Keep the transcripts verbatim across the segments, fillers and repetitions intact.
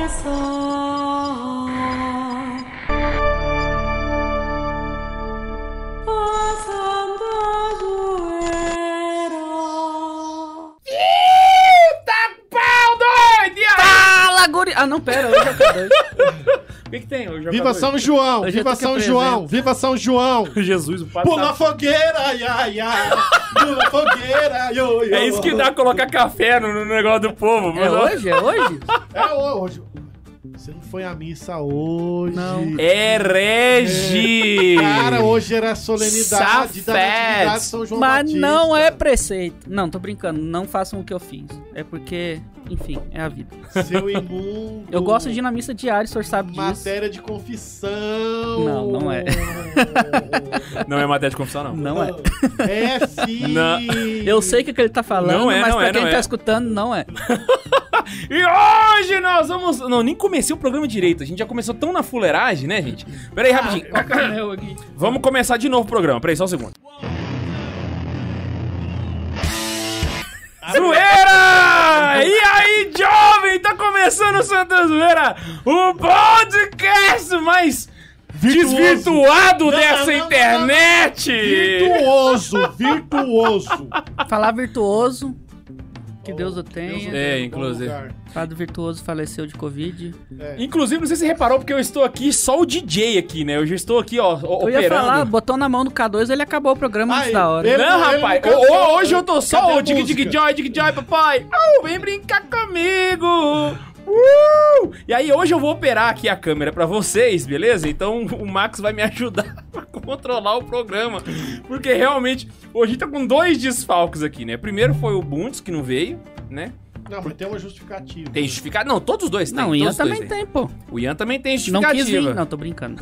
Ah, não, pera, hoje é K dois. O que, que tem hoje? Viva São João! Hoje Viva São João! Viva São João! Jesus, o padre. Pula fogueira, ia, ia! Pula fogueira, yo, yo. É isso que dá colocar café no, no negócio do povo. É hoje? É hoje? É hoje. Você não foi à missa hoje. Não. É regi! Cara, hoje era a solenidade da Natividade de São João Mas Batista. não é preceito. Não, tô brincando. Não façam o que eu fiz. É porque, enfim, é a vida. Seu imundo. Eu gosto de ir na missa diária, o senhor sabe disso. Matéria de confissão. Não, não é. Não é matéria de confissão, não. Não é. É sim. Não. Eu sei o que, que ele tá falando, Não é, mas não pra é, quem não tá é. escutando, não é. E hoje nós vamos... Não, nem comecei o programa direito. A gente já começou tão na fuleiragem, né, gente? Pera aí, rapidinho. Vamos começar de novo o programa. Pera aí, só um segundo. Zoeira! E aí, jovem? Tá começando o Santa Zoeira, o podcast mais Virtuoso. desvirtuado Não, dessa não, não, internet! Virtuoso, virtuoso. Falar virtuoso, que Deus o tenha. É, inclusive. Padre Virtuoso faleceu de Covid. É. Inclusive, não sei se você reparou, porque eu estou aqui só o D J aqui, né? Eu já estou aqui, ó, o- Eu ia operando. falar, botou na mão do K dois, ele acabou o programa antes Ai, da hora. ele- Não, rapaz, nunca- Ô, ô, hoje eu tô Cadê só a o dig dig música? joy, dig joy, papai. Oh, vem brincar comigo. Uh! E aí, hoje eu vou operar aqui a câmera pra vocês, beleza? Então o Max vai me ajudar a controlar o programa. Porque realmente, hoje a gente tá com dois desfalques aqui, né? Primeiro foi o Bundes, que não veio, né? Não, mas tem uma justificativa. Tem justificado? Não, todos os dois tem. Não, o Ian todos os dois também tem, pô. O Ian também tem Não quis justificativa. vir. Não, tô brincando.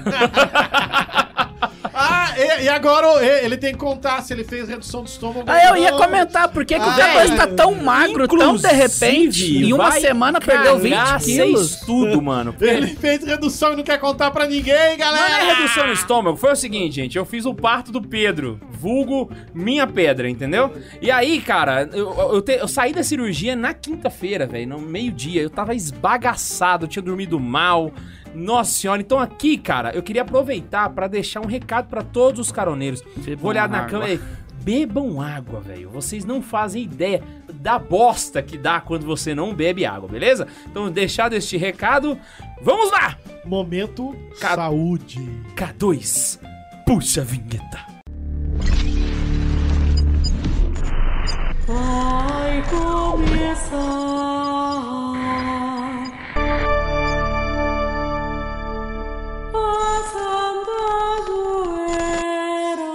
Ah, e, e agora e- ele tem que contar se ele fez redução de estômago. Ah, eu ia Não. comentar, por que, que o Ah, K dois tá tão magro, tão de repente, Inclusive, em uma vai semana perdeu vinte cagar quilos. seis tudo, mano. Porque Ele fez redução e não quer contar pra ninguém, galera. Não é redução no estômago, foi o seguinte, gente, eu fiz o parto do Pedro, vulgo minha pedra, entendeu? E aí, cara, eu, eu, te- eu saí da cirurgia na quinta-feira, velho, no meio-dia, eu tava esbagaçado, eu tinha dormido mal, nossa senhora. Então aqui, cara, eu queria aproveitar pra deixar um recado pra todos os caroneiros. Bebam Vou olhar na água. câmera e bebam água, velho, vocês não fazem ideia da bosta que dá quando você não bebe água, beleza? Então, deixado este recado, vamos lá! Momento Ca- saúde. K dois, puxa a vinheta. Vai começar a Santa Zoeira.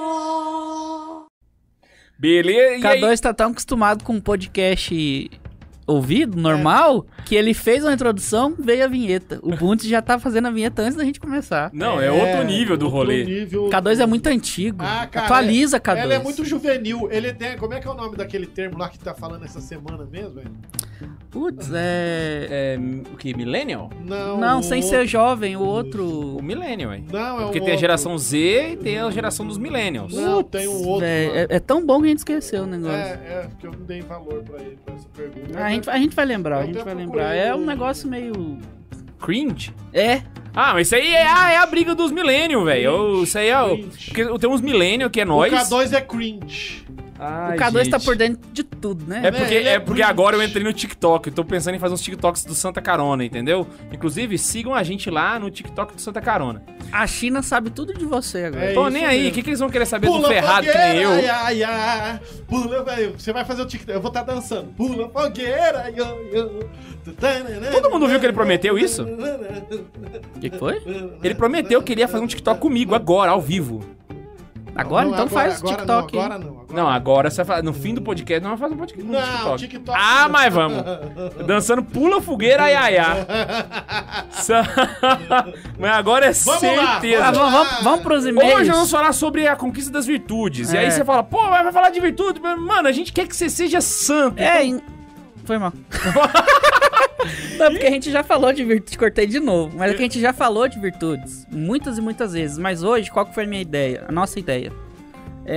Beleza? E K aí? dois tá tão acostumado com um podcast ouvido, normal, que ele fez uma introdução, veio a vinheta. O Bundes já tá fazendo a vinheta antes da gente começar. Não, é, outro nível do outro rolê. nível. K dois é muito antigo. Ah, cara, Atualiza, é- K dois. Ela é muito juvenil. Ele tem. Como é que é o nome daquele termo lá que tá falando essa semana mesmo, velho? Putz, é... É, o que? Millennial? Não. Não, o sem outro- ser jovem, o outro... O Millennial, hein? Não, é Porque um tem a outro. geração Z e tem a geração dos Millennials. Não, tem um outro. Véi, lá. é, é tão bom que a gente esqueceu o negócio. É, é, porque eu não dei valor pra ele, pra essa pergunta. Ah, a, gente, a gente vai lembrar, a Eu gente até vai procurei lembrar. É um no- negócio meio... Cringe? É, Ah, mas isso aí é a, é a briga dos Millennials, velho. Isso aí é o... Cringe. Porque tem uns Millennials que é O nós. K dois é cringe. Ai, o K dois tá gente. por dentro de tudo, né? É porque, Ele é é porque cringe. agora eu entrei no TikTok. Eu tô pensando em fazer uns TikToks do Santa Carona, entendeu? Inclusive, sigam a gente lá no TikTok do Santa Carona. A China sabe tudo de você agora. É Tô isso nem aí. O mesmo. que, que eles vão querer saber do ferrado que nem eu? Ai, ai, ai. Pula, velho. Você vai fazer o TikTok. Eu vou estar dançando. Pula fogueira. Yo, yo. Todo mundo viu que ele prometeu isso? O que, que foi? Ele prometeu que ele ia fazer um TikTok comigo agora, ao vivo. Agora? Não, então faz o agora TikTok. Não, agora não. Agora Não, agora você vai fazer. No fim do podcast, não vai fazer um podcast no Não, TikTok. TikTok. Ah, mas vamos. Dançando pula fogueira, ai, ai, ai. Sa- Mas agora é Vamos lá, certeza. Ah, vamos, vamos, vamos pros e-mails. Hoje nós vamos falar sobre a conquista das virtudes. E aí É. você fala, pô, vai falar de virtude? Mano, a gente quer que você seja santo. É, em- foi mal. Não, porque a gente já falou de virtudes, cortei de novo. Mas é que a gente já falou de virtudes muitas e muitas vezes. Mas hoje, qual que foi a minha ideia? A nossa ideia. É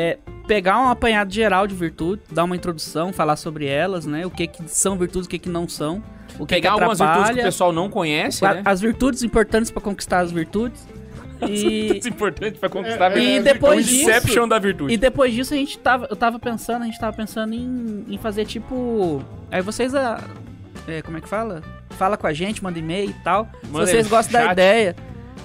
pegar um apanhado geral de virtudes, dar uma introdução, falar sobre elas, né? O que que são virtudes, o que que não são. O que Pegar que algumas virtudes que o atrapalha, pessoal não conhece, a- né? as virtudes importantes pra conquistar as virtudes. E, Virtudes importantes pra conquistar a É, é, virtude. e depois O disso... Inception da virtude. E depois disso a gente tava, eu tava pensando, a gente tava pensando em, em fazer tipo, aí vocês, ah, é, como é que fala? Fala com a gente, manda e-mail e tal. Manda Se vocês aí, gostam da chat. ideia,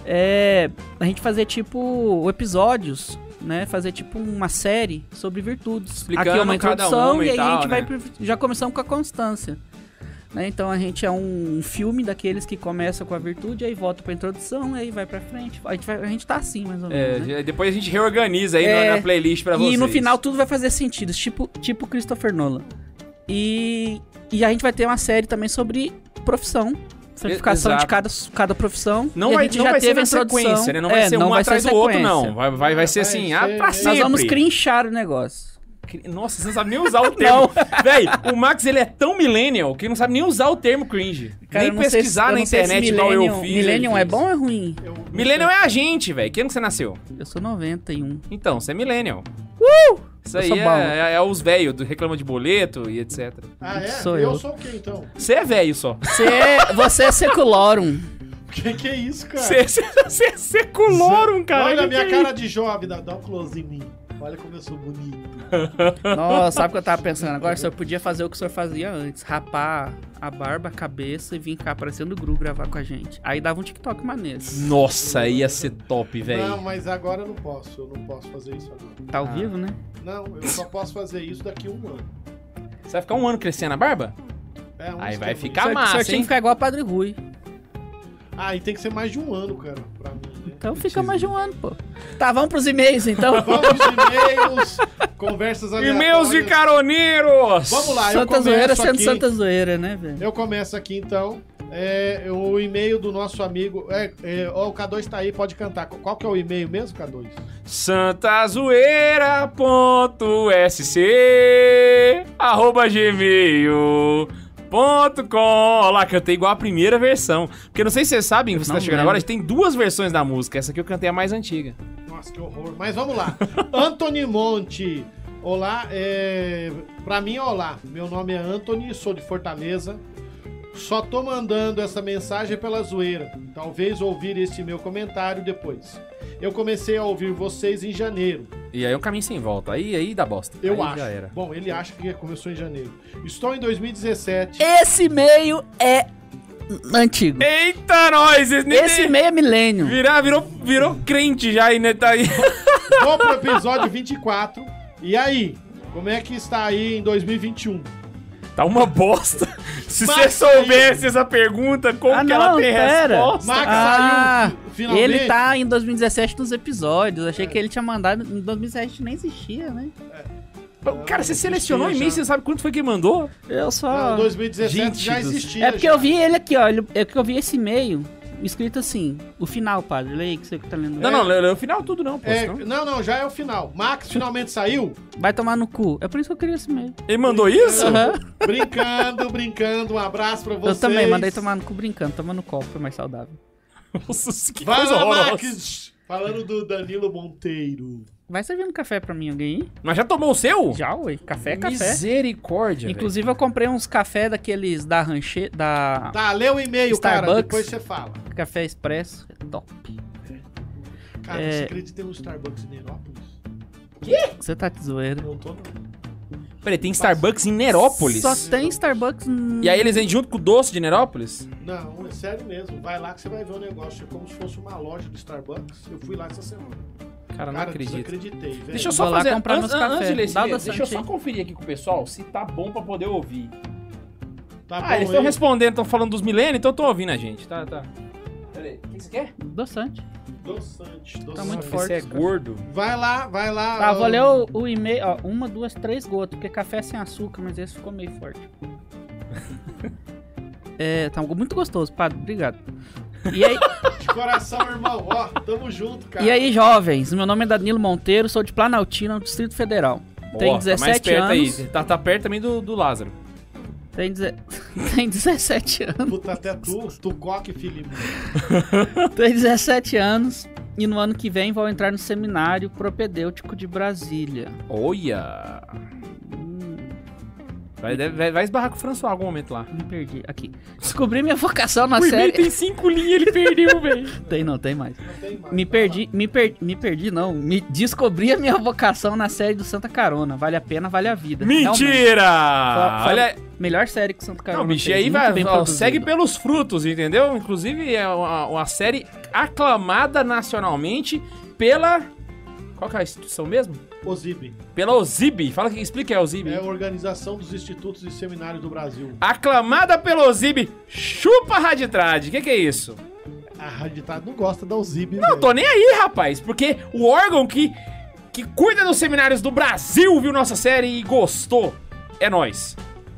é, a gente fazer tipo episódios, né? Fazer tipo uma série sobre virtudes. Explicando Aqui é uma cada introdução uma e e aí tal, a gente vai, né? pro- já começamos com a constância. Né? Então a gente é um filme daqueles que começa com a virtude, aí volta pra introdução, aí vai pra frente. A gente, vai- a gente tá assim, mais ou menos, né? É, depois a gente reorganiza aí É, na, na playlist pra vocês. E no final tudo vai fazer sentido, tipo, tipo Christopher Nolan. E, e a gente vai ter uma série também sobre profissão, certificação exato. de cada, cada profissão. Não e vai, a gente não já vai ser teve na a introdução. sequência, né? Não vai É, ser não um vai atrás ser do outro, sequência. não. Vai, vai, vai ser Vai assim, ser ah, pra meio- Nós sempre. vamos crinchar o negócio. Nossa, você não sabe nem usar o termo. Véi, o Max, ele é tão millennial que ele não sabe nem usar o termo cringe. Cara, eu nem não sei se- pesquisar eu na não sei se internet igual eu Millennium- fiz. Millennium ele é fez. bom ou é ruim? Eu- Millennial é a gente, velho. Que ano que você nasceu? Eu sou noventa e um. Então, você é millennial. Uh! Isso Eu aí sou é, bom. é, é os velhos do reclama de boleto e etcétera. Ah, é? Sou eu eu. sou o quê, então? Você é velho só. Você é, você é seculorum. Que que é isso, cara? Você você é seculorum, cara. Olha a Que minha que é cara de jovem, dá, dá um close em mim. Olha como eu sou bonito. Nossa, sabe o que eu tava pensando agora? O senhor podia fazer o que o senhor fazia antes. Rapar a barba, a cabeça e vir cá aparecendo o Gru gravar com a gente. Aí dava um TikTok maneiro. isso? Nossa, ia ser top, Não, velho. mas agora eu não posso. Eu não posso fazer isso agora. Tá ao Ah. vivo, né? Não, eu só posso fazer isso daqui a um ano. Você vai ficar um ano crescendo a barba? É, um Aí vai esquema ficar O senhor- o senhor massa, tinha hein? que ficar igual a Padre Rui. isso. Ah, e tem que ser mais de um ano, cara, pra mim, né? Então fica mais de um ano, pô. Tá, vamos pros e-mails então. Vamos e-mails, conversas aleatórias. E-mails de caroneiros! Vamos lá, eu Santa Zoeira começo sendo aqui. Santa Zoeira, né, velho? Eu começo aqui, então. É, o e-mail do nosso amigo... É, é, ó, o K dois tá aí, pode cantar. Qual que é o e-mail mesmo, K dois? santazoeira.sc arroba gmail ponto com. Olha lá, cantei igual a primeira versão. Porque não sei se vocês sabem, você Não tá chegando lembro. agora, a gente tem duas versões da música. Essa aqui eu cantei a mais antiga. Nossa, que horror. Mas vamos lá. Anthony Monte. Olá, é... pra mim, olá. Meu nome é Anthony, sou de Fortaleza. Só tô mandando essa mensagem pela zoeira. Talvez ouvir este meu comentário depois. Eu comecei a ouvir vocês em janeiro. E aí é um caminho sem volta. Aí, aí dá bosta. Eu aí acho. Já era. Bom, ele acha que começou em janeiro. Estou em dois mil e dezessete. Esse e-mail é antigo. Eita, nós! Esse, Esse e-mail é milênio. Virar, virou, virou crente já aí, né? Tá aí. Vou pro episódio vinte e quatro. E aí? Como é que está aí em dois mil e vinte e um? Tá uma bosta. Se Mas você soubesse essa pergunta, como Ah, que ela não, tem pera. resposta? Max Ah, saiu fi- finalmente. ele tá em dois mil e dezessete nos episódios. Achei que ele tinha mandado. Em dois mil e dezessete nem existia, né? Cara, você Não, selecionou o existia e-mail, já. você sabe quanto foi que mandou? Eu só. Não, dois mil e dezessete Gente já do- existia. É porque já. eu vi ele aqui, ó. ele- É porque eu vi esse e-mail escrito assim. O final, padre. Lê aí que você que tá lendo. Não, não, lê lê o final tudo não, pô. É, senão- não, não, já é o final. Max finalmente saiu. Vai tomar no cu. É por isso que eu queria esse e-mail. Ele mandou isso? Aham. Brincando, brincando. Um abraço pra Eu vocês. também mandei tomar no cu brincando. Toma no copo, é mais saudável. Nossa, que Vai coisa lá, horrorosa. Max. Falando do Danilo Monteiro. Vai servindo café pra mim, alguém aí? Mas já tomou o seu? Já, ué. Café é café. Misericórdia, Inclusive, eu comprei uns café daqueles da ranche... da Tá, lê o e-mail, cara. Starbucks. Depois você fala. Café Expresso. É top. Cara, É. você acredita que tem um Starbucks em Nerópolis? Você tá de zoeira. Não tô, não. velho. Peraí, tem Starbucks em Nerópolis? Só tem Starbucks... n- E aí eles vendem junto com o doce de Nerópolis? Não, é sério mesmo. Vai lá que você vai ver o negócio. É como se fosse uma loja de Starbucks. Eu fui lá essa semana. Cara, não Cara, acredito. desacreditei, velho. Deixa eu Vou só lá fazer... comprar antes, meus antes café. de ler esse Dá o e-mail, adoçante deixa eu só aí. conferir aqui com o pessoal se tá bom pra poder ouvir. Tá Ah, bom, eles estão hein? respondendo, estão falando dos milênios, então eu tô ouvindo a gente. Tá, tá. Peraí, o que você quer? Adoçante. Doçante, doçante. Tá muito Você forte é esse café. gordo. Vai lá, vai lá. Tá, vou ó, ler o, o e-mail. Ó, uma, duas, três gotas. Porque café é sem açúcar, mas esse ficou meio forte. É, tá muito gostoso, padre. Obrigado. E aí, De coração, irmão. Ó, tamo junto, cara. e aí, jovens? Meu nome é Danilo Monteiro, sou de Planaltina, no Distrito Federal. Tenho Ó, tá mais dezessete perto anos. aí. Tá, tá perto também do, do Lázaro. Tem, deze... Tem dezessete anos. Puta, até tu, tu coque, Felipe. Tenho dezessete anos. E no ano que vem vou entrar no Seminário Propedêutico de Brasília. Olha! Hum, Vai, vai, vai esbarrar com o François em algum momento lá. me perdi. Aqui. Descobri minha vocação na O e-mail série... tem cinco linhas, ele perdeu, velho. Tem não, tem mais. Não tem mais. Me perdi, me, per... me perdi não. Me descobri a minha vocação na série do Santa Carona. Vale a pena, vale a vida. Realmente. Mentira! Fa- fa- Olha... Melhor série que o Santa Carona Não, bicho, fez, aí muito vai, bem ó, produzida. segue pelos frutos, entendeu? Inclusive é uma, uma série aclamada nacionalmente pela... Qual que é a instituição mesmo? O Z I B. Pela O Z I B. Fala que explica é a O Z I B. É a Organização dos Institutos e Seminários do Brasil. Aclamada pela O Z I B. Chupa Raditrad. O que, que é isso? A Raditado não gosta da O Z I B. Não, tô nem aí, rapaz. Porque o órgão que, que cuida dos seminários do Brasil viu nossa série e gostou. É nós.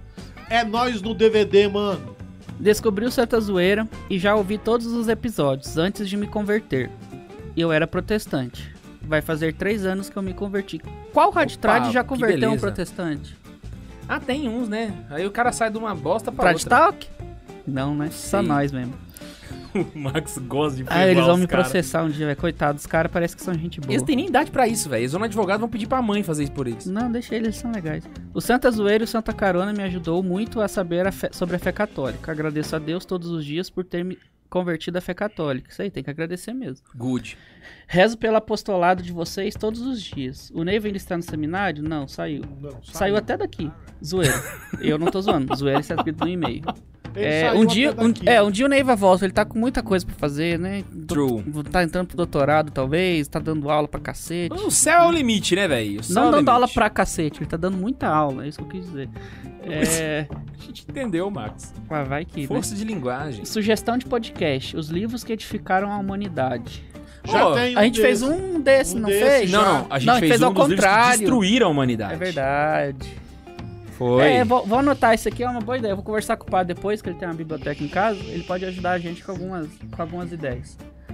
É nós no D V D, mano. Descobri o Santa Zoeira e já ouvi todos os episódios antes de me converter. Eu era protestante. Vai fazer três anos que eu me converti. Qual Raditrad já que converteu um beleza. protestante? Ah, tem uns, né? Aí o cara sai de uma bosta pra Trad outra. Talk? Não, né? Só Sei. nós mesmo. O Max gosta de Ah, eles vão os me cara. processar um dia, velho. Coitado, os caras parecem que são gente boa. Eles têm nem idade pra isso, velho. Eles vão no advogado e vão pedir pra mãe fazer isso por eles. Não, deixa eles, eles são legais. O Santa Zoeira e o Santa Carona me ajudou muito a saber a fé- sobre a fé católica. Agradeço a Deus todos os dias por ter me convertido à fé católica. Isso aí, tem que agradecer mesmo. Good. Rezo pelo apostolado de vocês todos os dias. O Neiva ainda está no seminário? Não, saiu. Não, Saiu até daqui. Zoeira. Eu não tô zoando. Zoeira está escrito no e-mail. Ele É, saiu um até dia, um, daqui. é, um dia o Neiva volta. Ele tá com muita coisa pra fazer, né? Do- True. Tá entrando pro doutorado, talvez. Tá dando aula pra cacete. O céu é o limite, né, velho? O céu é Não o dando limite. aula pra cacete. Ele tá dando muita aula. É isso que eu quis dizer. É... A gente entendeu, Max. ah, vai que, né? Força de linguagem. Sugestão de podcast. Os livros que edificaram a humanidade. Já Pô, tem um A gente fez desse. um desse, Um não desse fez? já. Não, não. A gente Não, fez, fez um ao dos livros que contrário. destruíram a humanidade. É verdade. Foi. É, vou, vou anotar isso aqui, é uma boa ideia. Eu vou conversar com o padre depois, que ele tem uma biblioteca em casa. Ele pode ajudar a gente com algumas, com algumas ideias.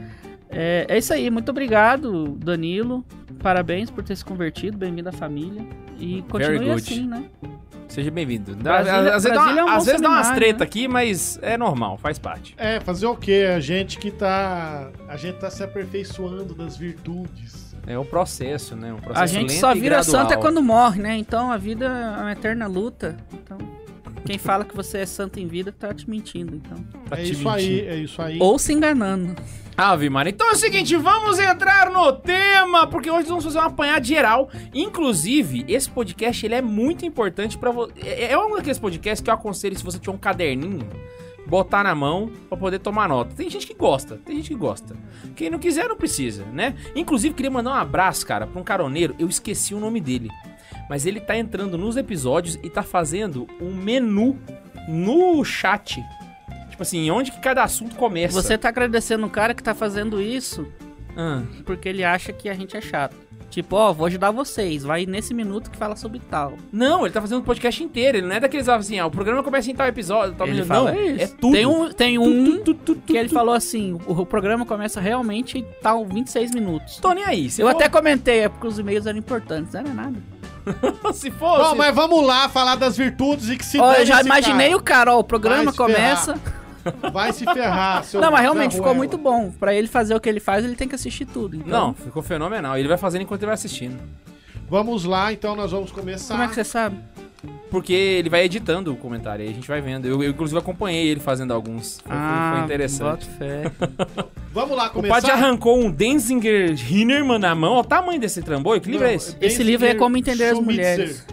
É, é isso aí, muito obrigado, Danilo. Parabéns por ter se convertido, bem-vindo à família. E continue good. assim, né? Seja bem-vindo. Dá- Brasília- Às vezes, dá, Brasília é um uma- bom às vezes dá umas seminário, treta né? aqui, mas é normal, faz parte. É, fazer o quê? A gente que tá. A gente tá se aperfeiçoando das virtudes. É um processo, né? Um processo A gente lento só e vira gradual. santa quando morre, né? Então a vida é uma eterna luta. Então, quem fala que você é santo em vida tá te mentindo, então. Tá é te isso aí, mentindo. é isso aí. Ou se enganando. Ave Maria. Então é o seguinte, vamos entrar no tema, porque hoje vamos fazer uma apanhada geral. Inclusive, esse podcast ele é muito importante pra você. É é um daqueles podcasts que eu aconselho, se você tiver um caderninho, botar na mão pra poder tomar nota. Tem gente que gosta, tem gente que gosta. Quem não quiser, não precisa, né? Inclusive, queria mandar um abraço, cara, pra um caroneiro. Eu esqueci o nome dele. Mas ele tá entrando nos episódios e tá fazendo um menu no chat. Tipo assim, onde que cada assunto começa. Você tá agradecendo um cara que tá fazendo isso Ah, porque ele acha que a gente é chato. Tipo, ó, vou ajudar vocês, vai nesse minuto que fala sobre tal. não, ele tá fazendo o podcast inteiro. Ele não é daqueles assim, ah, o programa começa em tal episódio. Tal Ele não, fala isso. é tudo. Tem um, tem um Tu, tu, tu, tu, que ele tu. falou assim, o, o programa começa realmente em tal vinte e seis minutos. Tô nem aí. Se Eu for- até comentei, é porque os e-mails eram importantes, não era nada. se for... Bom, se- mas vamos lá falar das virtudes e que se Ó, dane eu já esse imaginei o cara, ó, o programa Vai se começa... cara. Vai se ferrar, seu Não, mas realmente Zé ficou Ruela. muito bom. Pra ele fazer o que ele faz, ele tem que assistir tudo. Então, Não, ficou fenomenal. Ele vai fazendo enquanto ele vai assistindo. Vamos lá, então nós vamos começar. como é que você sabe? Porque ele vai editando o comentário, aí a gente vai vendo. Eu, eu inclusive, acompanhei ele fazendo alguns. Foi, foi- foi interessante. boto fé. Vamos lá O começar. Padre arrancou um Denzinger Hinnerman na mão. Olha o tamanho desse trambolho. Que livro Não, é esse? Esse livro é Como Entender as Schmitzer. Mulheres.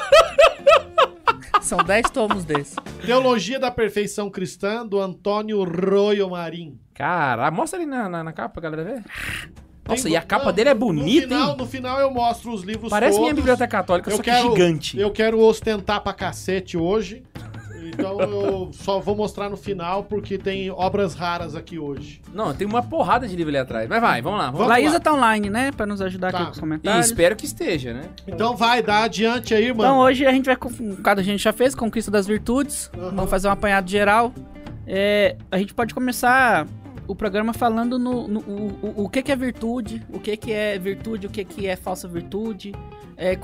São dez tomos desse. Teologia da Perfeição Cristã, do Antônio Royo Marim. Cara, mostra ali na, na, na capa pra galera ver. Nossa, Tem- e a capa não, dele é no bonita, final, hein? No final eu mostro os livros Parece todos. minha biblioteca católica, Eu só que quero- gigante. Eu quero ostentar pra cacete hoje. Então eu só vou mostrar no final, porque tem obras raras aqui hoje. Não, tem uma porrada de livro ali atrás. Mas vai, vamos lá. Vamos Vamos lá. Laísa lá. tá online, né? Pra nos ajudar Tá. aqui com os E comentários. espero que esteja, né? Então vai, dá adiante aí, Então mano. hoje a gente vai, com- cada a gente já fez, Conquista das Virtudes. Uhum. Vamos fazer um apanhado geral. É, a gente pode começar o programa falando no, no- o, o, o que, que é virtude, o que, que é virtude, o que, que é falsa virtude, é, quais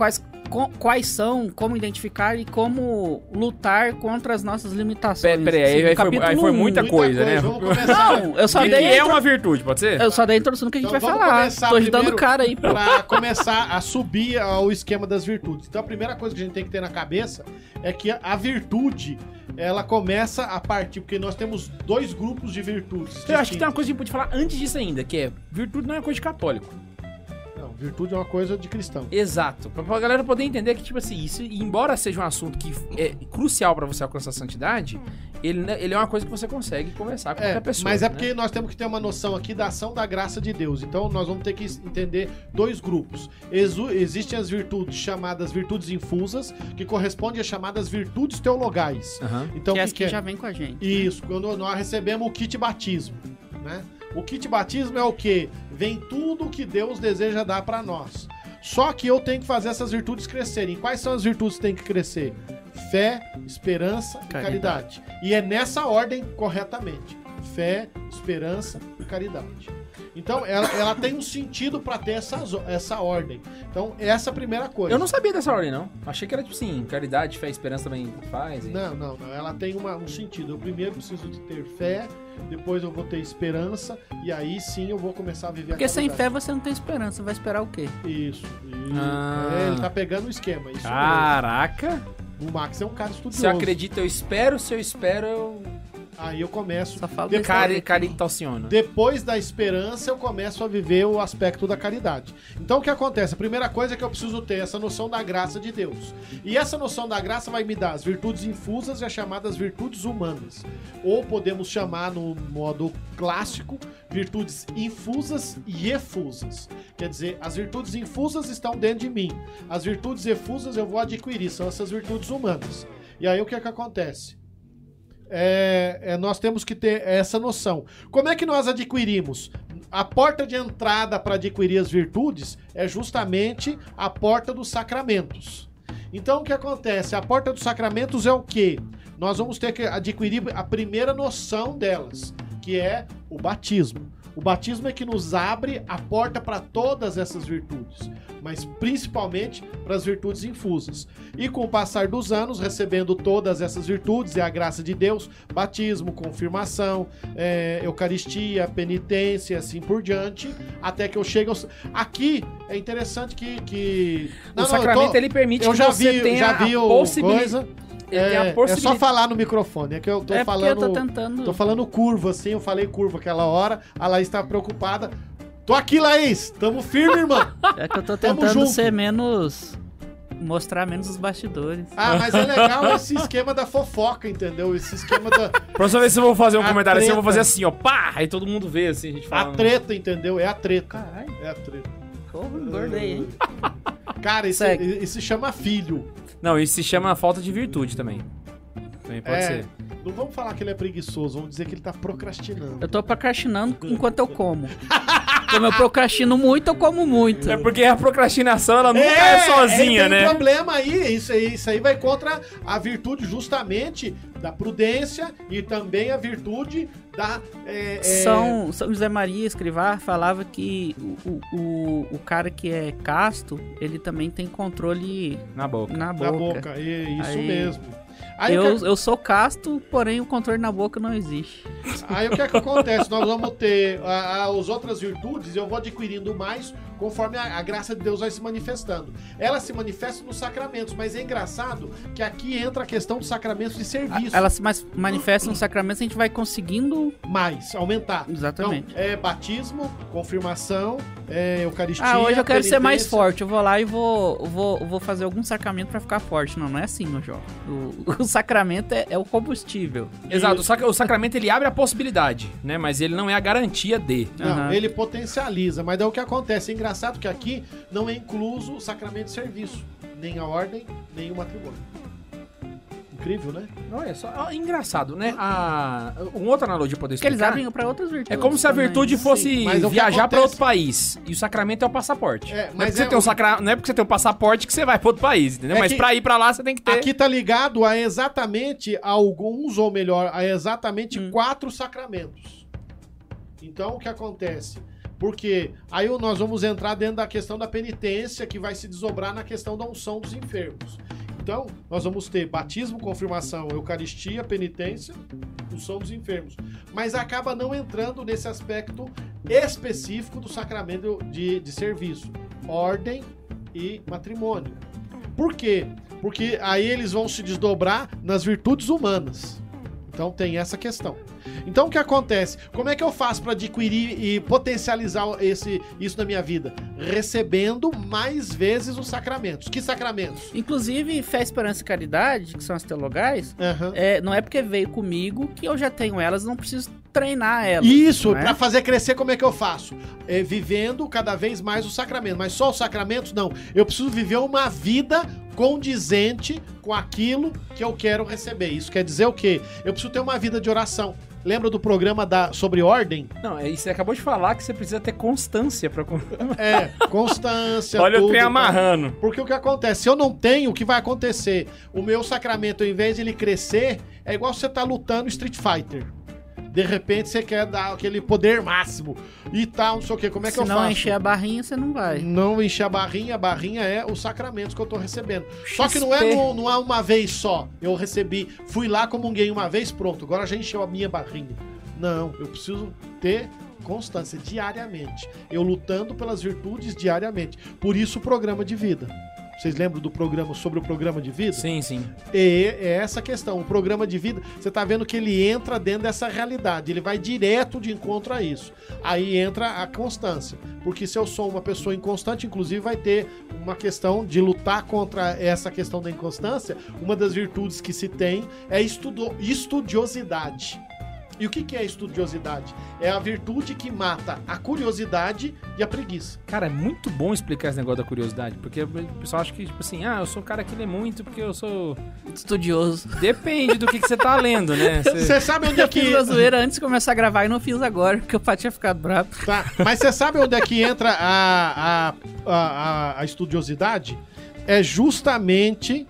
co- quais são, como identificar e como lutar contra as nossas limitações. Pera, pera, aí, Assim, no aí, foi, capítulo aí foi um. muita, Muita coisa, né? Vamos começar. Não, eu só O que dei a é intro- uma virtude, pode ser? Eu só dei a introdução do que a gente Então, vai vamos falar. começar Tô ajudando primeiro o cara aí, pô. Pra começar a subir ah, o esquema das virtudes. Então a primeira coisa que a gente tem que ter na cabeça é que a virtude, ela começa a partir, porque nós temos dois grupos de virtudes. Eu acho que tem uma distintas. coisa que a gente pode falar antes disso ainda, que é virtude não é coisa de católico. Não, virtude é uma coisa de cristão. Exato. Pra, pra galera poder entender que, tipo assim, isso, embora seja um assunto que é crucial pra você alcançar a santidade, ele, né, ele é uma coisa que você consegue conversar com É, qualquer pessoa. mas é né? porque nós temos que ter uma noção aqui da ação da graça de Deus. Então nós vamos ter que entender dois grupos. Exu- existem as virtudes chamadas virtudes infusas, que correspondem às chamadas virtudes teologais. Aham. Então, que o é que as que que é? já vem com a gente. Isso, quando nós recebemos o kit batismo, né? O kit batismo é o quê? Vem tudo o que Deus deseja dar pra nós. Só que eu tenho que fazer essas virtudes crescerem. Quais são as virtudes que têm que crescer? Fé, esperança e caridade. E é nessa ordem corretamente. Fé, esperança e caridade. Então, ela, ela tem um sentido pra ter essa, zo- essa ordem. Então, essa é a primeira coisa. Eu não sabia dessa ordem, não. Achei que era, tipo assim, caridade, fé, esperança também faz. e- Não, não, não. Ela tem uma- um sentido. Eu primeiro preciso de ter fé, depois eu vou ter esperança, e aí sim eu vou começar a viver Porque a sem caridade. fé você não tem esperança. Vai esperar o quê? Isso. isso. Ah. É, ele tá pegando o esquema. Isso Caraca! mesmo. O Max é um cara estudioso. Se eu acredito, eu espero. Se eu espero, eu... Aí eu começo. Só falo de- desse Cari, lado. caritaciona. Depois da esperança, eu começo a viver o aspecto da caridade. Então, o que acontece? A primeira coisa é que eu preciso ter essa noção da graça de Deus. E essa noção da graça vai me dar as virtudes infusas e as chamadas virtudes humanas. Ou podemos chamar, no modo clássico, virtudes infusas e efusas. Quer dizer, as virtudes infusas estão dentro de mim. As virtudes efusas eu vou adquirir, são essas virtudes humanas. E aí, o que é que acontece? É, é, nós temos que ter essa noção. Como é que nós adquirimos? A porta de entrada para adquirir as virtudes é justamente a porta dos sacramentos. Então, o que acontece? A porta dos sacramentos é o quê? Nós vamos ter que adquirir a primeira noção delas, que é o batismo. O batismo é que nos abre a porta para todas essas virtudes, mas principalmente para as virtudes infusas. E com o passar dos anos, recebendo todas essas virtudes e a graça de Deus, batismo, confirmação, é, eucaristia, penitência, e assim por diante, até que eu chego... Aos... Aqui é interessante que... que... O sacramento, ele permite eu que já você vi, tenha já vi a o possibilidade... coisa... Ele tem É, a é só possibilidade... falar no microfone, é que eu tô é porque falando... eu tô tentando. Tô falando curva, assim, eu falei curva aquela hora, a Laís tá preocupada. Tô aqui, Laís! Tamo firme, irmão! É que eu tô Tamo tentando junto. ser menos. Mostrar menos os bastidores. Ah, mas é legal esse esquema da fofoca, entendeu? Esse esquema da... Próxima vez que eu vou fazer um A comentário assim, eu vou treta. fazer assim, ó, pá! Aí todo mundo vê, assim, a gente A fala... treta, entendeu? É a treta. Caralho, É a treta. porra, engordei, hein? Cara, isso, Segue. isso se chama filho. Não, isso se chama falta de virtude também. Também pode É, ser. não vamos falar que ele é preguiçoso, vamos dizer que ele tá procrastinando. Eu tô procrastinando enquanto eu como. Como eu procrastino muito, eu como muito. É porque a procrastinação, ela nunca é, sozinha, ele tem né? um problema aí, isso aí, isso aí vai contra a virtude justamente da prudência e também a virtude da... é, é, São, São José Maria Escrivá falava que o, o, o cara que é casto, ele também tem controle Na boca. na boca. na boca, é isso Aí- mesmo. Aí, Eu, o que, eu sou casto, porém o controle na boca não existe. aí o que é que acontece? Nós vamos ter a- a- as outras virtudes e eu vou adquirindo mais conforme a, a graça de Deus vai se manifestando. Ela se manifesta nos sacramentos, mas é engraçado que aqui entra a questão dos sacramentos de serviço. Ela se mais- manifesta nos sacramentos, a gente vai conseguindo. Mais, aumentar. Exatamente. Então, é batismo, confirmação, é eucaristia, Ah, hoje eu quero ser mais penitência. forte. Eu vou lá e vou, vou, vou fazer algum sacramento pra ficar forte. Não, não é assim, meu jovem. O, o sacramento é, é o combustível. Exato, o, sac- o sacramento ele abre a possibilidade, né? Mas ele não é a garantia de. Não, Aham. ele potencializa, mas é o que acontece. É engraçado que aqui não é incluso o sacramento de serviço, nem a ordem, nem o matrimônio. Incrível, né? Olha só, ó, engraçado, né? A... Um outra analogia pra poder Porque eles explicar. abrem pra outras virtudes. É como se a também. virtude fosse Sim, mas o que viajar pra acontece- outro país. E o sacramento é o passaporte. É, não, é mas porque você é tem um o- sacra... não é porque você tem um passaporte que você vai pra outro país, entendeu? É Mas que- pra ir pra lá você tem que ter. Aqui tá ligado a exatamente alguns, ou melhor, a exatamente Hum. quatro sacramentos. Então, o que acontece? Porque aí nós vamos entrar dentro da questão da penitência, que vai se desdobrar na questão da unção dos enfermos. Então, nós vamos ter batismo, confirmação, eucaristia, penitência, unção dos enfermos. Mas acaba não entrando nesse aspecto específico do sacramento de, de serviço, ordem e matrimônio. Por quê? Porque aí eles vão se desdobrar nas virtudes humanas. Então tem essa questão. Então o que acontece? Como é que eu faço para adquirir e potencializar esse, isso na minha vida? Recebendo mais vezes os sacramentos. Que sacramentos? Inclusive, fé, esperança e caridade, que são as teologais, Uhum. é, não é porque veio comigo que eu já tenho elas, não preciso treinar elas. Isso, não é? para fazer crescer, como é que eu faço? É, vivendo cada vez mais os sacramentos. Mas só os sacramentos, não. Eu preciso viver uma vida condizente com aquilo que eu quero receber. Isso quer dizer o quê? Eu preciso ter uma vida de oração. Lembra do programa da, sobre ordem? Não, é, você acabou de falar que você precisa ter constância pra... É, constância, Olha tudo, o trem tá? amarrando. Porque o que acontece? Se eu não tenho, o que vai acontecer? O meu sacramento, ao invés de ele crescer, é igual você tá lutando Street Fighter. De repente você quer dar aquele poder máximo e tal, não sei o quê. Como é que Se eu não faço? encher a barrinha, você não vai. Não encher a barrinha, a barrinha é os sacramentos que eu tô recebendo. Só que não é, X P. no, não é uma vez só. Eu recebi, fui lá, comunguei uma vez, pronto. Agora já encheu a minha barrinha. Não, eu preciso ter constância diariamente. Eu lutando pelas virtudes diariamente. Por isso o programa de vida. Vocês lembram do programa sobre o programa de vida? Sim, sim. E é essa questão. O programa de vida, você tá vendo que ele entra dentro dessa realidade. Ele vai direto de encontro a isso. Aí entra a constância. Porque se eu sou uma pessoa inconstante, inclusive vai ter uma questão de lutar contra essa questão da inconstância. Uma das virtudes que se tem é estudo, estudiosidade. E o que que é estudiosidade? É a virtude que mata a curiosidade e a preguiça. Cara, é muito bom explicar esse negócio da curiosidade, porque o pessoal acha que, tipo assim, ah, eu sou um cara que lê muito porque eu sou... Estudioso. Depende do que, que você tá lendo, né? Você- Você sabe onde é Eu fiz que... a zoeira antes de começar a gravar e não fiz agora, porque o pai tinha ficado bravo. Tá, mas você sabe onde é que entra a, a, a, a, a estudiosidade? É justamente...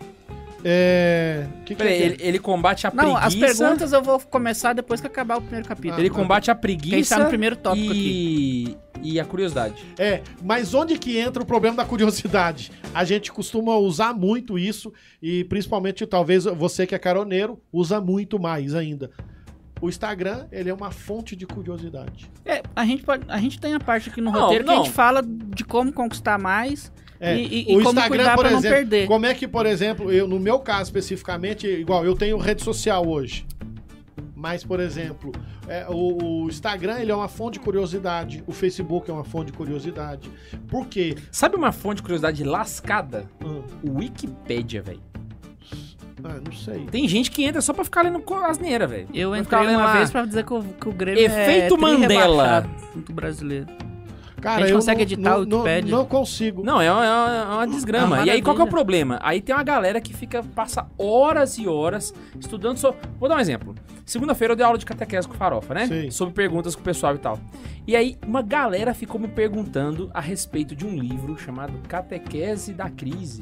É... Que que Peraí, é que é? ele, ele combate a Não, preguiça... as perguntas eu vou começar depois que acabar o primeiro capítulo. Ele combate a preguiça Que a gente tá no primeiro tópico e... e a curiosidade. É, mas onde que entra o problema da curiosidade? A gente costuma usar muito isso e principalmente talvez você que é caroneiro usa muito mais ainda. O Instagram, ele é uma fonte de curiosidade. É, a gente, pode, a gente tem a parte aqui no Não, roteiro que a não. gente fala de como conquistar mais É, e, e, e como cuidar pra não perder. como é que, por exemplo, eu, no meu caso especificamente, igual, eu tenho rede social hoje. Mas, por exemplo, é, o, o Instagram, ele é uma fonte de curiosidade. O Facebook é uma fonte de curiosidade. Por quê? Sabe uma fonte de curiosidade lascada? Hum, O Wikipédia, velho. ah, não sei. Tem gente que entra só pra ficar lendo asneira, velho. Eu Vai entrei ficar lendo uma lá. vez pra dizer que o, que o Grêmio Efeito é Mandela. tri-rebaixado junto brasileiro. Cara, A gente eu consegue não, editar não, o Wikipédia? Não, não consigo. Não, é uma, é uma- é uma desgrama. É uma e aí, qual que é o maravilha. problema? Aí tem uma galera que fica, passa horas e horas estudando sobre... Vou dar um exemplo. Segunda-feira eu dei aula de catequese com Farofa, né? Sim. Sobre perguntas com o pessoal e tal. E aí, uma galera ficou me perguntando a respeito de um livro chamado Catequese da Crise.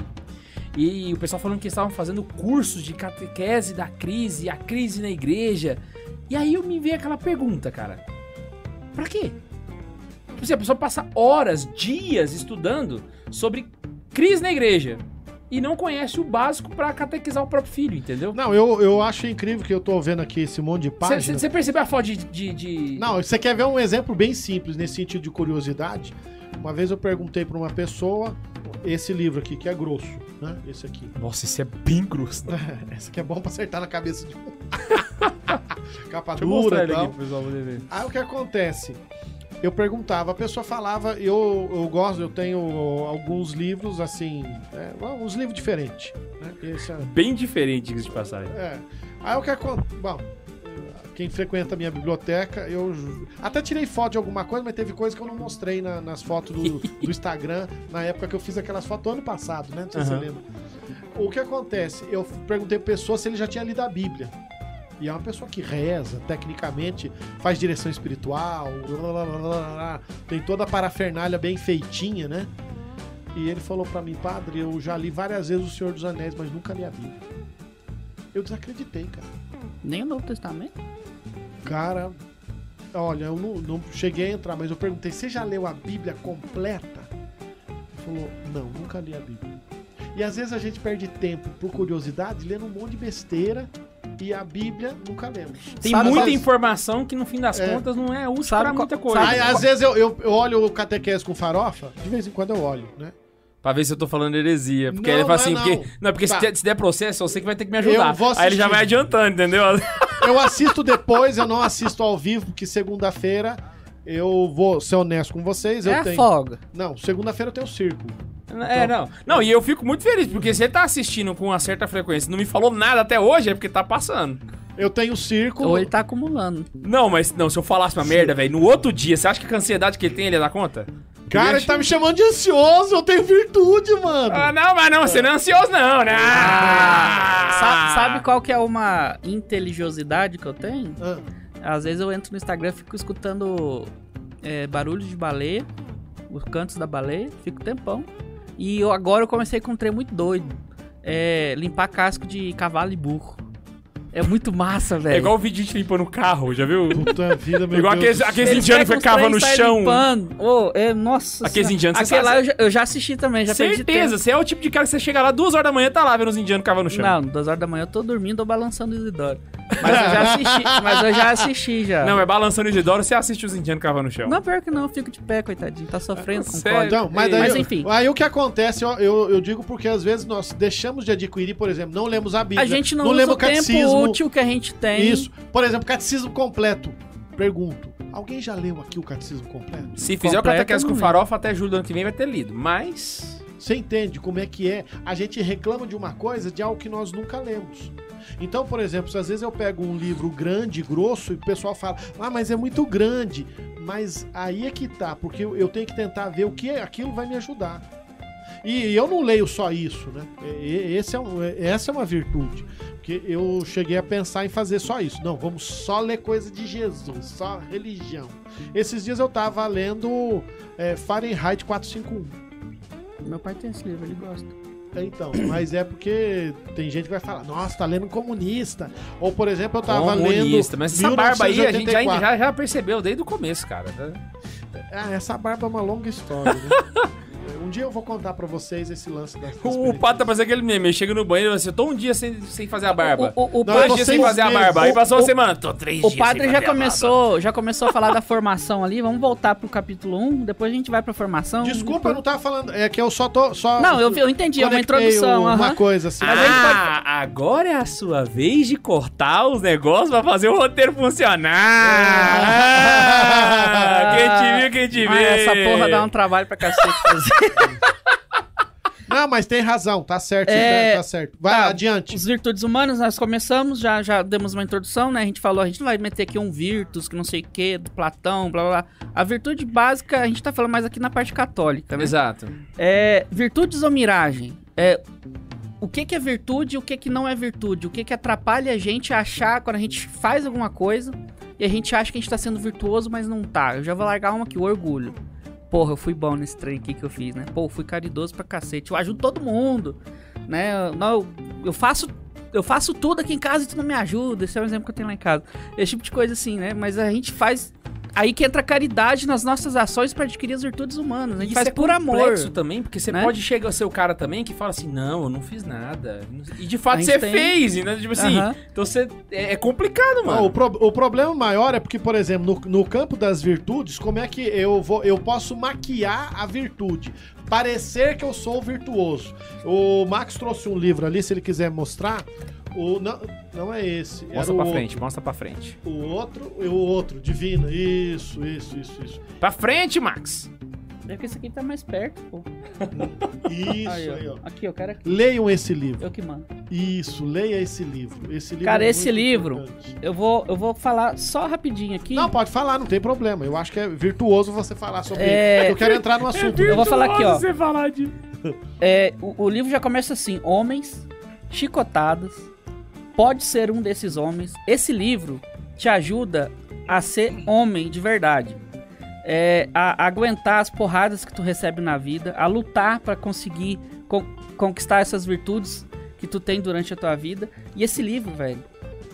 E o pessoal falando que eles estavam fazendo cursos de catequese da crise, a crise na igreja. E aí eu me veio aquela pergunta, cara. Pra quê? Tipo assim, a pessoa passa horas, dias estudando sobre crise na igreja e não conhece o básico pra catequizar o próprio filho, entendeu? Não, eu, eu acho incrível que eu tô vendo aqui esse monte de páginas. Você percebeu a foto de... de, de- Não, você quer ver um exemplo bem simples nesse sentido de curiosidade? Uma vez eu perguntei pra uma pessoa esse livro aqui, que é grosso, né? Esse aqui. Nossa, esse é bem grosso. Esse aqui é bom pra acertar na cabeça de um. Capa Deixa eu mostrar dura e ele tal. aqui pro pessoal poder ver. Aí o que acontece? Eu perguntava, a pessoa falava, eu, eu gosto, eu tenho alguns livros assim, é, uns livros diferentes. Né? Esse é, Bem diferente, diga-se de passagem. é. Aí o que acontece? Bom, quem frequenta a minha biblioteca, eu ju- até tirei foto de alguma coisa, mas teve coisa que eu não mostrei na- nas fotos do, do Instagram, na época que eu fiz aquelas fotos do ano passado, né? Não sei se Aham. você lembra. O que acontece? Eu perguntei pra pessoa se ele já tinha lido a Bíblia. E é uma pessoa que reza, tecnicamente, faz direção espiritual, blá, blá, blá, blá, blá, tem toda a parafernália bem feitinha, né? E ele falou pra mim, padre, eu já li várias vezes O Senhor dos Anéis, mas nunca li a Bíblia. Eu desacreditei, cara. Nem o Novo Testamento. Cara, olha, eu não, não cheguei a entrar, mas eu perguntei, você já leu a Bíblia completa? Ele falou, não, nunca li a Bíblia. E às vezes a gente perde tempo por curiosidade, lendo um monte de besteira, e a Bíblia nunca lemos. Tem Sabe, muita mas- informação que no fim das É. contas não é útil Sabe pra qual- muita coisa. Aí, às vezes eu, eu, eu olho o catequese com farofa, de vez em quando eu olho, né? Pra ver se eu tô falando heresia. Porque Não, ele fala não é assim, não. porque, não, porque Tá. se, der, se der processo, eu sei que vai ter que me ajudar. Eu vou Aí ele já assistir. vai adiantando, entendeu? Eu assisto depois, eu não assisto ao vivo, porque segunda-feira eu vou ser honesto com vocês. Eu É a tenho... folga. Não, segunda-feira eu tenho círculo. É, não. Não, e eu fico muito feliz, porque se ele tá assistindo com uma certa frequência e não me falou nada até hoje, é porque tá passando. Eu tenho círculo. Ou ele tá acumulando. Não, mas não, se eu falasse uma merda, velho, no outro dia, você acha que a ansiedade que ele tem, ele ia dar conta? Cara, ele tá me chamando de ansioso, eu tenho virtude, mano. Ah, não, mas não, você não é ansioso, não, né? Ah! Sa- sabe qual que é uma inteligiosidade que eu tenho? Ah, Às vezes eu entro no Instagram e fico escutando é, barulhos de baleia, os cantos da baleia, fico tempão. E eu, agora eu comecei com um trem muito doido. É limpar casco de cavalo e burro. É muito massa, velho. É igual o vídeo de gente limpando o carro, já viu? puta vida, meu Igual Deus aqueles, do céu. aqueles Eles indianos que pegam os ficavam trem no e saem chão. limpando. Ô, é, nossa Aqueles senhora. indianos, você Aquele lá sabe- eu já, eu já assisti também, já perdi Certeza, tempo. você é o tipo de cara que você chega lá duas horas da manhã tá lá vendo os indianos cavando no chão. Não, duas horas da manhã eu tô dormindo ou balançando o Isidoro. Mas eu já assisti, mas eu já assisti já. Não, é balançando o Isidoro, você assiste os indianos cavando no chão. Não, pior que não, eu fico de pé, coitadinho. Tá sofrendo com Sério? código. Então, mas, daí, Mas eu- enfim. Aí o que acontece, eu, eu, eu digo porque às vezes nós deixamos de adquirir, por exemplo, não lemos a Bíblia. A gente não, não usa lemos o tempo útil que a gente tem. Isso. Por exemplo, catecismo completo. Pergunto, alguém já leu aqui o catecismo completo? Se fizer o Completo, catequese eu com não farofa, até julho do ano que vem vai ter lido. Mas... Você entende como é que é? A gente reclama de uma coisa, de algo que nós nunca lemos. Então, por exemplo, se às vezes eu pego um livro grande, grosso, e o pessoal fala, ah, mas é muito grande. Mas aí é que tá, porque eu eu tenho que tentar ver o que aquilo vai me ajudar. E eu não leio só isso, né? E- e- Esse é um, essa é uma virtude. Porque eu cheguei a pensar em fazer só isso. Não, vamos só ler coisa de Jesus, só religião. Esses dias eu tava lendo é, Fahrenheit quatrocentos e cinquenta e um. Meu pai tem esse livro, ele gosta. Então, mas é porque tem gente que vai falar, nossa, tá lendo comunista. Ou, por exemplo, eu tava Comunista. lendo. Mas essa barba aí a gente já, mil novecentos e oitenta e quatro. já, já percebeu desde o começo, cara. Ah, essa barba é uma longa história, né? Um dia eu vou contar pra vocês esse lance da. O, o Pato tá parecendo aquele meme, ele chega no banheiro e fala assim, eu tô um dia sem, sem fazer a barba. O, o, o, Não, Dois eu tô dias sem seis fazer a meses. barba. Aí O- passou o- uma semana, tô três o dias padre sem já fazer a começou, já começou a falar da formação ali. Vamos voltar pro capítulo um, depois a gente vai pra formação. Desculpa, eu não tava falando. É que eu só tô. Só Não, eu, eu entendi, é uma conectei introdução. Uma aham. coisa assim. Mas a gente pode- Ah, agora é a sua vez de cortar os negócios pra fazer o roteiro funcionar. Ah, quem te viu, quem te Ah, vê. essa porra dá um trabalho pra cacete fazer. Não, mas tem razão, tá certo, É, tá certo. Vai tá, adiante. Os virtudes humanas, nós começamos, já, já demos uma introdução, né? A gente falou, a gente não vai meter aqui um virtus, que não sei o que, do Platão, blá blá blá. A virtude básica, a gente tá falando mais aqui na parte católica, né? Exato. É, virtudes ou miragem? É, o que, que é virtude e o que, que não é virtude? O que, que atrapalha a gente a achar quando a gente faz alguma coisa e a gente acha que a gente tá sendo virtuoso, mas não tá. Eu já vou largar uma aqui, o orgulho. Porra, eu fui bom nesse trem aqui que eu fiz, né? Pô, eu fui caridoso pra cacete. Eu ajudo todo mundo, né? Eu, não, eu, eu faço... Eu faço tudo aqui em casa e tu não me ajuda. Esse é um exemplo que eu tenho lá em casa. Esse tipo de coisa assim, né? Mas a gente faz... Aí que entra a caridade nas nossas ações pra adquirir as virtudes humanas. A gente Isso faz é por amor. complexo também, porque você né? pode chegar a ser o cara também que fala assim, não, eu não fiz nada. E de fato A gente você tem- fez, né? Tipo assim, Aham. então você... É, é complicado, Não, mano. o, pro- o problema maior é porque, por exemplo, no, no campo das virtudes, como é que eu vou, eu posso maquiar a virtude? Parecer que eu sou virtuoso. O Max trouxe um livro ali, se ele quiser mostrar. O, não, não é esse. era Mostra o pra outro. frente, mostra pra frente. O outro e o outro, divino. Isso, isso, isso, isso. Pra frente, Max. É que esse aqui tá mais perto, pô. Isso Aí, aí, ó. ó. Aqui, eu quero aqui. Leiam esse livro. Eu que mando. Isso, leia esse livro. Esse livro Cara, é esse muito livro- importante. Eu vou, eu vou falar só rapidinho aqui. Não, pode falar, não tem problema. Eu acho que é virtuoso você falar sobre É- ele. Eu quero entrar no assunto. né? Eu vou falar aqui, ó. Você falar de... É, o, o livro já começa assim: homens, chicotadas, pode ser um desses homens. Esse livro te ajuda a ser homem de verdade. É, a, a aguentar as porradas que tu recebe na vida, a lutar pra conseguir con- conquistar essas virtudes que tu tem durante a tua vida. E esse livro, velho,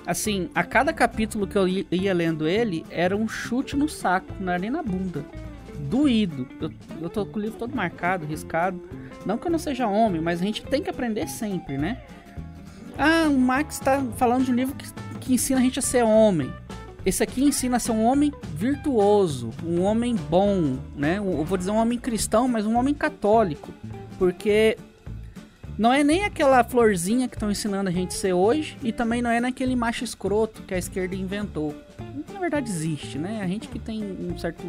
assim, a cada capítulo que eu ia, ia lendo ele, era um chute no saco, não era nem na bunda. Doído. Eu, eu tô com o livro todo marcado, riscado. Não que eu não seja homem, mas a gente tem que aprender sempre, né? Ah, o Max tá falando de um livro que, que ensina a gente a ser homem. Esse aqui ensina a ser um homem virtuoso, um homem bom, né? Eu vou dizer um homem cristão, mas um homem católico. Porque não é nem aquela florzinha que estão ensinando a gente a ser hoje, e também não é naquele macho escroto que a esquerda inventou. Na verdade existe, né? A gente que tem um certo...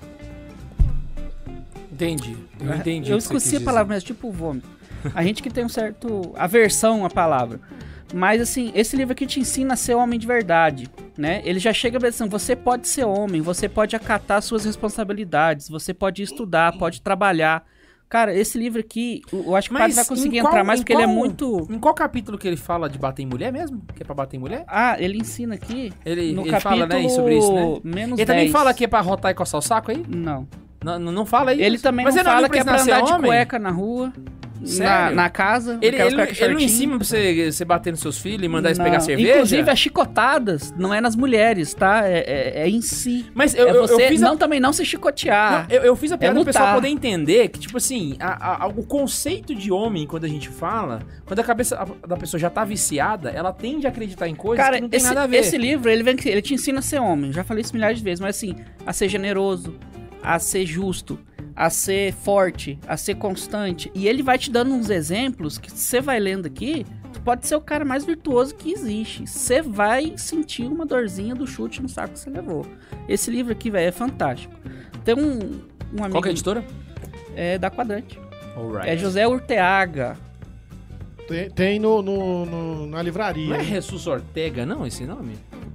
Entendi. Eu entendi. Eu esqueci a palavra, mas tipo vômito. A gente que tem um certo aversão à palavra. Mas assim, esse livro aqui te ensina a ser homem de verdade, né? Ele já chega pensando, você pode ser homem, você pode acatar suas responsabilidades, você pode estudar, pode trabalhar. Cara, esse livro aqui, eu acho que o padre vai conseguir entrar mais, porque qual, ele é muito... Em qual capítulo que ele fala de bater em mulher mesmo? Que é pra bater em mulher? Ah, ele ensina aqui Ele, no ele capítulo fala, né, sobre isso, né? menos Ele também dez. fala que é pra rotar e coçar o saco aí? Não. Não, não, não fala isso? Ele também Mas não ele fala viu que é pra ensinar a andar ser de homem? cueca na rua, na, Sério? na casa. Ele, aquelas ele, cuecas ele não shortinho. ensina pra você, você bater nos seus filhos e mandar eles Não. pegar cerveja? Inclusive, as chicotadas não é nas mulheres, tá? É, é, é em si. Mas eu, é eu, você eu fiz a... não, também não se chicotear. Não, eu, eu fiz a piada é pro pessoal lutar. poder entender que, tipo assim, a, a, o conceito de homem, quando a gente fala, quando a cabeça da pessoa já tá viciada, ela tende a acreditar em coisas Cara, que não tem esse, nada a ver. esse livro, ele, vem, ele te ensina a ser homem. Já falei isso milhares de vezes, mas assim, a ser generoso, a ser justo, a ser forte, a ser constante. E ele vai te dando uns exemplos que você vai lendo aqui, tu pode ser o cara mais virtuoso que existe. Você vai sentir uma dorzinha do chute no saco que você levou. Esse livro aqui, velho, é fantástico. Tem um, um amigo... Qual que é a editora? É da Quadrante. Alright. É José Urteaga. Tem, tem no, no- no- na livraria. Não é hein? Jesus Ortega, não, esse nome?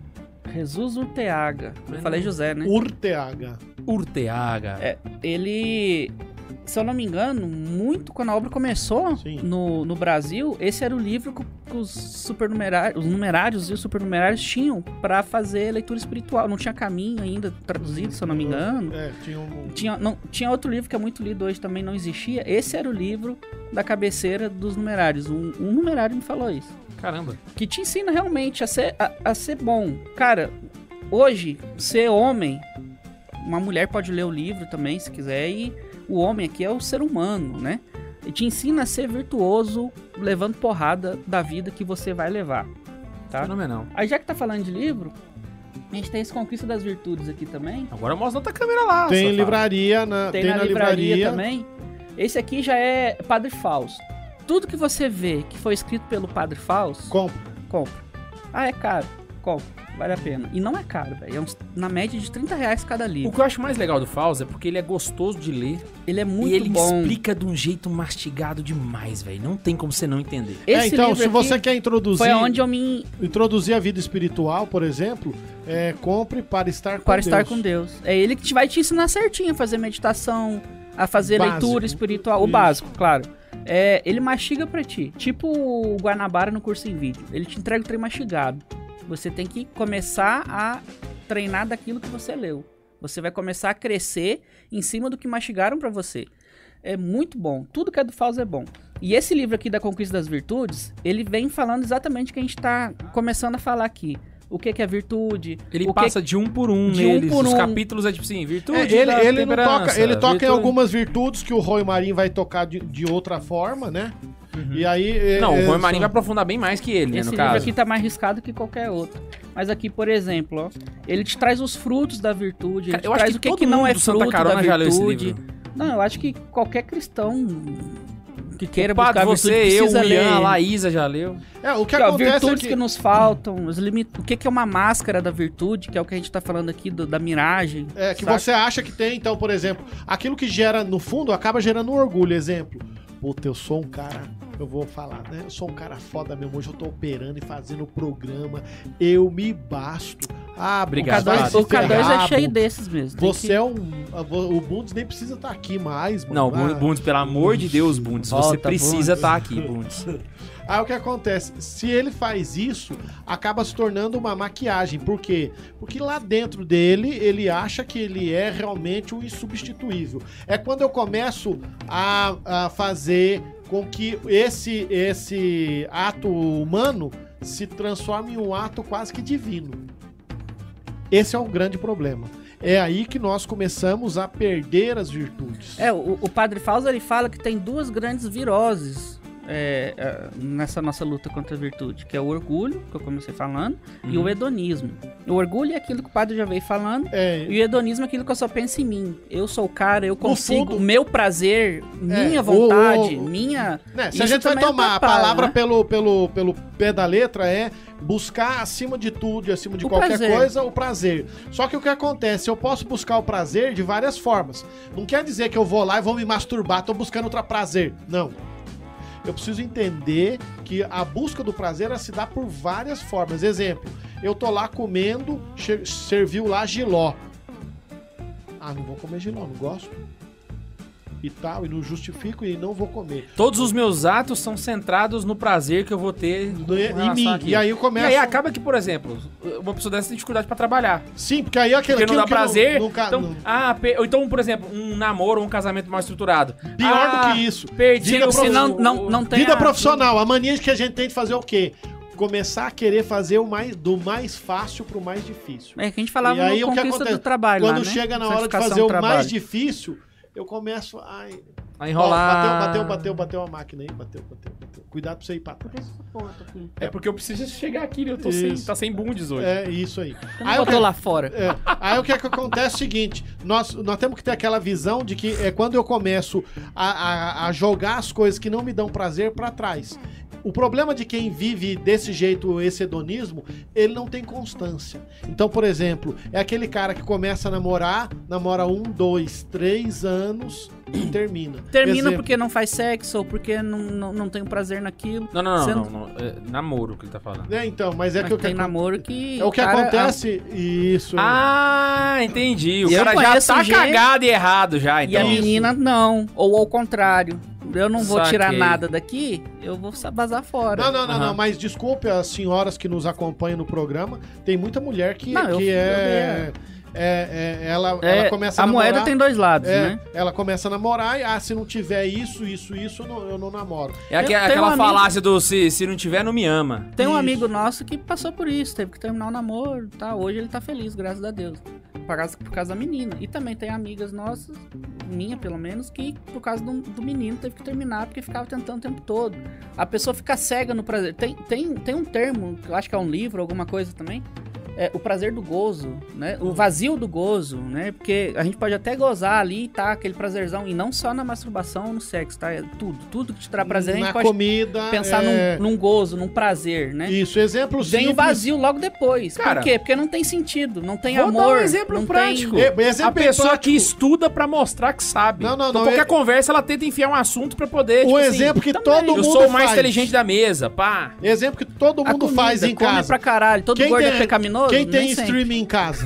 Jesus Urteaga. Eu Mas falei não- José, né? Urteaga. Urteaga. É, ele, se eu não me engano, muito quando a obra começou Sim. no, no Brasil, esse era o livro que, que os supernumerários, os numerários e os supernumerários tinham pra fazer leitura espiritual. Não tinha Caminho ainda traduzido, se eu não me engano. É, tinha um... Tinha, não, tinha outro livro que é muito lido hoje, também não existia. Esse era o livro da cabeceira dos numerários. Um, um numerário me falou isso. Caramba. Que te ensina realmente a ser, a, a ser bom. Cara, hoje, ser homem, uma mulher pode ler o livro também, se quiser, e o homem aqui é o ser humano, né? E te ensina a ser virtuoso, levando porrada da vida que você vai levar, tá? Fenomenal. Aí já que tá falando de livro, a gente tem esse Conquista das Virtudes aqui também. Agora mostra outra câmera lá. Tem safado. livraria na, Tem, tem na, na livraria, livraria. também. Esse aqui já é Padre Fausto. Tudo que você vê que foi escrito pelo Padre Fausto, Compra. compra. Ah, é caro. Compra. Vale a pena. E não é caro, velho. É uns, na média de trinta reais cada O livro. que eu acho mais legal do Fausto é porque ele é gostoso de ler Ele é muito e ele bom. explica de um jeito mastigado demais, velho. Não tem como você não entender. É, Esse então, livro se aqui você quer introduzir, foi onde eu me... introduzir a vida espiritual, por exemplo, é, compre para estar com Para Deus. estar com Deus. É ele que te vai te ensinar certinho a fazer meditação, a fazer Básico. leitura espiritual. O Isso. básico, claro. É, ele mastiga pra ti. Tipo o Guanabara no curso em vídeo. Ele te entrega o trem mastigado. Você tem que começar a treinar daquilo que você leu. Você vai começar a crescer em cima do que mastigaram pra você. É muito bom. Tudo que é do Fausto é bom. E esse livro aqui da Conquista das Virtudes, ele vem falando exatamente o que a gente tá começando a falar aqui. O que que é virtude? Ele o que passa de um por um de um neles. por Os um. capítulos é tipo assim, virtude É, ele, da ele, não temperança, toca, ele toca em virtude- algumas virtudes que o Roy Marinho vai tocar de, de outra forma, né? E aí... Não, é, o Roy é, Marinho vai são- aprofundar bem mais que ele, né, Esse no livro caso. aqui tá mais arriscado que qualquer outro. Mas aqui, por exemplo, ó, ele te traz os frutos da virtude, ele Cara, te eu acho traz que o que, todo que não mundo é do Santa fruto Carona da já leu esse virtude. livro. Não, eu acho que qualquer cristão que queira Padre, buscar a você, virtude eu, precisa o Ian, ler. a Laísa já leu. É, o que Aqui, ó, acontece é virtudes que... que nos faltam, os limit... o que, que é uma máscara da virtude, que é o que a gente tá falando aqui do- da miragem. É, que saca? você acha que tem, então, por exemplo, aquilo que gera, no fundo, acaba gerando um orgulho. Exemplo, puta, eu sou um cara, eu vou falar, né? Eu sou um cara foda mesmo, hoje eu tô operando e fazendo o programa, eu me basto. Ah, Obrigado, O vai K dois, se o K dois ferrar, é cheio Bundes. desses mesmo. tem Você que- é um... O Bundes nem precisa estar aqui mais, mano. Não, Ah, Bundes, pelo amor de Deus, Bundes, você Volta, precisa Bundes. estar aqui, Bundes. Aí o que acontece? Se ele faz isso, acaba se tornando uma maquiagem. Por quê? Porque lá dentro dele, ele acha que ele é realmente o insubstituível. É quando eu começo a, a fazer com que esse, esse ato humano se transforma em um ato quase que divino. Esse é o grande problema. É aí que nós começamos a perder as virtudes. É, o, o Padre Fausto, ele fala que tem duas grandes viroses é, é, nessa nossa luta contra a virtude, que é o orgulho, que eu comecei falando, uhum. e o hedonismo. O orgulho é aquilo que o padre já veio falando, É. e o hedonismo é aquilo que eu só penso em mim. Eu sou o cara, eu consigo, fundo- meu prazer, minha É, vontade, o- o- minha... Né, se a Isso gente vai também tomar a atrapalha, palavra né? pelo, pelo, pelo pé da letra, é buscar acima de tudo e acima de O qualquer prazer. coisa o prazer. Só que o que acontece? Eu posso buscar o prazer de várias formas. Não quer dizer que eu vou lá e vou me masturbar, tô buscando outro prazer. Não. Eu preciso entender que a busca do prazer ela se dá por várias formas. Exemplo, eu tô lá comendo, che- serviu lá giló. Ah, não vou comer giló, não gosto. E tal, e não justifico e não vou comer. Todos os meus atos são centrados no prazer que eu vou ter com Em relação mim. àquilo. E aí eu começo... E aí acaba que, por exemplo, uma pessoa dessa tem dificuldade pra trabalhar. Sim, porque aí aquele Porque não dá aquilo que prazer. não- nunca- então, não- ah, pe- ou então, por exemplo, um namoro ou um casamento mal estruturado. Pior ah, do que isso. Perdi Vida o prof- Se não, não, não tem Vida a- profissional, a mania que a gente tem de fazer é o quê? Começar a querer fazer o mais, do mais fácil pro mais difícil. É que a gente falava E aí no o que conquista acontece? do trabalho Quando lá, né? chega na hora de Santificação fazer do o trabalho. mais difícil, eu começo a... A enrolar. Ó, bateu, bateu, bateu, bateu a máquina aí, bateu, bateu, bateu. Cuidado pra você ir pra trás. É porque eu preciso chegar aqui, né? Eu tô sem, Isso. tá sem bundes hoje. É isso aí. Você Aí não o que- botou lá fora. É. Aí o que é que acontece é o seguinte, nós, nós temos que ter aquela visão de que é quando eu começo a, a, a jogar as coisas que não me dão prazer pra trás. O problema de quem vive desse jeito, esse hedonismo, ele não tem constância. Então, por exemplo, é aquele cara que começa a namorar, namora um, dois, três anos e termina. Termina Exemplo. porque não faz sexo ou porque não, não, não tem prazer naquilo. Não, não, não, Sendo- não, não. É namoro que ele tá falando. É, então, mas é Mas que o que tem acon- namoro que... é o que cara, acontece, isso. Ah, entendi. O Eu cara já conheço tá gente- cagado e errado já, E a então. menina não. Ou ao contrário. Eu não vou tirar Saquei. nada daqui, eu vou vazar fora. Não, não, não, Aham. não, mas desculpe as senhoras que nos acompanham no programa, tem muita mulher que, Não, eu- que eu é, é, é- ela, É, ela começa a a namorar, moeda tem dois lados, é, né? ela começa a namorar e, ah, se não tiver isso, isso, isso, eu não, eu não namoro. É aque- Tem- tem aquela um amigo- falácia do se, se não tiver, não me ama. Tem um Isso. amigo nosso que passou por isso, teve que terminar o namoro, tá? Hoje ele tá feliz, graças a Deus. Por causa, por causa da menina. E também tem amigas nossas, minha pelo menos, que por causa do, do menino teve que terminar porque ficava tentando o tempo todo. A pessoa fica cega no prazer. Tem, tem, tem um termo, que eu acho que é um livro, alguma coisa também. É, o prazer do gozo, né? O vazio do gozo, né? Porque a gente pode até gozar ali, tá? Aquele prazerzão. E não só na masturbação ou no sexo, tá? É tudo. Tudo que te traz prazer, a gente Na pode comida, pensar é, num, num gozo, num prazer, né? isso, exemplo Vem o simples. vazio logo depois. Cara, Por quê? Porque não tem sentido, não tem vou amor. dar um exemplo não prático. Tem... É, exemplo A pessoa prático. que estuda pra mostrar que sabe. Não, não, então, não, qualquer é- conversa, ela tenta enfiar um assunto pra poder, Um tipo exemplo assim, que todo eu mundo sou o mais faz. inteligente da mesa, pá. Exemplo que todo A mundo comida, faz em come casa. pra caralho. Todo Quem gordo tem- é pecaminoso? Quem tem Nem sempre. streaming em casa?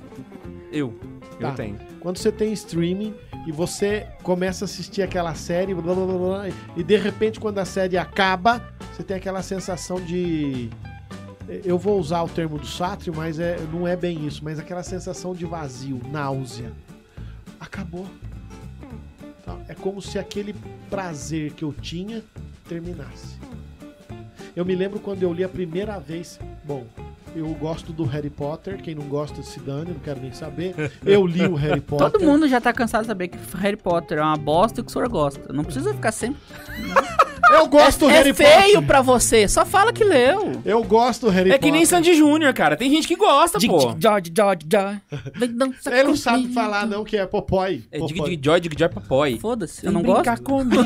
Eu. Eu Tá. tenho. Quando você tem streaming e você começa a assistir aquela série, blá, blá, blá, blá, e de repente quando a série acaba, você tem aquela sensação de... Eu vou usar o termo do Sartre, mas é, não é bem isso, mas aquela sensação de vazio, náusea. Acabou. Tá? É como se aquele prazer que eu tinha terminasse. Eu me lembro quando eu li a primeira vez... Bom... Eu gosto do Harry Potter, quem não gosta se dane, não quero nem saber. Eu li o Harry Potter. Todo mundo já tá cansado de saber que Harry Potter é uma bosta e que o senhor gosta. Não precisa ficar sempre... Eu gosto do é Harry feio Potter. pra você, só fala que leu. Eu gosto do Harry É Potter. que nem Sandy Júnior, cara. Tem gente que gosta, Dig, pô. dig, George, George, George. Vem dançar Ele não sabe comigo. falar não que é Popói. É Popói. Dig Dig Joy, Dig Joy Papai. Foda-se, Vem eu não gosto. brincar comigo.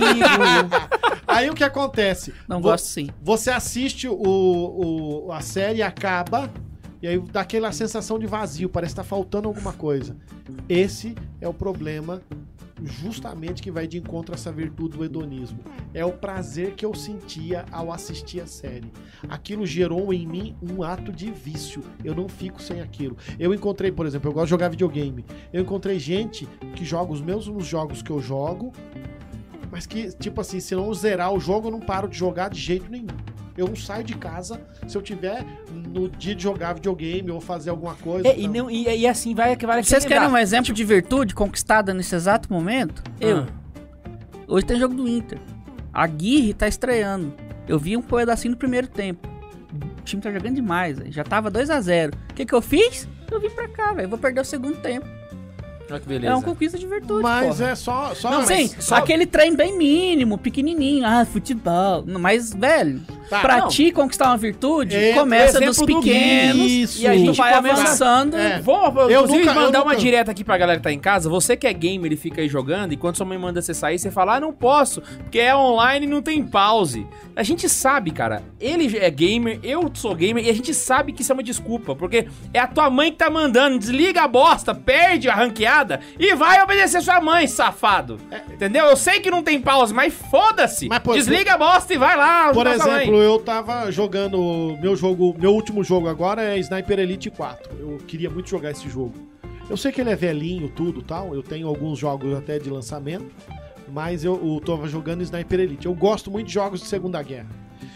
Aí o que acontece? Não Vo- gosto sim. Você assiste o, o- a série, acaba, e aí dá aquela sensação de vazio, parece que tá faltando alguma coisa. Esse é o problema justamente que vai de encontro a essa virtude do hedonismo. É o prazer que eu sentia ao assistir a série. Aquilo gerou em mim um ato de vício. Eu não fico sem aquilo. Eu encontrei, por exemplo, eu gosto de jogar videogame. Eu encontrei gente que joga os mesmos jogos que eu jogo, mas que, tipo assim, se não zerar o jogo, eu não paro de jogar de jeito nenhum. Eu não saio de casa se eu tiver no dia de jogar videogame ou fazer alguma coisa. É, e, não. não, e, e assim vai que vai Vocês lembrar. querem um exemplo de virtude conquistada nesse exato momento? Eu. Ah. Hoje tem jogo do Inter. A Aguirre tá estreando. Eu vi um pedacinho no primeiro tempo. time tá jogando demais, véio. Já tava dois a zero. O que que eu fiz? Eu vim pra cá, velho. Vou perder o segundo tempo. Olha que beleza. É uma conquista de virtude, Mas porra. é só... só Não, sim, só- aquele trem bem mínimo, pequenininho. Ah, futebol. Mas, velho, Tá, pra não. ti conquistar uma virtude, É, começa o dos exemplo do pequenos Isso. e a gente Isso. vai Começa- avançando. É. Vou, Eu inclusive, nunca- eu mandar uma nunca- direta aqui pra galera que tá em casa. Você que é gamer e fica aí jogando, e quando sua mãe manda você sair, você fala, ah, não posso, porque é online e não tem pause. A gente sabe, cara, ele é gamer, eu sou gamer, e a gente sabe que isso é uma desculpa, porque é a tua mãe que tá mandando, desliga a bosta, perde a ranqueada e vai obedecer sua mãe, safado. Entendeu? Eu sei que não tem pause, mas foda-se. Mas, por- Desliga a bosta e vai lá. Por ajudar sua mãe. exemplo, eu tava jogando meu jogo, meu último jogo agora é Sniper Elite quatro. Eu queria muito jogar esse jogo. Eu sei que ele é velhinho, tudo tal. Eu tenho alguns jogos até de lançamento, mas eu, eu tava jogando Sniper Elite. Eu gosto muito de jogos de Segunda Guerra.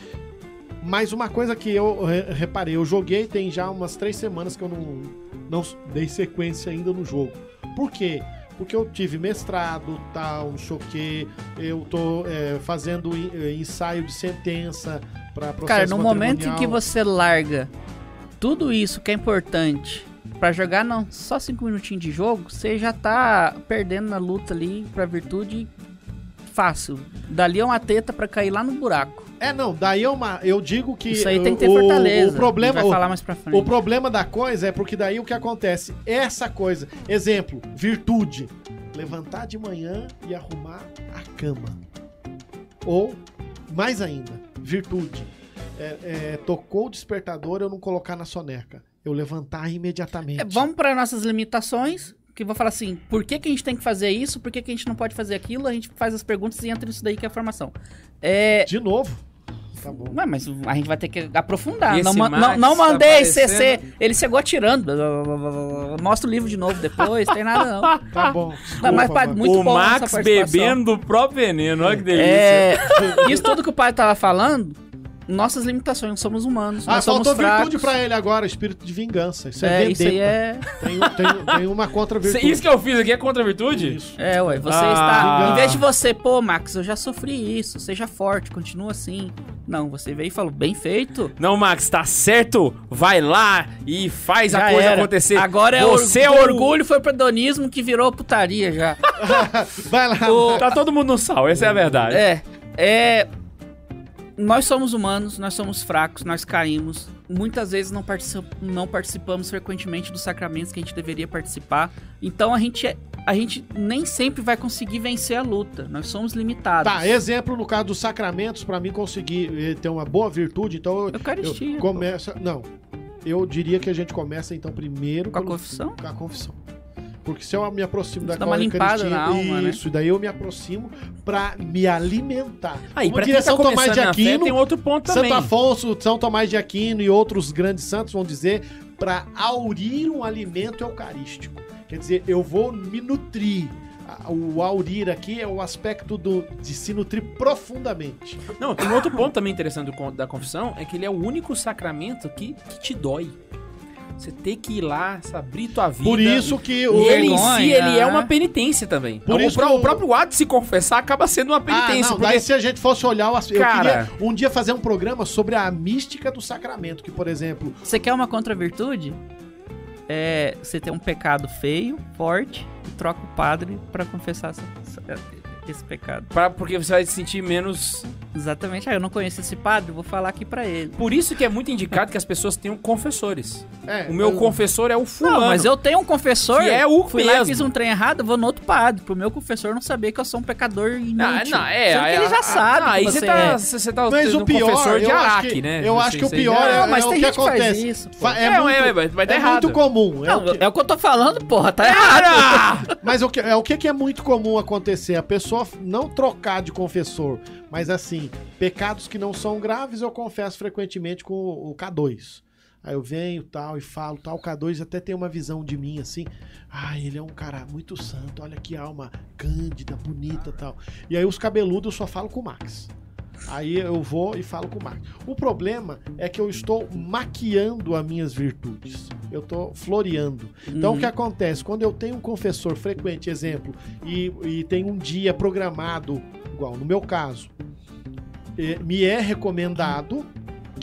Mas uma coisa que eu re- reparei, eu joguei tem já umas três semanas que eu não, não dei sequência ainda no jogo. Por quê? Porque eu tive mestrado, tal, não sei o quê. Eu tô é, fazendo en- eh, ensaio de sentença para processo Cara, no momento em que matrimonial. você larga tudo isso que é importante pra jogar não só cinco minutinhos de jogo, você já tá perdendo na luta ali pra virtude fácil. Dali é uma teta pra cair lá no buraco. É, não, daí é uma, eu digo que Isso aí tem que ter o, fortaleza. O problema, A gente vai o, falar mais pra frente. o problema da coisa é porque daí o que acontece? Essa coisa, exemplo, virtude, levantar de manhã e arrumar a cama. Ou, mais ainda, virtude, é, é, tocou o despertador, eu não colocar na soneca, eu levantar imediatamente. É, vamos para nossas limitações, que eu vou falar assim, por que, que a gente tem que fazer isso, por que, que a gente não pode fazer aquilo, a gente faz as perguntas e entra nisso daí que é a formação. É... De novo. Tá bom. Ué, mas a gente vai ter que aprofundar. E Não, esse ma- Max não, não tá mandei C C, parecendo- ele chegou atirando. Mostra o livro de novo depois, tem nada não. Tá bom. Não, mas, Desculpa, pai, mano. muito o bom Max essa participação. bebendo do próprio veneno, olha que delícia. É, isso tudo que o pai tava falando, nossas limitações, nós somos humanos, Ah, nós somos faltou fracos. virtude pra ele agora, espírito de vingança. Isso é, É, isso aí é... Tem, tem, tem uma contra-virtude. Isso que eu fiz aqui é contra a virtude? Isso. É, ué, você Ah. está... Em vez de você, pô, Max, eu já sofri isso, seja forte, continua assim. Não, você veio e falou, bem feito. Não, Max, tá certo? Vai lá e faz a Já coisa era. acontecer. Agora é Você o é o orgulho, foi pro hedonismo que virou putaria já. Vai lá. O- Tá todo mundo no sal, essa é a verdade. É, é... Nós somos humanos, nós somos fracos, nós caímos. Muitas vezes não, partici- não participamos frequentemente dos sacramentos que a gente deveria participar. Então a gente, é- a gente nem sempre vai conseguir vencer a luta. Nós somos limitados. Tá, exemplo no caso dos sacramentos, pra mim conseguir eh, ter uma boa virtude, então eu, Eucaristia, eu pô. começa, não. Eu diria que a gente começa então primeiro Com a pelo- confissão? Com a confissão. Porque se eu me aproximo da Você dá uma limpada Eucaristia, na alma, né? isso, daí eu me aproximo pra me alimentar. Aí, Como pra quem diria tá São Tomás começando de na fé, Aquino, tem outro ponto Santo também. Afonso, São Tomás de Aquino e outros grandes santos vão dizer pra aurir um alimento eucarístico. Quer dizer, eu vou me nutrir. A- O aurir aqui é o aspecto do, de se nutrir profundamente. Não, tem outro ponto também interessante do con- da confissão, é que ele é o único sacramento que, que te dói. Você tem que ir lá, abrir tua vida. Por isso que E o... ele em Vergonha, si, ele é né? uma penitência também. Por o, isso pró- que eu- o próprio ato de se confessar acaba sendo uma Ah, penitência. não, porque... daí se a gente fosse olhar o as- eu Cara. queria um dia fazer um programa sobre a mística do sacramento, que por exemplo, Você quer uma contra-virtude? É, você tem um pecado feio, forte, e troca o padre pra confessar essa- essa- esse pecado. pra- porque você vai se sentir menos... Exatamente. Ah, eu não conheço esse padre, vou falar aqui pra ele. Por isso que é muito indicado que as pessoas tenham confessores. é, O meu eu- confessor é o fulano. Não, mas eu tenho um confessor. Que é o fui lá e mesmo. fiz um trem errado, eu vou no outro padre. Pro meu confessor não saber que eu sou um pecador inútil. Ah, não, é, Sendo que é, ele já ah, sabe ah, aí que você você tá, é. você você tá Mas tendo o um pior, confessor de eu acho Araque, que, né? eu acho Você- que o você pior já- é, Não, mas é o tem que gente que faz acontece. isso, pô. Fa- É, É, muito, é, mas- mas tá é errado. muito comum. É Não, o que- é o que eu tô falando, porra, tá errado. Cara! Mas o que, é o que que é muito comum acontecer? A pessoa não trocar de confessor, mas assim, pecados que não são graves eu confesso frequentemente com o, o K dois. Aí eu venho tal e falo tal, o K dois até tem uma visão de mim assim, ah, ele é um cara muito santo, olha que alma cândida, bonita tal. E aí os cabeludos eu só falo com o Max. Aí eu vou e falo com o Max. O problema é que eu estou maquiando as minhas virtudes. Eu estou floreando. Então Uhum. o que acontece? Quando eu tenho um confessor frequente, exemplo, e, e tem um dia programado, igual no meu caso, eh, me é recomendado que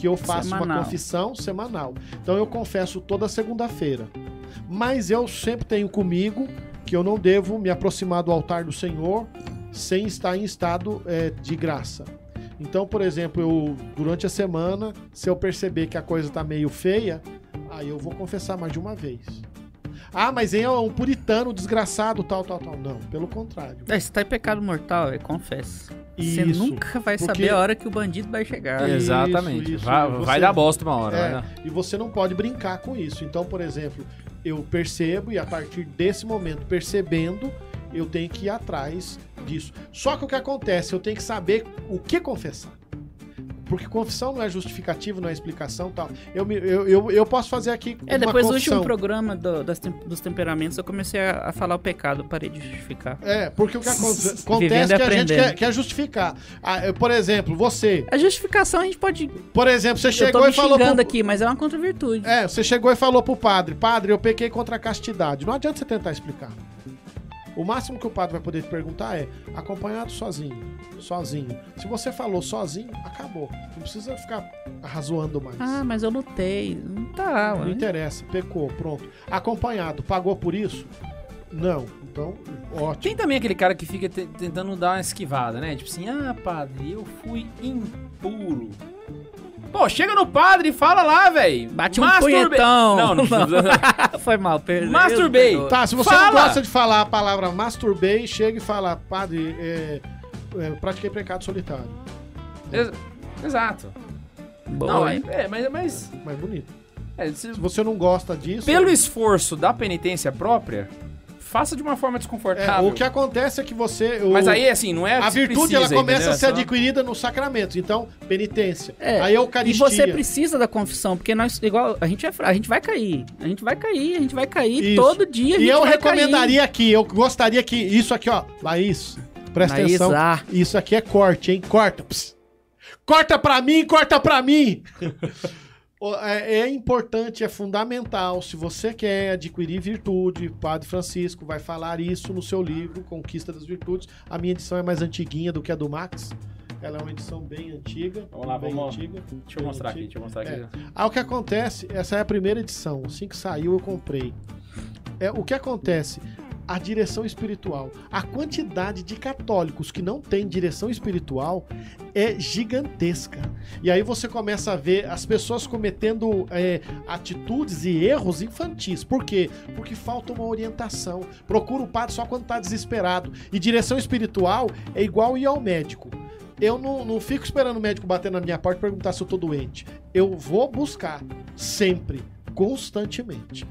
porque eu faço Semanal. uma confissão semanal. Então eu confesso toda segunda-feira. Mas eu sempre tenho comigo que eu não devo me aproximar do altar do Senhor sem estar em estado é, de graça. Então, por exemplo, eu durante a semana, se eu perceber que a coisa tá meio feia, aí eu vou confessar mais de uma vez. Ah, mas é um puritano desgraçado, tal, tal, tal. Não, pelo contrário. É, se tá em pecado mortal, é confessa. Você Isso, nunca vai porque- saber a hora que o bandido vai chegar. É. Exatamente. isso, vai, você- vai dar bosta uma hora. É, vai dar. e você não pode brincar com isso. Então, por exemplo, eu percebo e a partir desse momento, percebendo, eu tenho que ir atrás disso. Só que o que acontece, eu tenho que saber o que confessar. Porque confissão não é justificativo, não é explicação e tal. Eu, me- eu, eu, eu posso fazer aqui É, uma depois do confissão. último programa do- das tem- dos temperamentos, eu comecei a, a falar o pecado, parei de justificar. É, porque o que aconte- Vivendo acontece e é que a gente aprendendo. quer, quer justificar. Ah, eu, por exemplo, você... A justificação a gente pode... Por exemplo, você Eu tô chegou me e falou... xingando pro- aqui, mas é uma contra-virtude. É, você chegou e falou pro padre, padre, eu pequei contra a castidade. Não adianta você tentar explicar. O máximo que o padre vai poder te perguntar é acompanhado sozinho, sozinho. Se você falou sozinho, acabou. Não precisa ficar arrazoando mais. Ah, mas eu lutei. Não tá, Não ué. interessa, pecou, pronto. Acompanhado, pagou por isso? Não. Então, ótimo. Tem também aquele cara que fica te- tentando dar uma esquivada, né? Tipo assim, ah, padre, eu fui impuro. Pô, chega no padre e fala lá, velho. Bate um punhetão. Não, não precisa. Foi mal, perdeu. Masturbei. perdoa. Tá, se você Fala! não gosta de falar a palavra masturbei, chega e fala, padre, é, é, pratiquei pecado solitário. Ex- Exato. Boa, Não, é, hein? é, mas, mas Mais bonito. é, se- Se você não gosta disso... pelo esforço da penitência própria, faça de uma forma é, desconfortável. o que acontece é que você... o- Mas aí, assim, não é A que virtude precisa, ela começa entendeu? a ser É só- adquirida nos sacramentos. Então, penitência. É, Aí a E Eucaristia. você precisa da confissão, porque nós, igual, a gente, é, fra- a gente vai cair. A gente vai cair, a gente vai cair Isso. todo dia. A E gente eu vai recomendaria aqui, eu gostaria que isso aqui, ó, Laís, presta Laís, atenção. ah. Isso aqui é corte, hein? Corta. Ps. Corta pra mim, corta pra mim. Ó, é, é importante, é fundamental. Se você quer adquirir virtude, Padre Francisco vai falar isso no seu livro, Conquista das Virtudes. A minha edição é mais antiguinha do que a do Max. Ela é uma edição bem antiga. Vamos lá, bem vamos- antiga. Deixa eu mostrar aqui, deixa eu mostrar aqui. É. Ah, o que acontece, essa é a primeira edição, assim que saiu eu comprei. É, o que acontece? A direção espiritual. A quantidade de católicos que não tem direção espiritual é gigantesca. E aí você começa a ver as pessoas cometendo é, atitudes e erros infantis. Por quê? Porque falta uma orientação. Procura o padre só quando está desesperado. E direção espiritual é igual ir ao médico. Eu não, não fico esperando o médico bater na minha porta e perguntar se eu tô doente. Eu vou buscar sempre, constantemente.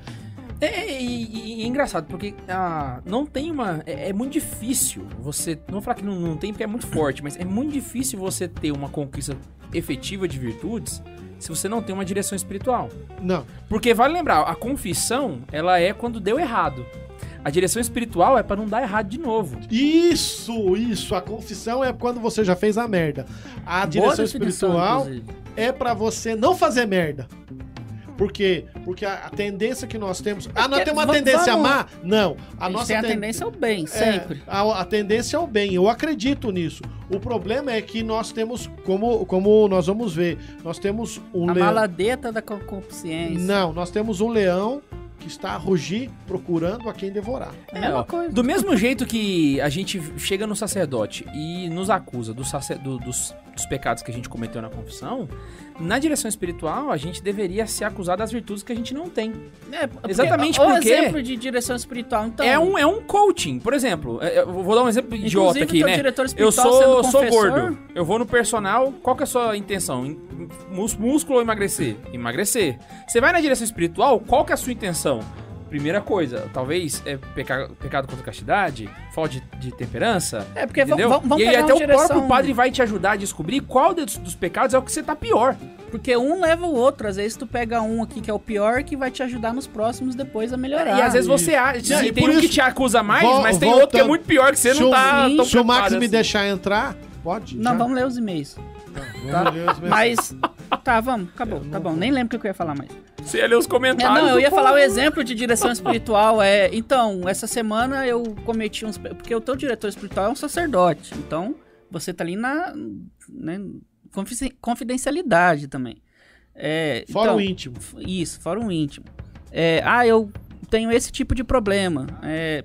É, e, e- e é engraçado, porque ah, não tem uma. É, é muito difícil você. Não vou falar que não, não tem, porque é muito forte, mas é muito difícil você ter uma conquista efetiva de virtudes se você não tem uma direção espiritual. Não. Porque vale lembrar, a confissão, ela é quando deu errado. A direção espiritual é pra não dar errado de novo. Isso, isso. A confissão é quando você já fez a merda. A Boa direção definição, espiritual inclusive. é pra você não fazer merda. Por quê? Porque a, a tendência que nós temos... Ah, nós porque temos uma va- tendência vamos- má? Não. A, A gente nossa tem a ten- tendência ao bem, É, sempre. a, a tendência é o bem, eu acredito nisso. O problema é que nós temos, como, como nós vamos ver, nós temos um A leão... maladeta da concupiscência. Não, nós temos um leão que está a rugir procurando a quem devorar. É a mesma ó, coisa. Do mesmo jeito que a gente chega no sacerdote e nos acusa do sacer- do- dos, dos pecados que a gente cometeu na confissão, na direção espiritual a gente deveria se acusar das virtudes que a gente não tem. É, porque- Exatamente o porque- exemplo de direção espiritual, então. É, um, é um coaching. Por exemplo, é, eu vou dar um exemplo idiota inclusive, aqui, teu né? diretor Eu espiritual sou, sendo sou confessor, gordo. Eu vou no personal. Qual que é a sua intenção? Em- mús- Músculo ou emagrecer? Emagrecer. Você vai na direção espiritual, qual que é a sua intenção? Primeira coisa, talvez é peca- pecado contra a castidade, falta de, de temperança. É, porque entendeu? vamos vamos E aí pegar até uma o direção... próprio padre vai te ajudar a descobrir qual dos, dos pecados é o que você tá pior. Porque um leva o outro. Às vezes tu pega um aqui que é o pior, que vai te ajudar nos próximos depois a melhorar. e às vezes você isso. acha. Não, Sim, e tem por um que isso- te acusa mais, Vol- mas tem outro que é voltando. muito pior que você Se não o- tá tão Se o Max preocupado me assim. deixar entrar, pode? Não, já? vamos ler os e-mails. Vamos ler os Mas, tá, vamos, acabou, Eu tá não bom. vou. Nem lembro o que eu ia falar mais. Você ia ler os É, comentários. não, eu do ia falar o povo. exemplo de direção espiritual. É, então, essa semana eu cometi uns... Porque o teu diretor espiritual é um sacerdote. Então, você tá ali na né, confi- confidencialidade também. É, Fora então, o íntimo. Isso, fora o íntimo. É, ah, eu tenho esse tipo de problema. É,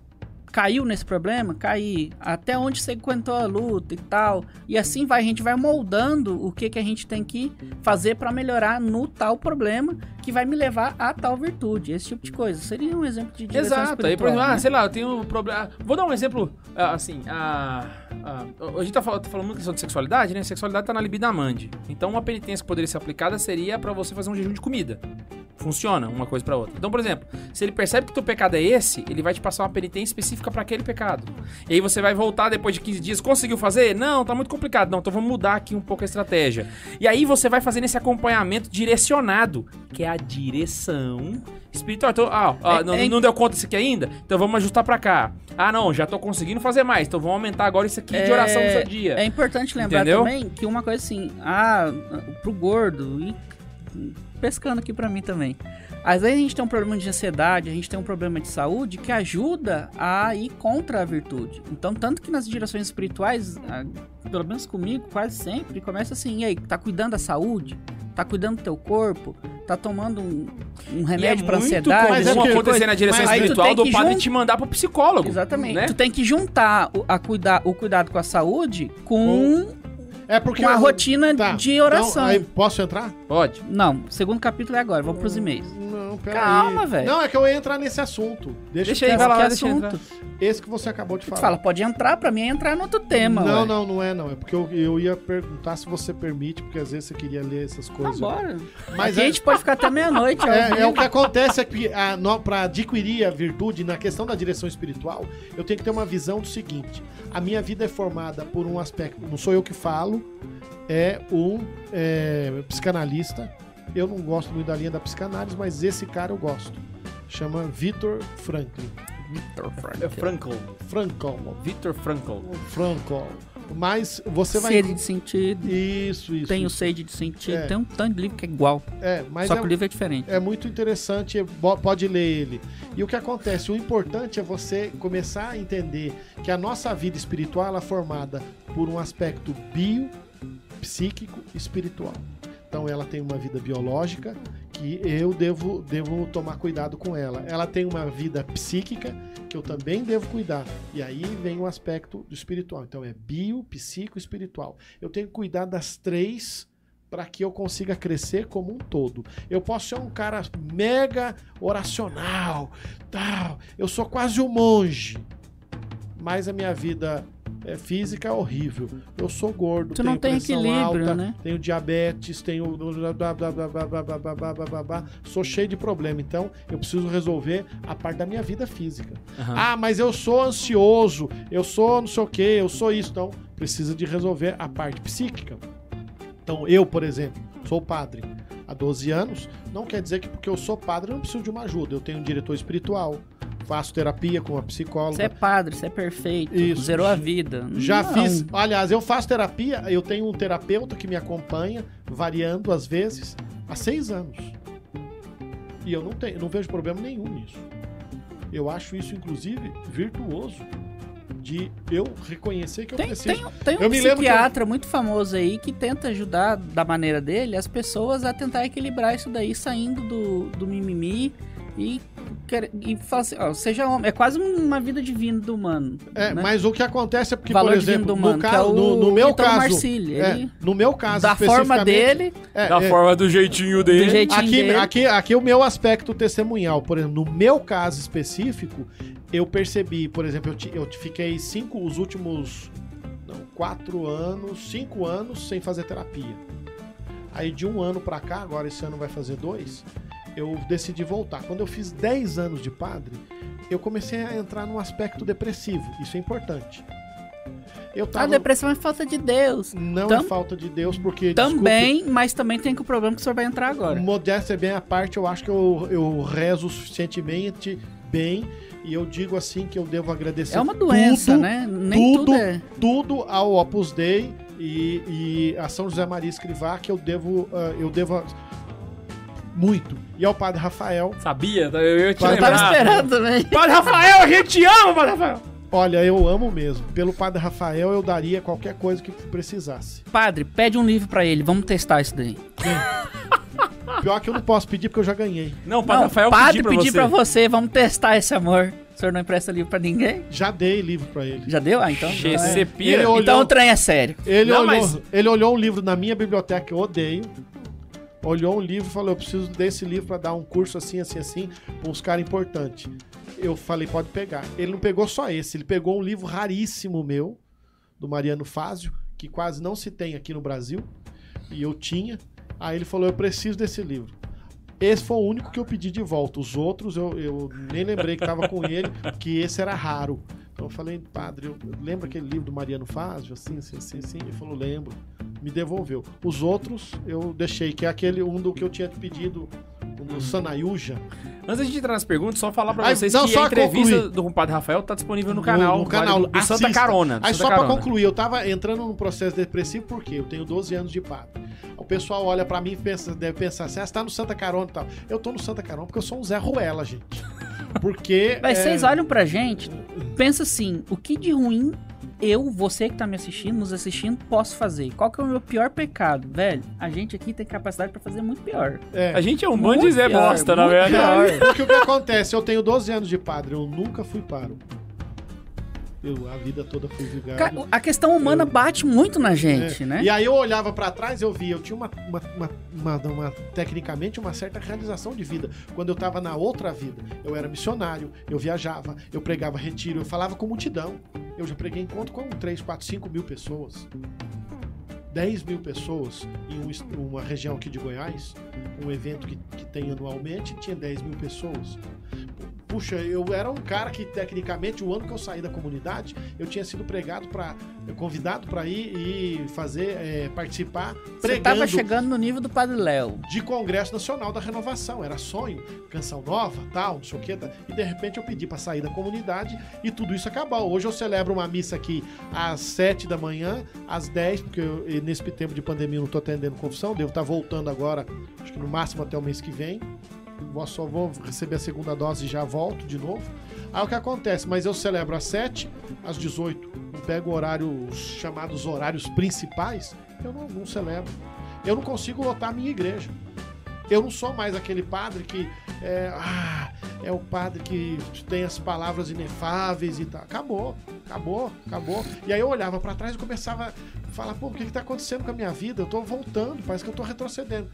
caiu nesse problema? Caí. Até onde você aguentou a luta e tal. E assim vai, a gente vai moldando o que, que a gente tem que fazer pra melhorar no tal problema que vai me levar a tal virtude. Esse tipo de coisa. Seria um exemplo de direção Exato. Aí, por espiritual, exemplo, ah, né? sei lá, eu tenho um problema. Vou dar um exemplo, ah, assim, a. a a gente tá falando, tá falando muito questão de sexualidade, né? Sexualidade tá na libido amandi. Então, uma penitência que poderia ser aplicada seria pra você fazer um jejum de comida. Funciona uma coisa pra outra. Então, por exemplo, se ele percebe que o teu pecado é esse, ele vai te passar uma penitência específica pra aquele pecado. E aí você vai voltar depois de quinze dias, conseguiu fazer? Não, tá muito complicado. Não, então vamos mudar aqui um pouco a estratégia. E aí você vai fazendo esse acompanhamento direcionado, que é a direção espiritual. Então, ah, ah, É- não, é- não deu conta isso aqui ainda? Então vamos ajustar pra cá. Ah, não, já tô conseguindo fazer mais. Então vamos aumentar agora isso aqui de oração no seu dia. É importante lembrar Entendeu? também que uma coisa assim, ah, pro gordo, e pescando aqui pra mim também. Às vezes a gente tem um problema de ansiedade, a gente tem um problema de saúde que ajuda a ir contra a virtude. Então, tanto que nas direções espirituais, ah, pelo menos comigo, quase sempre, começa assim, e aí, tá cuidando da saúde? Tá cuidando do teu corpo? Tá tomando um, um remédio e é pra muito ansiedade? Mas é comum porque- acontecer na direção mas aí tu espiritual tem do que padre jun- te mandar pro psicólogo. Exatamente. Né? Tu tem que juntar o, a cuidar, o cuidado com a saúde com, É porque com a eu- rotina Tá, de oração. Então, aí, posso entrar? Pode. Não, o segundo capítulo é agora, vamos pros e-mails. Não, pera Calma, aí. velho. Não, é que eu ia entrar nesse assunto. Deixa, Deixa eu aí, falar. vai lá, Que deixa eu assunto? entrar. Esse que você acabou de Tu falar. fala, pode entrar, pra mim é entrar no outro tema. Não, ué. não, não é não. É porque eu, eu ia perguntar se você permite, porque às vezes você queria ler essas Tá coisas. bora. Mas Aqui a é- gente pode ficar até meia-noite. É, ao é o vivo. que acontece é que a, no, pra adquirir a virtude na questão da direção espiritual, eu tenho que ter uma visão do seguinte: a minha vida é formada por um aspecto, não sou eu que falo, é um é, psicanalista. Eu não gosto muito da linha da psicanálise, mas esse cara eu gosto. Chama Viktor Franklin. É Frankl. Frankl. Victor Frankl. Frankl. Mas você vai. Sede de sentido. Isso, isso. Tem o isso. sede de sentido. É. Tem um tanto de livro que é igual. É, mas só é, que o livro é diferente. é muito interessante, bo- pode ler ele. E o que acontece? O importante é você começar a entender que a nossa vida espiritual ela é formada por um aspecto bio, psíquico e espiritual. Então ela tem uma vida biológica que eu devo, devo tomar cuidado com ela. Ela tem uma vida psíquica que eu também devo cuidar. E aí vem o aspecto do espiritual. Então é bio, psíquico e espiritual. Eu tenho que cuidar das três para que eu consiga crescer como um todo. Eu posso ser um cara mega oracional, tal. Eu sou quase um monge, mas a minha vida é, física é horrível. Eu sou gordo, Tu tenho não tem pressão equilíbrio, alta, né? tenho diabetes, tenho blá, blá, blá, blá, blá, blá, blá, blá, blá, blá, blá, blá. Sou cheio de problema. Então eu preciso resolver a parte da minha vida física. Aham. Ah, mas eu sou ansioso, eu sou não sei o que, eu sou isso. Então precisa de resolver a parte psíquica. Então, eu, por exemplo, sou padre há doze anos, não quer dizer que porque eu sou padre eu não preciso de uma ajuda. Eu tenho um diretor espiritual, faço terapia com a psicóloga. Você é padre, você é perfeito. Isso. Zerou a vida. Já Não. fiz, aliás, eu faço terapia, eu tenho um terapeuta que me acompanha, variando às vezes, há seis anos. E eu não tenho, não vejo problema nenhum nisso. Eu acho isso, inclusive, virtuoso. De eu reconhecer que eu Tem, preciso. tem, tem um Eu me lembro que eu- psiquiatra muito famoso aí que tenta ajudar da maneira dele as pessoas a tentar equilibrar isso daí, saindo do, do mimimi e, quer- e fala assim, ó, seja homem. É quase uma vida divina do humano. É, né? mas o que acontece é porque, Valor por divino exemplo, do humano, no, que é caso, o no, no meu Ítalo caso, Marcilli, é, ele- no meu caso, da forma especificamente, dele, é, Da é, forma do jeitinho dele. do jeitinho aqui, dele. aqui, aqui é o meu aspecto testemunhal. Por exemplo, no meu caso específico, eu percebi, por exemplo, eu, ti- eu fiquei cinco, os últimos não, quatro anos, cinco anos sem fazer terapia. Aí de um ano pra cá, agora esse ano vai fazer dois, eu decidi voltar. Quando eu fiz dez anos de padre, eu comecei a entrar num aspecto depressivo. Isso é importante. Eu A tava... depressão é falta de Deus. Não Tam- é falta de Deus, porque... Também, mas também tem com o problema que o senhor vai entrar agora. Modéstia bem à parte, eu acho que eu, eu rezo suficientemente bem e eu digo assim que eu devo agradecer É uma doença, tudo, né? Nem tudo, tudo é. tudo ao Opus Dei e, e a São José Maria Escrivá que eu devo, ah, eu devo muito. E ao Padre Rafael. Sabia? Eu ia te Eu Eu lembrar. tava esperando também. Padre Rafael, a gente te ama, Padre Rafael. Olha, eu amo mesmo. Pelo Padre Rafael eu daria qualquer coisa que precisasse. Padre, pede um livro pra ele, vamos testar isso daí. pior é que eu não posso pedir porque eu já ganhei. Não, o Padre Não, Rafael padre pediu pra pedir você. pra você, vamos testar esse amor. O senhor não empresta livro pra ninguém? Já dei livro pra ele. Já deu? Ah, então... Che, então é. você pira. Ele olhou- Então o trem é sério. Ele, Não, olhou, mas- ele olhou um livro na minha biblioteca que eu odeio. Olhou um livro e falou: eu preciso desse livro pra dar um curso assim, assim, assim, pra uns caras importantes. Eu falei: pode pegar. Ele não pegou só esse, ele pegou um livro raríssimo meu, do Mariano Fázio, que quase não se tem aqui no Brasil, e eu tinha. Aí ele falou: eu preciso desse livro. Esse foi o único que eu pedi de volta. Os outros eu, eu nem lembrei que tava com ele, que esse era raro. Então eu falei: padre, eu, lembra aquele livro do Mariano Fázio? Assim, assim, assim, assim. Ele falou: lembro. Me devolveu. Os outros eu deixei, que é aquele um do que eu tinha pedido, um do Sanayuja. Antes de a gente entrar nas perguntas, só falar pra Aí, vocês não, que só a entrevista concluir. do Padre Rafael tá disponível no No- canal. no canal, do, do Santa assista. Carona. do Aí Santa só pra Carona. concluir, eu tava entrando num processo depressivo porque eu tenho doze anos de padre. O pessoal olha pra mim e pensa, deve pensar assim: ah, você tá no Santa Carona e tal. Eu tô no Santa Carona porque eu sou um Zé Ruela, gente. Porque. Mas é, vocês olham pra gente, pensa assim, o que de ruim eu, você que tá me assistindo, nos assistindo, posso fazer? Qual que é o meu pior pecado? Velho, a gente aqui tem capacidade pra fazer muito pior. é, A gente é um Muito bando de Zé pior, Bosta, na muito verdade. pior. Porque o que acontece? Eu tenho doze anos de padre, eu nunca fui paro. Eu a vida toda fui vigário. Ca- A questão humana bate muito na gente, É. né? E aí eu olhava pra trás, eu via, eu tinha uma, uma, uma, uma- uma- tecnicamente uma certa realização de vida. Quando eu tava na outra vida, eu era missionário, eu viajava, eu pregava retiro, eu falava com multidão. Eu já preguei encontro com três, quatro, cinco mil pessoas. dez mil pessoas em um est- uma região aqui de Goiás, um evento que, que tem anualmente, tinha dez mil pessoas. Puxa, eu era um cara que, tecnicamente, o ano que eu saí da comunidade, eu tinha sido pregado para, convidado para ir e fazer, é, participar, Você pregando tava chegando no nível do Padre Léo. de Congresso Nacional da Renovação. Era sonho, canção nova, tal, não sei o que. Tá. E de repente eu pedi para sair da comunidade e tudo isso acabou. Hoje eu celebro uma missa aqui às sete da manhã, às dez, porque eu, e nesse tempo de pandemia eu não tô atendendo confissão, devo estar voltando agora, acho que no máximo até o mês que vem. Eu só vou receber a segunda dose e já volto de novo. Aí o que acontece? Mas eu celebro às sete, às dezoito. Eu pego horários chamados horários principais, eu não, não celebro. Eu não consigo lotar a minha igreja. Eu não sou mais aquele padre que é, ah, é o padre que tem as palavras inefáveis e tal. Acabou, acabou, acabou. E aí eu olhava pra trás e começava a falar: pô, o que que tá acontecendo com a minha vida? Eu tô voltando, parece que eu tô retrocedendo.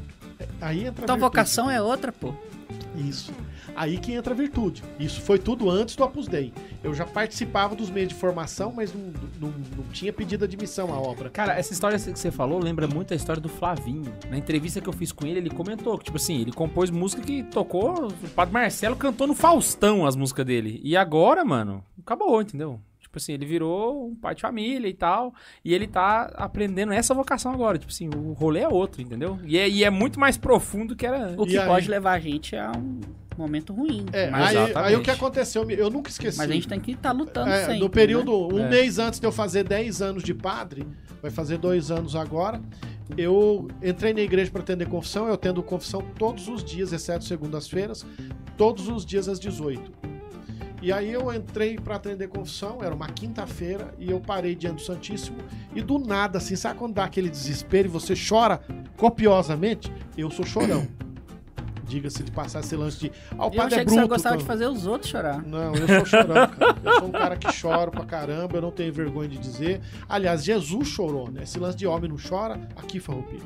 Aí entra a Tua virtude. vocação é outra, pô. Isso. Aí que entra a virtude. Isso foi tudo antes do Opus Dei. Eu já participava dos meios de formação, mas não, não, não tinha pedido admissão à obra. Cara, essa história que você falou lembra muito a história do Flavinho. Na entrevista que eu fiz com ele, ele comentou que, tipo assim, ele compôs música que tocou, o Padre Marcelo cantou no Faustão as músicas dele. E agora, mano, acabou, entendeu? Tipo assim, ele virou um pai de família e tal, e ele tá aprendendo essa vocação agora. Tipo assim, o rolê é outro, entendeu? E é, e é muito mais profundo que era... O E que aí? pode levar a gente a um momento ruim. É, mas, aí, exatamente. aí o que aconteceu, eu nunca esqueci. mas a gente tem que estar lutando É, sempre. no período, né? um É. mês antes de eu fazer dez anos de padre, vai fazer dois anos agora, eu entrei na igreja para atender confissão, eu atendo confissão todos os dias, exceto segundas-feiras, todos os dias às dezoito. E aí eu entrei para atender confissão, era uma quinta-feira, e eu parei diante do Santíssimo, e do nada, assim, sabe quando dá aquele desespero e você chora copiosamente? Eu sou chorão. Diga-se de passar esse lance de... Ah, o Eu padre achei é que você bruto. gostava então. de fazer os outros chorar. Não, eu sou chorão, cara. Eu sou um cara que chora pra caramba, eu não tenho vergonha de dizer. Aliás, Jesus chorou, né? Esse lance de homem não chora, aqui, Farroupilha.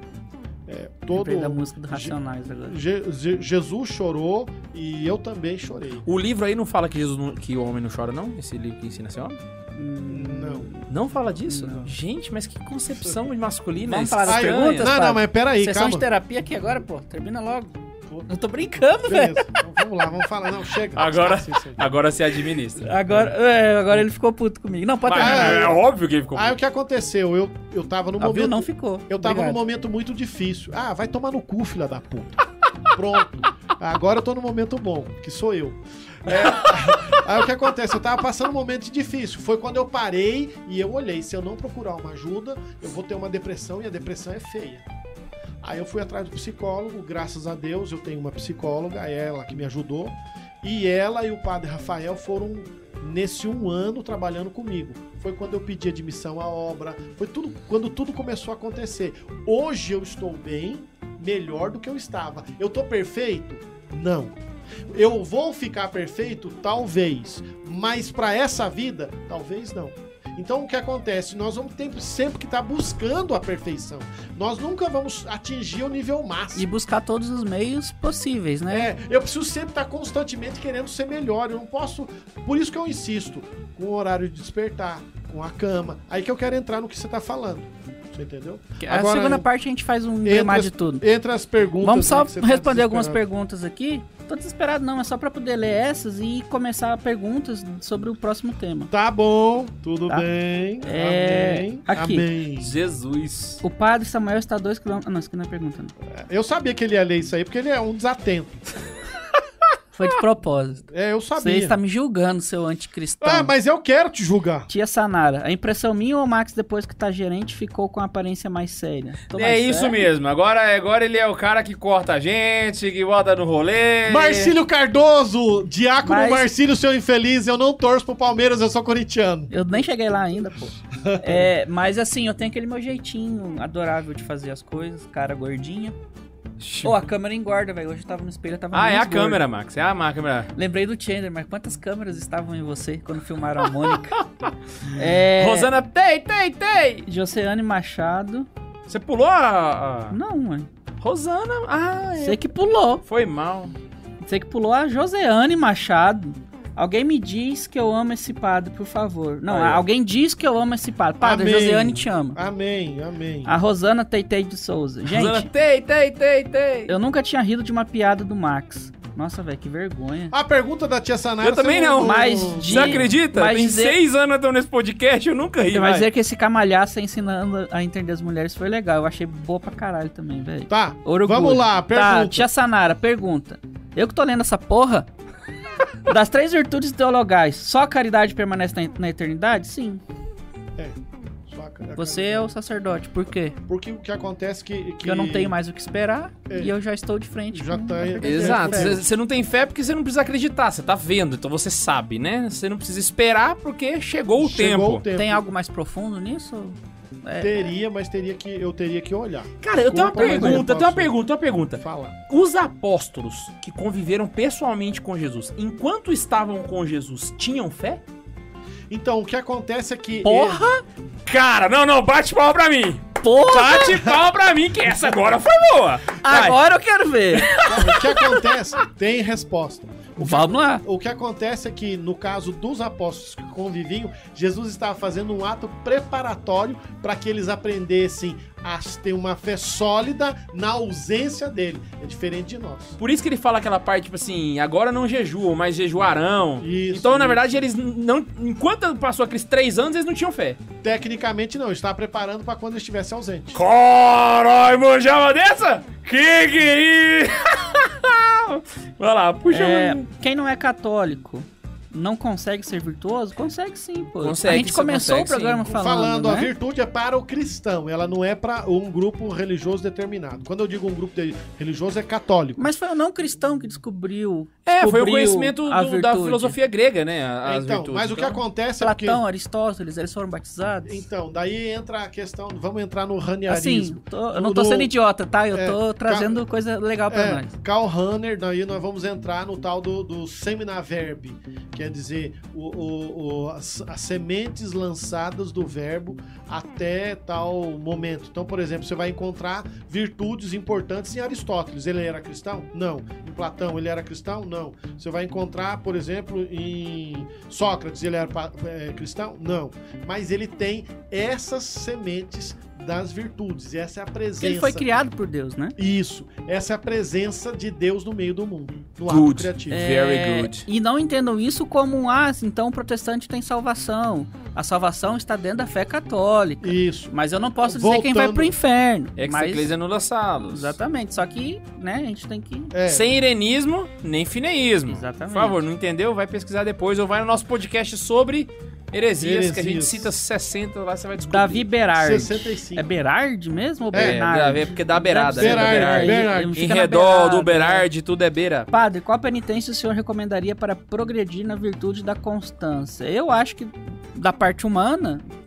É, todo... Lembrei da música do Racionais agora. Je- Je- Jesus chorou e eu também chorei. O livro aí não fala que, Jesus não- que o homem não chora, não? Esse livro que ensina a ser homem? Não. Não fala disso? Não. Gente, mas que concepção de masculina. Vamos falar das estranha. perguntas? Não, não, mas peraí, Sessão calma. de terapia aqui agora, pô. Termina logo. Eu tô brincando, velho. Beleza, então vamos lá, vamos falar. Não, chega. Agora, Esquece isso aí. agora se administra. Agora, é, agora ele ficou puto comigo. Não, pode Mas terminar. é, é óbvio que ele ficou. Aí o que aconteceu? Eu, eu tava no Ah, viu? momento... Não ficou. Eu tava Obrigado. num momento muito difícil. Ah, vai tomar no cu, filha da puta. Pronto. Agora eu tô no momento bom, que sou eu. É, aí o que acontece? Eu tava passando um momento difícil. Foi quando eu parei e eu olhei. Se eu não procurar uma ajuda, eu vou ter uma depressão e a depressão é feia. Aí eu fui atrás do psicólogo. Graças a Deus eu tenho uma psicóloga, é ela que me ajudou. E ela e o padre Rafael foram nesse um ano trabalhando comigo. Foi quando eu pedi admissão à obra. Foi tudo quando tudo começou a acontecer. Hoje eu estou bem, melhor do que eu estava. Eu tô perfeito? Não. Eu vou ficar perfeito? Talvez. Mas para essa vida? Talvez não. Então o que acontece? Nós vamos ter sempre que estar buscando a perfeição. Nós nunca vamos atingir o nível máximo. E buscar todos os meios possíveis, né? É, eu preciso sempre estar constantemente querendo ser melhor. Eu não posso. Por isso que eu insisto com o horário de despertar, com a cama. Aí que eu quero entrar no que você está falando. Você entendeu? A Agora, segunda parte a gente faz um entre remate as- de tudo. Entre as perguntas. Vamos só né, que você tá responder algumas desesperado. perguntas aqui. Tô desesperado não, é só pra poder ler essas e começar perguntas sobre o próximo tema. Tá bom, tudo Tá. bem. É, Amém. aqui. Amém. Jesus. O padre Samuel está a dois quilômetros... Ah, não, isso aqui não é pergunta, não. Eu sabia que ele ia ler isso aí, porque ele é um desatento. Foi de propósito. É, eu Você sabia. está me julgando, seu anticristão. Ah, mas eu quero te julgar. Tia Sanara, a impressão minha ou o Max, depois que tá gerente, ficou com a aparência mais séria? Tô É mais isso sério? mesmo. Agora, agora ele é o cara que corta a gente, que bota no rolê. Marcílio Cardoso, diácono Mas- Marcílio, seu infeliz, eu não torço pro Palmeiras, eu sou corintiano. Eu nem cheguei lá ainda, pô. É, mas assim, eu tenho aquele meu jeitinho adorável de fazer as coisas, cara gordinha. Pô, a câmera engorda, velho. Hoje eu tava no espelho, eu tava Ah, é a menos gordo. câmera, Max. É a má câmera. Lembrei do Chandler, mas quantas câmeras estavam em você quando filmaram a Mônica? é... Rosana, tei, tei, tei. Joseane Machado. Você pulou a... a- Não, mãe. Rosana. Ah, é. Você que pulou. Foi mal. Você que pulou a Joseane Machado. Alguém me diz que eu amo esse padre, por favor. Não, Aí, ó. alguém diz que eu amo esse padre. Padre, Amém. a Joseane te ama. Amém, amém. A Rosana Teitei de Souza. Gente, Rosana, tei, tei, tei, tei. eu nunca tinha rido de uma piada do Max. Nossa, velho, que vergonha. A pergunta da tia Sanara... Eu também você não. Mas de- Você acredita? mas Tem dizer- seis anos eu tô nesse podcast, eu nunca ri. Você vai vai. dizer que esse camalhaça ensinando a entender as mulheres foi legal. Eu achei boa pra caralho também, velho. Tá, Orgulho. vamos lá, Tá, pergunta. tia Sanara, pergunta. Eu que tô lendo essa porra... Das três virtudes teologais, só a caridade permanece na, na eternidade? Sim. É, só a cara- Você é o sacerdote. Por quê? Porque o que acontece é que... que... Porque eu não tenho mais o que esperar É. e eu já estou de frente. Já com tá- a verdadeira Exato, fé. você você não tem fé porque você não precisa acreditar, você tá vendo, então você sabe, né? Você não precisa esperar porque chegou o Chegou tempo. o tempo. Tem algo mais profundo nisso? É. Teria, mas teria que, eu teria que olhar. Cara, eu tenho uma Desculpa, mas eu pergunta, eu tenho uma posso pergunta, uma pergunta. Falar. Os apóstolos que conviveram pessoalmente com Jesus, enquanto estavam com Jesus, tinham fé? Então, o que acontece é que... Porra! Cara, não, não, bate palma pra mim. Porra! Bate palma pra mim, que essa agora foi boa. Vai. Agora eu quero ver! O que acontece? Tem resposta. O que, Vamos lá. o que acontece é que, no caso dos apóstolos que conviviam, Jesus estava fazendo um ato preparatório para que eles aprendessem a ter uma fé sólida na ausência dele. É diferente de nós. Por isso que ele fala aquela parte, tipo assim, agora não jejuam, mas jejuarão. Isso, então, na isso. verdade, eles não. Enquanto passou aqueles três anos, eles não tinham fé. Tecnicamente, não. Estava preparando para quando ele estivesse ausente. Caralho, manjava dessa? Que que Vai lá, puxa. É, um- quem não é católico não consegue ser virtuoso? Consegue sim, pô. Consegue, a gente você começou consegue, o programa sim. falando, Falando, né? a virtude é para o cristão, ela não é para um grupo religioso determinado. Quando eu digo um grupo de- religioso, é católico. Mas foi o não cristão que descobriu. É, foi o descobriu conhecimento a do- da virtude. filosofia grega, né? As então, virtudes. mas o que Então, acontece é porque... Platão, Aristóteles, eles foram batizados? Então, daí entra a questão, vamos entrar no Assim, raniarismo. tô- eu não tô No- sendo idiota, tá? Eu é, tô trazendo ca- coisa legal pra É, nós. Karl Rahner, daí nós vamos entrar no tal do, do seminaverb, quer dizer, o, o- o- as, as sementes lançadas do verbo até tal momento. Então, por exemplo, você vai encontrar virtudes importantes em Aristóteles. Ele era cristão? Não. Em Platão, ele era cristão? Não. Você vai encontrar, por exemplo, em Sócrates, ele era pa- é, cristão? Não. Mas ele tem essas sementes das virtudes. E essa é a presença. Porque ele foi criado por Deus, né? Isso. Essa é a presença de Deus no meio do mundo. No ato Good. criativo. É. Very good. E não entendam isso como um, ah, então o protestante tem salvação. A salvação está dentro da fé católica. Isso. Mas eu não posso dizer quem vai Voltando- pro inferno. Ex Mas, ecclesia nulla salus. exatamente. Só que, né, a gente tem que... É. Sem irenismo, nem fineísmo. Exatamente. Por favor, não entendeu? Vai pesquisar depois ou vai no nosso podcast sobre heresias, que a gente Heresias. cita sessenta lá, você vai descobrir. Davi Berardi. sessenta e cinco. É Berardi mesmo ou É, Bernardi? É, porque dá beirada, Deve né? ser Da Berardi, Berardi. Berardi. Ele Em fica na redor beirada, do Berardi, tudo é beira. Padre, qual penitência o senhor recomendaria para progredir na virtude da constância? Eu acho que da parte humana,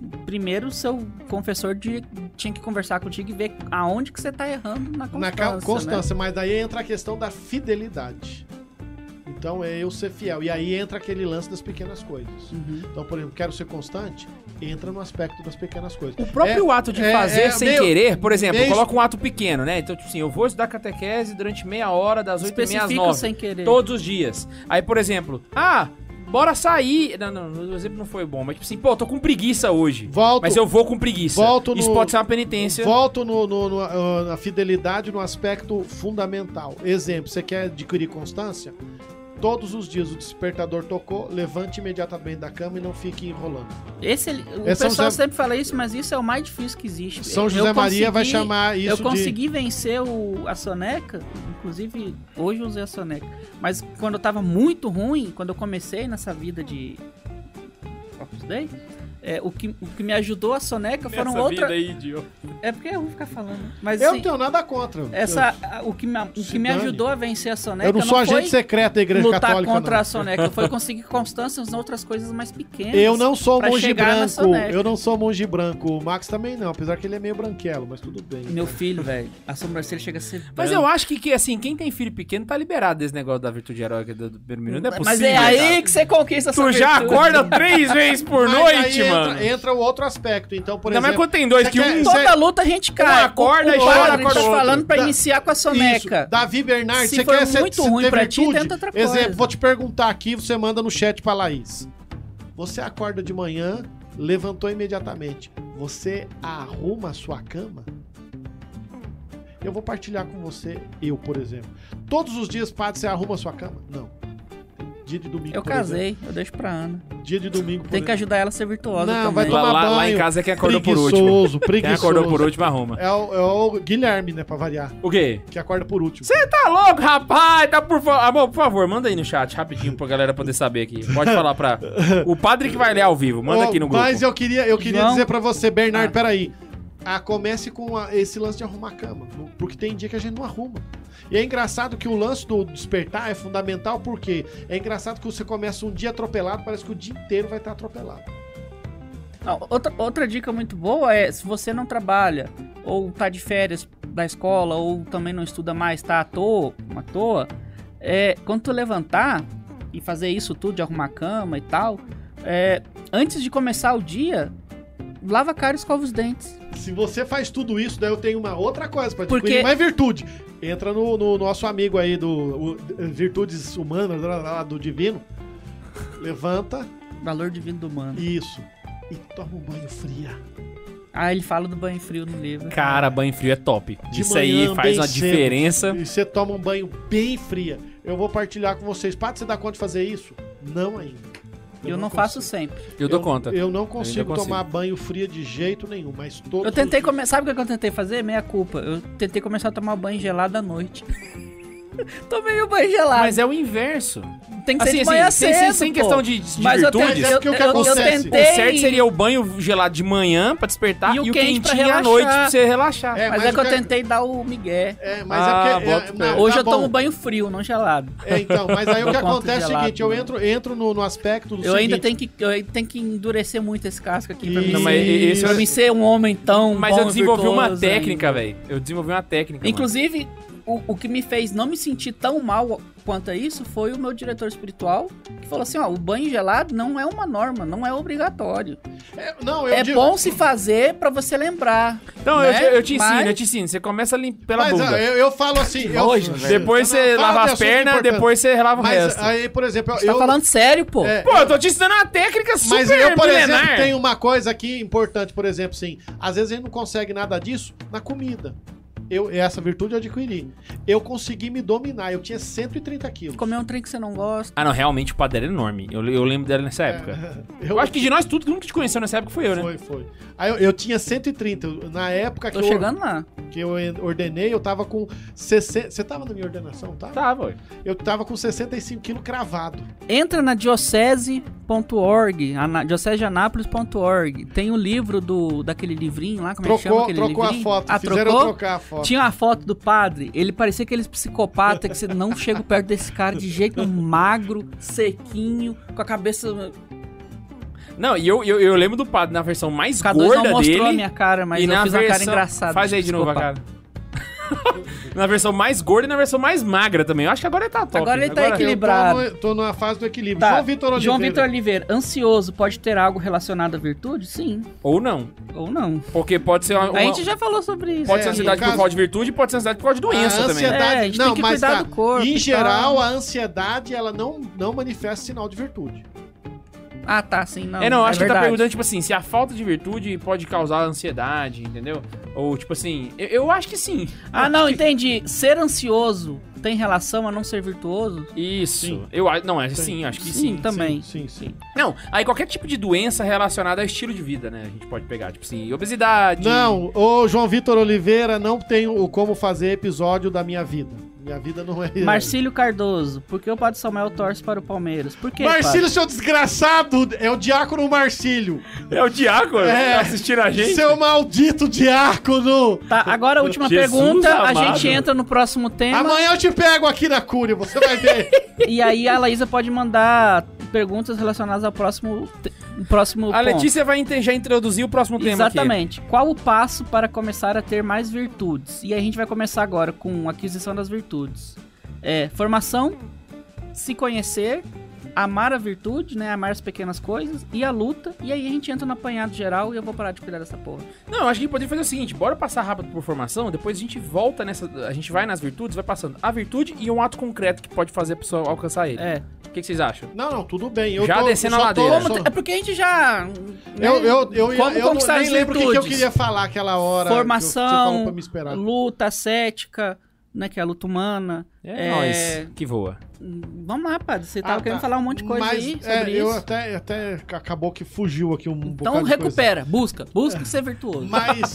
primeiro o seu confessor de, tinha que conversar contigo e ver aonde que você tá errando na Na constância, ca- constância, né? mas daí entra a questão da fidelidade. Então é eu ser fiel. E aí entra aquele lance das pequenas coisas. Uhum. Então, por exemplo, quero ser constante, entra no aspecto das pequenas coisas. O próprio É- ato de é- fazer é sem meio- querer, por exemplo, meio- coloca um ato pequeno, né? Então, tipo assim, eu vou estudar catequese durante meia hora, das oito e meia às Especifica nove. sem querer. Todos os dias. Aí, por exemplo, ah, bora sair. Não, não, o exemplo não foi bom, mas tipo assim, pô, eu tô com preguiça hoje. Volto, Mas eu vou com preguiça. volto Isso no- pode ser uma penitência. volto no, no- no- uh, na fidelidade no aspecto fundamental. Exemplo, você quer adquirir constância? Todos os dias o despertador tocou, levante imediatamente da cama e não fique enrolando. Esse, o É São pessoal José- sempre fala isso, mas isso é o mais difícil que existe. São Eu José Maria vai consegui- chamar isso Eu de... consegui vencer o, a soneca, inclusive hoje eu usei a soneca, mas quando eu tava muito ruim, quando eu comecei nessa vida de Opus Dei, é, o, que, o que me ajudou a soneca foram outras... aí, Dio. É porque eu vou ficar falando. Mas Eu assim, não tenho nada contra. essa, a- o que, me, o Se que me dane. ajudou a vencer a soneca Eu não sou foi agente secreto da Igreja lutar Católica, contra não. a soneca, foi conseguir constância nas outras coisas mais pequenas. Eu não sou pra monge chegar na branco. soneca. Eu não sou monge branco. O Max também não, apesar que ele é meio branquelo, mas tudo bem. Meu filho, velho, a sobrancelha chega a ser Mas branca. eu acho que, que, assim, quem tem filho pequeno tá liberado desse negócio da virtude heróica do, do primeiro minuto. Não é possível. Mas é aí cara. que você conquista essa Tu já virtude. acorda três vezes por Mas noite, aí entra, mano. entra o outro aspecto. Então, por Ainda mais exemplo... quando tem dois, você que quer- um... você- Toda luta a gente cai. Um acorda o, e o chora, padre acorda tá o outro. falando pra Da- iniciar com a soneca. Isso. Davi Bernardi, Se você for quer ser, muito você ruim ter pra ti, virtude? tenta outra coisa. Exemplo, vou te perguntar aqui, você manda no chat pra Laís. Você acorda de manhã, levantou imediatamente. Você arruma a sua cama? Eu vou partilhar com você, eu, por exemplo. Todos os dias, padre, você arruma a sua cama? Não. Dia de domingo, Eu por casei, eu deixo pra Ana. exemplo. Dia de domingo, por Tem que exemplo. ajudar ela a ser virtuosa Não, também. vai tomar Lá, lá, lá banho. em casa é quem acordou por último. Preguiçoso, Quem preguiçoso. acordou por último arruma. É o, é o Guilherme, né, pra variar. O quê? Que acorda por último. Você tá louco, rapaz? Tá por favor. Ah, bom, por favor, manda aí no chat rapidinho pra galera poder saber aqui. Pode falar pra. O padre que vai ler ao vivo, manda Ó, aqui no grupo. Mas eu queria, eu queria João- dizer pra você, Bernardo, Ah. peraí. Ah, comece com a- esse lance de arrumar a cama. Porque tem dia que a gente não arruma. E é engraçado que o lance do despertar é fundamental porque é engraçado que você começa um dia atropelado, parece que o dia inteiro vai estar atropelado. Não, outra, outra dica muito boa é, se você não trabalha, ou tá de férias da escola, ou também não estuda mais, tá à toa, à toa, é, quando tu levantar e fazer isso tudo, de arrumar a cama e tal, é, antes de começar o dia, lava a cara e escova os dentes. Se você faz tudo isso, daí eu tenho uma outra coisa pra te Porque- adquirir, mais virtude. Entra no, no nosso amigo aí do o- Virtudes Humanas, lá, lá do Divino. Levanta, Valor divino do humano. isso. E toma um banho fria. Ah, ele fala do banho frio no livro. Cara, banho frio é top. De Isso manhã, aí faz bem uma cedo. diferença. E você toma um banho bem fria. Eu vou partilhar com vocês. Pato, você dá conta de fazer isso? Não ainda. Eu não faço sempre. Eu dou conta. Eu não consigo consigo. tomar banho frio de jeito nenhum, mas todos Eu tentei os dias- começar, sabe o que eu tentei fazer? Meia culpa. Eu tentei começar a tomar banho gelado à noite. Tomei o banho gelado. Mas é o inverso. Tem que ser Assim, de assim, manhã sem, cedo, sem, sem pô. questão de, de Mas eu, virtudes. tentei, Mas é eu, porque o que eu, eu acontece? O tentei... certo seria o banho gelado de manhã pra despertar E e o o, quente pra quentinho à relaxar. noite pra você relaxar. É, Mas, mas é que o eu que- tentei dar o migué. É, mas Ah, é porque... bota é, fé. não, Hoje tá eu tomo bom. banho frio, não gelado. É, então, mas aí o Dou que conta acontece é o gelado, seguinte, eu não. entro, entro no, no aspecto do Eu ainda seguinte, tenho que, eu ainda tenho que endurecer muito esse casco aqui pra, Isso. mim, Não, mas esse pra eu- mim ser um homem tão Mas bom eu e desenvolvi uma virtuoso técnica, ainda. velho. Eu desenvolvi uma técnica. Inclusive, o, o que me fez não me sentir tão mal quanto a isso foi o meu diretor espiritual, que falou assim, ó, o banho gelado não é uma norma, não é obrigatório. É, não, eu É digo, bom se fazer pra você lembrar. Então, né? eu, te, eu te ensino, Mas- eu te ensino. Você começa a limpar pela mas bunda. ah, eu, eu falo assim, eu, nojo, velho. Depois Não, você fala lava de as assunto pernas, importante. depois você lava o mas resto. aí, por exemplo, Você eu, tá falando sério, pô? É, Pô, eu tô te ensinando uma técnica super mas eu, por milenar. exemplo, tenho uma coisa aqui importante, por exemplo, assim, às vezes a gente não consegue nada disso na comida. Eu, essa virtude eu adquiri. Eu consegui me dominar, eu tinha cento e trinta quilos. Comer um trem que você não gosta. Ah, não, realmente o padre era enorme. Eu, eu lembro dela nessa época. Eu, Eu acho que de nós tudo, que nunca te conheceu nessa época foi eu, né? Foi, foi. Aí eu, eu tinha cento e trinta. Eu- Na época que Tô eu, chegando lá. que eu ordenei, eu tava com sessenta. Você tava na minha ordenação, tá? Tava, ué. Eu tava com sessenta e cinco quilos cravado. Entra na diocese ponto org, ana- diocese de anápolis ponto org. Tem o livro do daquele livrinho lá, como é que chama Trocou, aquele trocou a livrinho? foto. Ah, Fizeram eu trocou? trocar a foto. Tinha uma foto do padre, ele parecia aqueles psicopata que você não chega perto desse cara de jeito nenhum, magro, sequinho, com a cabeça... Não, e eu, eu, eu lembro do padre na versão mais O K dois não gorda mostrou dele. a minha cara, mas e eu na fiz versão... uma cara engraçada. Faz aí de novo a Desculpa. cara. Na versão mais gorda e na versão mais magra também. Eu acho que agora ele tá top. Agora ele tá Eu equilibrado. tô, no- tô numa fase do equilíbrio. Tá. João Vitor Oliveira. João Vitor Oliveira, ansioso pode ter algo relacionado à virtude? Sim. Ou não. Ou não. Porque pode ser uma... A gente já falou sobre isso. Pode ser É, ansiedade no caso- por causa de virtude e pode ser ansiedade por causa de doença a também. ansiedade, É, a gente não, tem que mas cuidar tá. do corpo Em e geral, tal. a ansiedade, ela não, não manifesta sinal de virtude. Ah, tá, sim, não. É, não, acho que ele tá verdade. perguntando, tipo assim, se a falta de virtude pode causar ansiedade, entendeu? Ou, tipo assim, eu, eu acho que sim. Ah, não, entendi. Ser ansioso tem relação a não ser virtuoso? Isso. Sim. Eu acho. Não, é sim, acho que sim. também. Sim, sim. Não, aí qualquer tipo de doença relacionada a estilo de vida, né? A gente pode pegar, tipo assim, obesidade. Não, ô João Vitor Oliveira, não tenho o como fazer episódio da minha vida. Minha vida não é... Marcílio Cardoso, por que o Padre Samuel torce para o Palmeiras? Por quê, Marcílio, seu desgraçado! É o diácono Marcílio. É o diácono É. assistindo a gente. Seu maldito diácono! Tá, agora a última Jesus pergunta, a amado. gente entra no próximo tema. Amanhã eu te pego aqui na Cúria, você vai ver. E aí a Laísa pode mandar perguntas relacionadas ao próximo, te- próximo A ponto. Letícia vai inte- já introduzir o próximo tema aqui. Exatamente. Qual o passo para começar a ter mais virtudes? E aí a gente vai começar agora com a aquisição das virtudes. É, formação, se conhecer, amar a virtude, né? Amar as pequenas coisas e a luta. E aí a gente entra no apanhado geral e eu vou parar de cuidar dessa porra. Não, eu acho que a gente poderia fazer o seguinte, bora passar rápido por formação, depois a gente volta nessa, a gente vai nas virtudes, vai passando a virtude e um ato concreto que pode fazer a pessoa alcançar ele. É. O que, que vocês acham? Não, não, tudo bem. Eu Já tô, descendo só a tô- ladeira. só- Como- É porque a gente já... né? Eu, eu, eu, ia- Como eu não- conquistar nem as lembro o que, que eu virtudes? queria falar aquela hora. que eu- que você falou Formação, pra me esperar. luta ascética, né? Que é a luta humana. É, É, nós que voa. Vamos lá, padre. Você tava Ah, querendo tá. falar um monte de coisa Mas, aí sobre é, isso. eu até, até acabou que fugiu aqui um Então bocado de recupera, busca, busca ser virtuoso. Mas,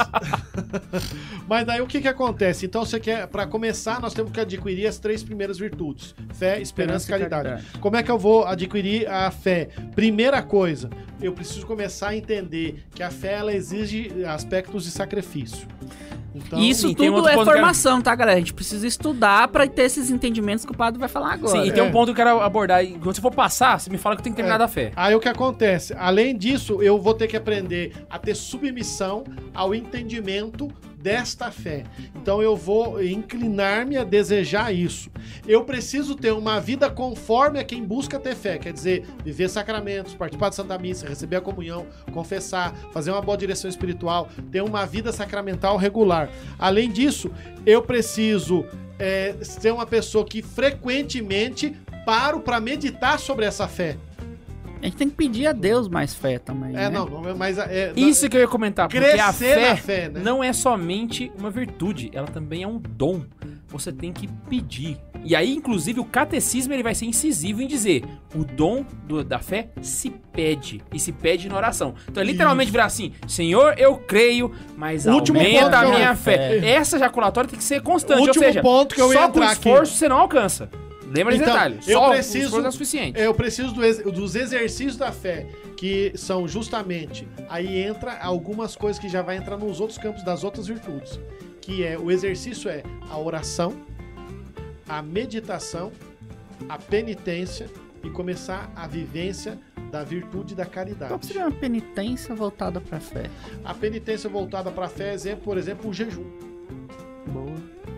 mas daí o que que acontece? Então você quer, pra começar, nós temos que adquirir as três primeiras virtudes: fé, esperança e caridade. caridade. Como é que eu vou adquirir a fé? Primeira coisa, eu preciso começar a entender que a fé ela exige aspectos de sacrifício. Então, E isso sim, tem tudo outro é ponto que eu- formação, tá, galera? A gente precisa estudar pra ter esses entendimentos que o padre vai falar agora. Sim, e tem É. um ponto que eu quero abordar. e Quando você for passar, você me fala que eu tenho que terminar É. da fé. Aí o que acontece? Além disso, eu vou ter que aprender a ter submissão ao entendimento desta fé. Então eu vou inclinar-me a desejar isso. Eu preciso ter uma vida conforme a quem busca ter fé, quer dizer, viver sacramentos, participar da Santa Missa, receber a comunhão, confessar, fazer uma boa direção espiritual, ter uma vida sacramental regular. Além disso, eu preciso é, ser uma pessoa que frequentemente paro para meditar sobre essa fé. A gente tem que pedir a Deus mais fé também. É, né? não, não, mas é, Isso que eu ia comentar, porque a crescer fé, na fé, né? não é somente uma virtude, ela também é um dom. Você tem que pedir. E aí, inclusive, o catecismo ele vai ser incisivo em dizer: o dom do- da fé se pede. E se pede na oração. Então é literalmente Isso. virar assim: Senhor, eu creio, mas Último ponto aumenta que a eu- minha fé. É. Essa ejaculatória tem que ser constante. Último ou seja, ponto que eu ia só com entrar aqui. esforço você não alcança. Lembra desse Então, detalhe. eu Só preciso- o esforço é suficiente. Eu preciso do ex- dos exercícios da fé, que são justamente, aí entra algumas coisas que já vai entrar nos outros campos das outras virtudes, que é, o exercício é a oração, a meditação, a penitência e começar a vivência da virtude da Qual caridade. que seria uma penitência voltada pra fé? A penitência voltada para a fé, exemplo, por exemplo, o jejum. Boa.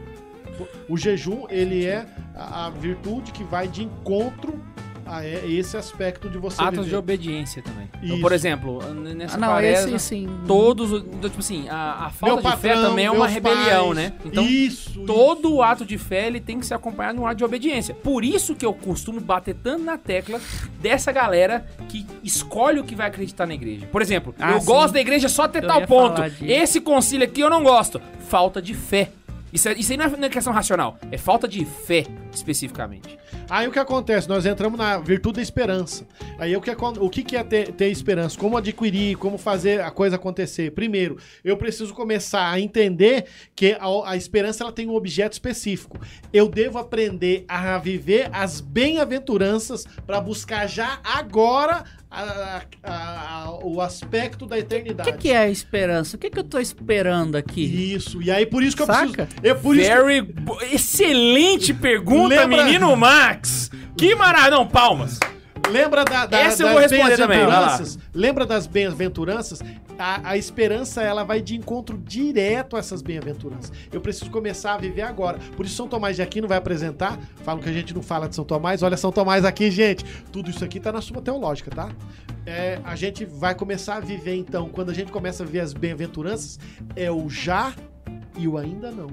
O jejum, ele é a, a virtude que vai de encontro a é- esse aspecto de você Atos viver. de obediência também. Então, Isso. por exemplo, nessa Ah, não, quaresma, esse sim. todos, os- então, tipo assim, a, a falta Meu de fé patrão, também é uma meus rebelião, pais. né? Então, isso, todo isso. o ato de fé, ele tem que ser acompanhado de um ato de obediência. Por isso que eu costumo bater tanto na tecla dessa galera que escolhe o que vai acreditar na igreja. Por exemplo, Ah, eu sim. gosto da igreja só até Eu tal ia ponto. falar disso. Esse concílio aqui eu não gosto. Falta de fé. Isso, é- isso aí não é, não é questão racional, é falta de fé, especificamente. Aí o que acontece? Nós entramos na virtude da esperança. Aí o que, acon- o que que é ter, ter esperança? Como adquirir, como fazer a coisa acontecer? Primeiro, eu preciso começar a entender que a, a esperança ela tem um objeto específico. Eu devo aprender a viver as bem-aventuranças para buscar já agora a- a- a- o aspecto da O eternidade. que, que é a esperança? O que, que eu tô esperando aqui? Isso, e aí por isso que eu Saca? preciso... Eu, por isso que- Very bo- excelente pergunta, Lembra- menino Max. Que maravilha. Não, palmas. Lembra da, da, Essa eu vou responder também, vai lá. bem-aventuranças? Lembra das bem-aventuranças? A, a esperança, ela vai de encontro direto a essas bem-aventuranças. Eu preciso começar a viver agora. Por isso São Tomás de Aquino vai apresentar. Falam que a gente não fala de São Tomás. Olha São Tomás aqui, gente. Tudo isso aqui tá na Suma Teológica, tá? É, a gente vai começar a viver, então, quando a gente começa a ver as bem-aventuranças, é o já e o ainda não.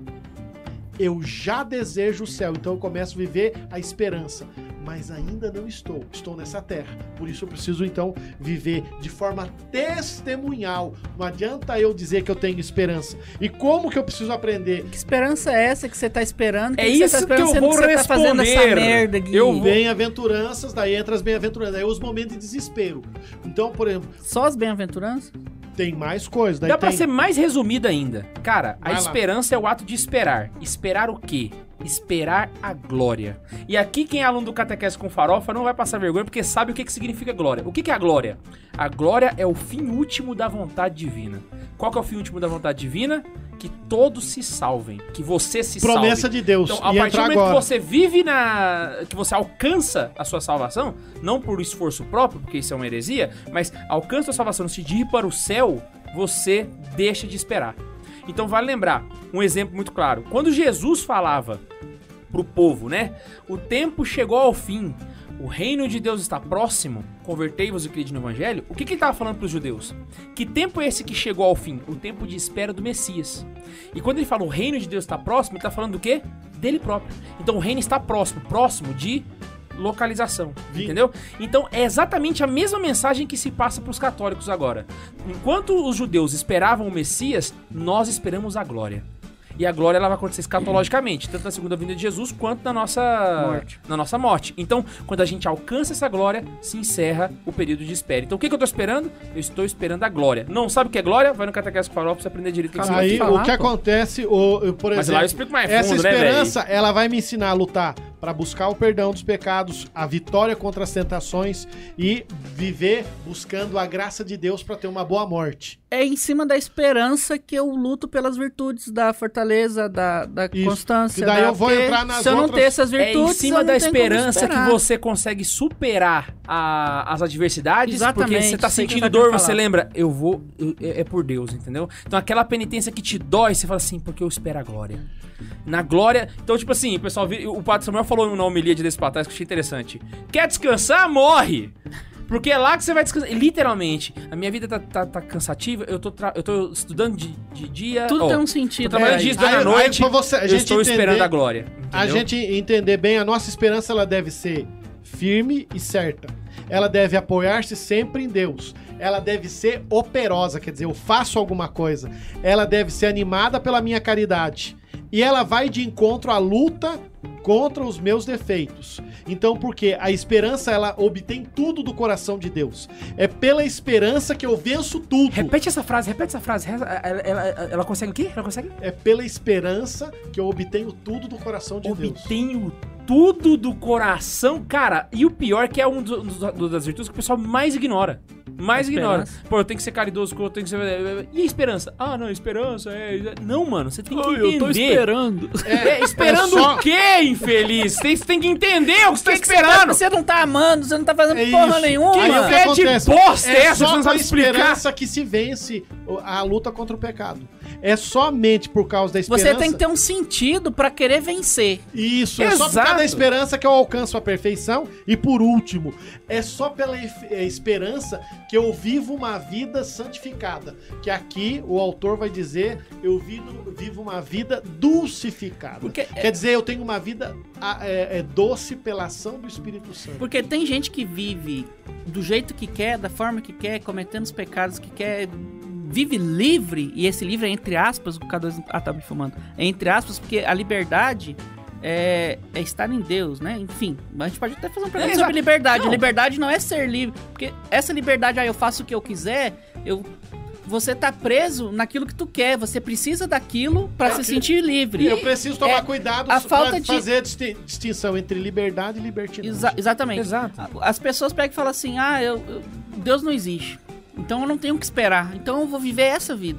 Eu já desejo o céu, então eu começo a viver a esperança. Mas ainda não estou, estou nessa terra. Por isso eu preciso, então, viver de forma testemunhal. Não adianta eu dizer que eu tenho esperança. E como que eu preciso aprender? Que esperança é essa que você tá esperando? É que isso você tá que esperando, eu sendo vou você tá fazendo essa responder. merda, Gui? Eu vou- Bem-aventuranças, daí entra as bem-aventuranças. Aí os momentos de desespero. Então, por exemplo, Só as bem-aventuranças? tem mais coisas. Daí Dá pra tem... ser mais resumida ainda. Cara, a Vai lá. esperança é o ato de esperar. Esperar o quê? Esperar a glória. E aqui quem é aluno do Catequese com Farofa não vai passar vergonha porque sabe o que, que significa glória. O que, que é a glória? A glória é o fim último da vontade divina. Qual que é o fim último da vontade divina? Que todos se salvem. Que você se salve. Promessa de Deus. Então, a E partir do entrar momento agora. que você vive na... que você alcança a sua salvação, não por esforço próprio, porque isso é uma heresia, mas alcança a salvação no sentido de ir para o céu, você deixa de esperar. Então vale lembrar, um exemplo muito claro. Quando Jesus falava pro povo, né? O tempo chegou ao fim. O reino de Deus está próximo. Convertei-vos e crede no evangelho. O que, que ele estava falando para os judeus? Que tempo é esse que chegou ao fim? O tempo de espera do Messias. E quando ele fala o reino de Deus está próximo, ele está falando do quê? Dele próprio. Então o reino está próximo. Próximo de localização. Vi. Entendeu? Então é exatamente a mesma mensagem que se passa para os católicos agora. Enquanto os judeus esperavam o Messias, nós esperamos a glória. E a glória ela vai acontecer escatologicamente, tanto na segunda vinda de Jesus quanto na nossa Morte. na nossa morte. Então, quando a gente alcança essa glória, se encerra o período de espera. Então, o que, que eu tô esperando? Eu estou esperando a glória. Não sabe o que é glória? Vai no Catequese com Farofa pra você aprender direito o que que Calma Aí falar, o que pô. acontece, o, eu, por Mas exemplo, lá eu explico mais essa fundo, né, esperança, ela vai me ensinar a lutar para buscar o perdão dos pecados, a vitória contra as tentações e viver buscando a graça de Deus para ter uma boa morte. É em cima da esperança que eu luto pelas virtudes da fortaleza, da, da Isso. constância. E daí da- eu vou porque entrar nas Se eu não outras- ter essas É virtudes, em cima eu não da tenho como esperança que esperar. você consegue superar a- as adversidades. Exatamente, Porque você tá sei que sentindo você vai dor, falar. você lembra, eu vou, eu- é, é por Deus, entendeu? Então aquela penitência que te dói, você fala assim, porque eu espero a glória. Na glória. Então, tipo assim, o pessoal, vi- o Padre Samuel falou na homilia de Despatais que eu achei interessante. Quer descansar? Morre! Porque é lá que você vai descansar. E, literalmente, a minha vida tá, tá, tá cansativa, eu tô, tra- eu tô estudando de, de dia. Tudo ó, tem um tô sentido. trabalhando é, de dia, isso. estudando à Aí- aí noite. pra você- a eu gente estou entender- esperando a glória. A entendeu? gente entender bem, a nossa esperança ela deve ser firme e certa. Ela deve apoiar-se sempre em Deus. Ela deve ser operosa, quer dizer, eu faço alguma coisa. Ela deve ser animada pela minha caridade. E ela vai de encontro à luta contra os meus defeitos. Então, porque a esperança, ela obtém tudo do coração de Deus. É pela esperança que eu venço tudo. Repete essa frase, repete essa frase. Ela, ela, ela, ela consegue o quê? Ela consegue? É pela esperança que eu obtenho tudo do coração de Deus. Obtenho tudo do coração, cara. E o pior que é um dos, dos- das virtudes que o pessoal mais ignora. Mais A ignora. esperança. Pô, eu tenho que ser caridoso, eu tenho que ser... E a esperança? Ah, não, esperança é... Não, mano, você tem que entender. esperando. É, esperando É só- o quê, infeliz? Você tem, você tem que entender o que você tá Que que você esperando. tá- Você não tá amando, você não tá fazendo É porra isso. nenhuma. Que Aí o que fé de acontece? bosta é É essa? Você só não com a sabe explicar. esperança que se vence a luta contra o pecado. É somente por causa da esperança. Você tem que ter um sentido pra querer vencer. Isso, é só por causa Exato. da esperança que eu alcanço a perfeição. E por último, é só pela ef- eh, esperança que eu vivo uma vida santificada. Que aqui o autor vai dizer, eu vivo, vivo uma vida dulcificada. Porque- Quer dizer, eu tenho uma vida ah, é, é doce pela ação do Espírito Santo. Porque tem gente que vive do jeito que quer, da forma que quer, cometendo os pecados que quer, vive livre, e esse livre é entre aspas, o K dois... Ah, tá me fumando. É entre aspas, porque a liberdade é, é estar em Deus, né? Enfim, a gente pode até fazer um programa É, sobre exato. liberdade. Não. Liberdade não é ser livre, porque essa liberdade, aí eu faço o que eu quiser, eu... Você tá preso naquilo que tu quer, você precisa daquilo pra É se que- sentir livre. E eu preciso tomar É, cuidado a pra falta de- fazer a disti- distinção entre liberdade e libertinagem. Exa- exatamente. Exato. As pessoas pegam e falam assim, ah, eu, eu- Deus não existe. Então eu não tenho o que esperar. Então eu vou viver essa vida. O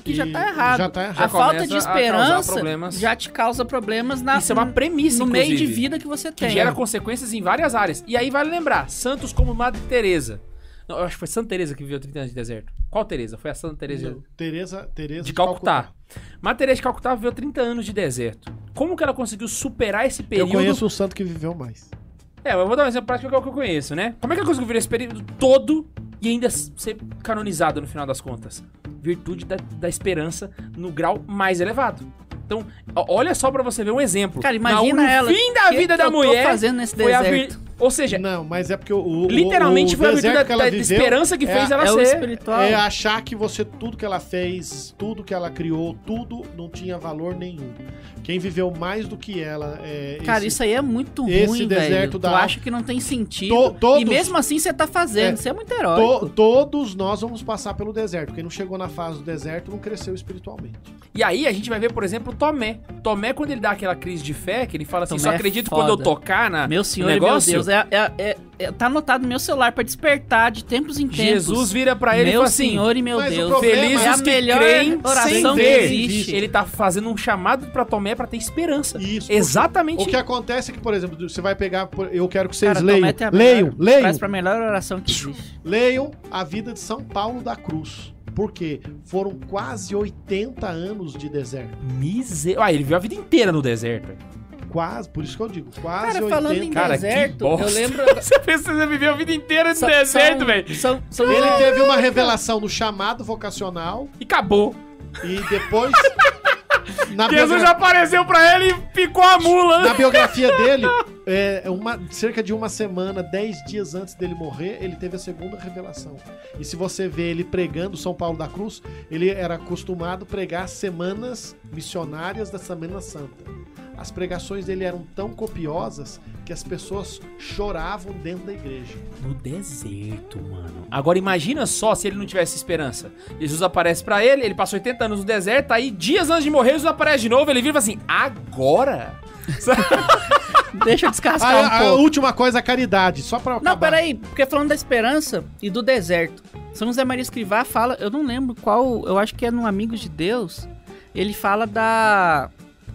que já E tá errado. já tá errado. A Já falta começa de a causar esperança problemas. já te causa problemas na, Isso é uma premissa, no meio de inclusive, vida que você que tem. gera consequências em várias áreas. E aí vale lembrar, santos como Madre Teresa. Não, eu acho que foi Santa Teresa que viveu trinta anos de deserto. Qual Teresa? Foi a Santa Teresa Não, Teresa, Teresa de Calcutá. Madre Teresa de Calcutá viveu trinta anos de deserto. Como que ela conseguiu superar esse Eu período? conheço um santo que viveu mais. É, eu vou dar um exemplo prático que é o que eu conheço, né? Como é que ela conseguiu viver esse período todo e ainda ser canonizada no final das contas? Virtude da, da esperança no grau mais elevado. Então, ó, olha só pra você ver um exemplo. Cara, imagina no ela. fim da que vida que da eu tô mulher fazendo nesse foi a vir... deserto? Ou seja, Não, mas é porque o, o literalmente o, o foi a virtude da, deserto que ela da viveu esperança que é fez a- ela É o ser. espiritual. É achar que você, tudo que ela fez, tudo que ela criou, tudo não tinha valor nenhum. Quem viveu mais do que ela é Cara, esse- isso aí é muito esse ruim, deserto velho. Tu da- acha que não tem sentido. To- todos- E mesmo assim você tá fazendo. É. Você é muito To- heróico. todos nós vamos passar pelo deserto. Quem não chegou na fase do deserto não cresceu espiritualmente. E aí a gente vai ver, por exemplo, o Tomé. Tomé, quando ele dá aquela crise de fé, que ele fala assim, Tomé só é acredito foda. quando eu tocar na, Meu no senhor e negócio. meu Deus. É, é, é- é- tá anotado no meu celular pra despertar de tempos em tempos. Jesus vira pra ele e Meu fala assim, senhor e meu mas o Deus. problema- felizes é a que melhor creem oração sem que ver. existe. Ele tá fazendo um chamado pra Tomé pra ter esperança. Isso. Exatamente. O que acontece é que, por exemplo, você vai pegar. por- Eu quero que vocês Cara, leiam. Tomé tem a Leiam, melhor- leiam. Traz pra melhor oração que existe. Leiam a vida de São Paulo da Cruz. Por quê? Foram quase oitenta anos de deserto. Miser... Ah, ele viu a vida inteira no deserto. Quase, por isso que eu digo, quase Cara, falando em oitenta. Cara, que deserto, bosta. eu lembro... Você pensa que você viveu a vida inteira no São- deserto, são- velho. São, são Ele teve uma revelação no chamado vocacional E acabou. e depois na, Jesus biogra- já apareceu pra ele e picou a mula. na biografia dele, é, uma, cerca de uma semana, dez dias antes dele morrer, ele teve a segunda revelação. E se você vê ele pregando São Paulo da Cruz, ele era acostumado a pregar semanas missionárias da Semana Santa. As pregações dele eram tão copiosas que as pessoas choravam dentro da igreja. No deserto, mano. Agora imagina só se ele não tivesse esperança. Jesus aparece pra ele, ele passou oitenta anos no deserto, aí dias antes de morrer, Jesus aparece de novo, ele vira e fala assim, agora? Deixa eu descascar A, um a pouco. última coisa, a caridade. Só pra acabar. Não, peraí, porque falando da esperança e do deserto, São José Maria Escrivá fala, eu não lembro qual, eu acho que é no Amigos de Deus, ele fala da...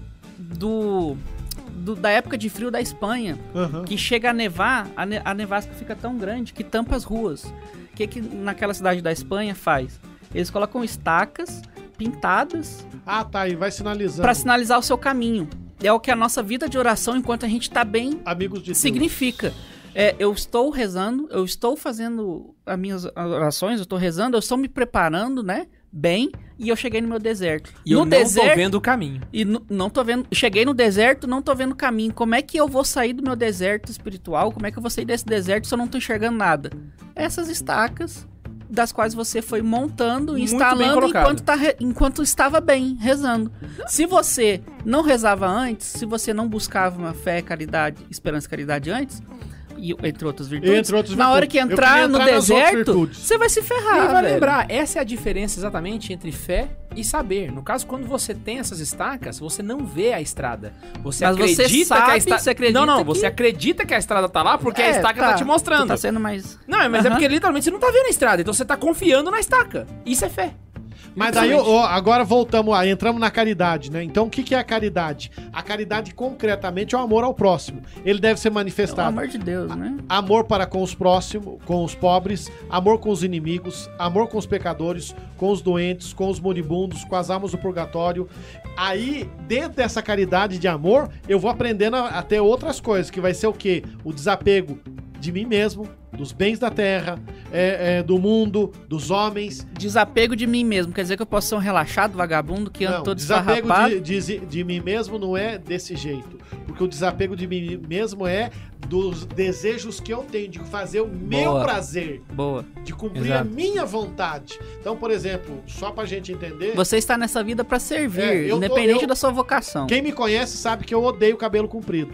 do... do- da época de frio da Espanha, Aham. que chega a nevar, a, ne- a nevasca fica tão grande que tampa as ruas. O que que naquela cidade da Espanha faz? Eles colocam estacas pintadas Ah, tá. E vai sinalizando. pra sinalizar o seu caminho. É o que a nossa vida de oração, enquanto a gente tá bem, Amigos de Deus. significa. É, eu estou rezando, eu estou fazendo as minhas orações, eu estou rezando, eu estou me preparando, né? Bem, e eu cheguei no meu deserto. E no eu não deserto, tô vendo o caminho. E n- não tô vendo. Cheguei no deserto, não tô vendo caminho. Como é que eu vou sair do meu deserto espiritual? Como é que eu vou sair desse deserto se eu não tô enxergando nada? Essas estacas, das quais você foi montando, Muito bem instalando colocado. enquanto, tá re- enquanto estava bem, rezando. Se você não rezava antes, se você não buscava uma fé, caridade, esperança e caridade antes, e, entre outras virtudes, Entre outras na hora que virtudes. Eu entrar queria no entrar nas outras deserto, virtudes. você vai se E ferrar, vai velho. lembrar, essa é a diferença exatamente entre fé e saber. No caso, quando você tem essas estacas, você não vê a estrada. Você Mas você acredita sabe, que a estrada... você acredita Não, não, que- você acredita que a estrada tá lá porque a É, estaca tá, te mostrando. tu Tá sendo mais... Não, mas é Aham. porque literalmente você não tá vendo a estrada, então você tá confiando na estaca. Isso é fé. Mas daí, ó, agora voltamos lá, entramos na caridade, né? Então, o que que é a caridade? A caridade, concretamente, é o amor ao próximo. Ele deve ser Pelo manifestado. amor de Deus, né? Amor para com os próximos, com os pobres, amor com os inimigos, amor com os pecadores, com os doentes, com os moribundos, com as almas do purgatório. Aí, dentro dessa caridade de amor, eu vou aprendendo a, a ter outras coisas, que vai ser o quê? O desapego de mim mesmo, dos bens da terra, é, é, do mundo, dos homens. Desapego de mim mesmo. Quer dizer que eu posso ser um relaxado, vagabundo, que anda Não, todo desapego esfarrapado. de, de, de mim mesmo não é desse jeito. Porque o desapego de mim mesmo é dos desejos que eu tenho, de fazer o meu Boa. prazer, Boa. de cumprir Exato. a minha vontade. Então, por exemplo, só pra gente entender, Você está nessa vida pra servir, É, eu tô- independente eu- da sua vocação. quem me conhece sabe que eu odeio cabelo comprido.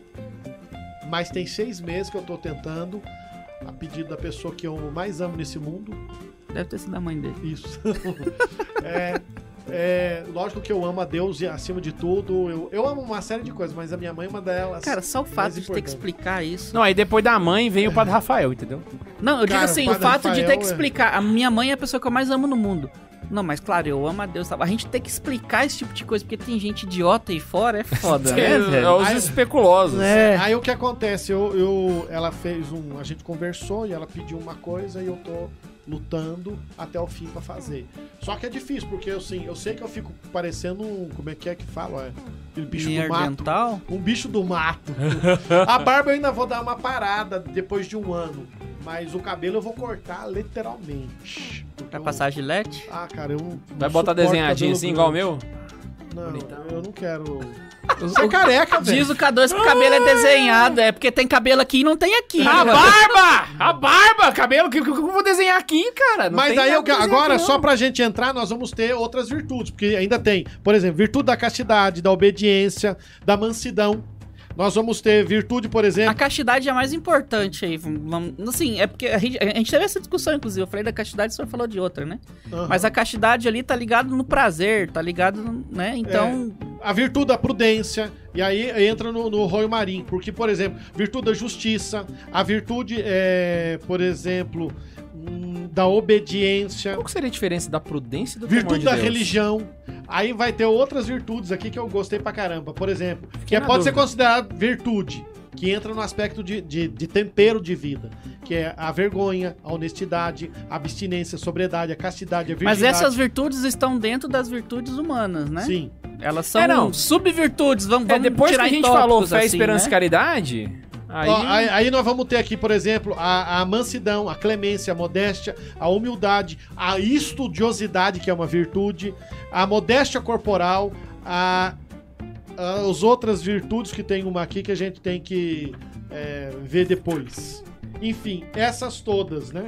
Mas tem seis meses que eu tô tentando, a pedido da pessoa que eu mais amo nesse mundo, Deve ter sido a mãe dele. isso. é, é, lógico que eu amo a Deus e acima de tudo. Eu, eu amo uma série de coisas, mas a minha mãe é uma delas. Cara, só o fato mais de ter que importante. explicar isso. Não, aí depois da mãe vem o Padre Rafael, entendeu? Não, eu digo Cara, assim, o o Padre fato de ter Rafael que é- explicar. A minha mãe é a pessoa que eu mais amo no mundo. Não, mas claro, eu amo a Deus. Tá? A gente tem que explicar esse tipo de coisa, porque tem gente idiota aí fora, é foda, né, É, velho? os Aí- especulosos. É. Aí o que acontece? Eu, eu, ela fez um. A gente conversou e ela pediu uma coisa e eu tô lutando até o fim pra fazer. Só que é difícil, porque assim, eu sei que eu fico parecendo um. Como é que é que fala? É, aquele bicho do mato. Neandertal? Um bicho do mato. A barba eu ainda vou dar uma parada depois de um ano. Mas o cabelo eu vou cortar literalmente. Porque Pra eu- passar gilete? Ah, cara, eu não. Vai não botar suporto desenhadinho cabelo assim, igual o grande. meu? Não, Bonitão. eu não quero. Você é careca, velho. Diz o K dois que o cabelo é desenhado, é porque tem cabelo aqui e não tem aqui. A né? barba! A barba! Cabelo, o que, que eu vou desenhar aqui, cara? Não Mas tem aí nada eu, pra desenhar agora, aqui, só não. pra gente entrar, nós vamos ter outras virtudes, porque ainda tem, por exemplo, virtude da castidade, da obediência, da mansidão. Nós vamos ter virtude, por A exemplo. castidade é a mais importante aí. Vamos- Assim, é porque a gente, a gente teve essa discussão, inclusive. Eu falei da castidade, o senhor falou de outra, né? Aham. Mas a castidade ali tá ligado no prazer, tá ligado, no- né? Então, A virtude da prudência, e aí entra no, no Roio Marim, porque, por exemplo, virtude da justiça, a virtude, é, por exemplo, hum, da obediência, Qual que seria a diferença da prudência e do temor virtude de da Deus? religião. Aí vai ter outras virtudes aqui que eu gostei pra caramba. Por exemplo, que Fiquei é- na pode ser dúvida. considerado virtude, que entra no aspecto de, de, de tempero de vida, que é a vergonha, a honestidade, a abstinência, a sobriedade, a castidade, a virgindade. mas essas virtudes estão dentro das virtudes humanas, né? Sim. Elas são É, não. subvirtudes, vamos, É, vamos depois que tirar a em gente falou tópicos, fé, assim, esperança e né? caridade, aí... Ó, aí, aí nós vamos ter aqui, por exemplo, a, a mansidão, a clemência, a modéstia, a humildade, a estudiosidade, que é uma virtude, a modéstia corporal, a, a- as outras virtudes que tem uma aqui que a gente tem que é, ver depois. Enfim, essas todas, né?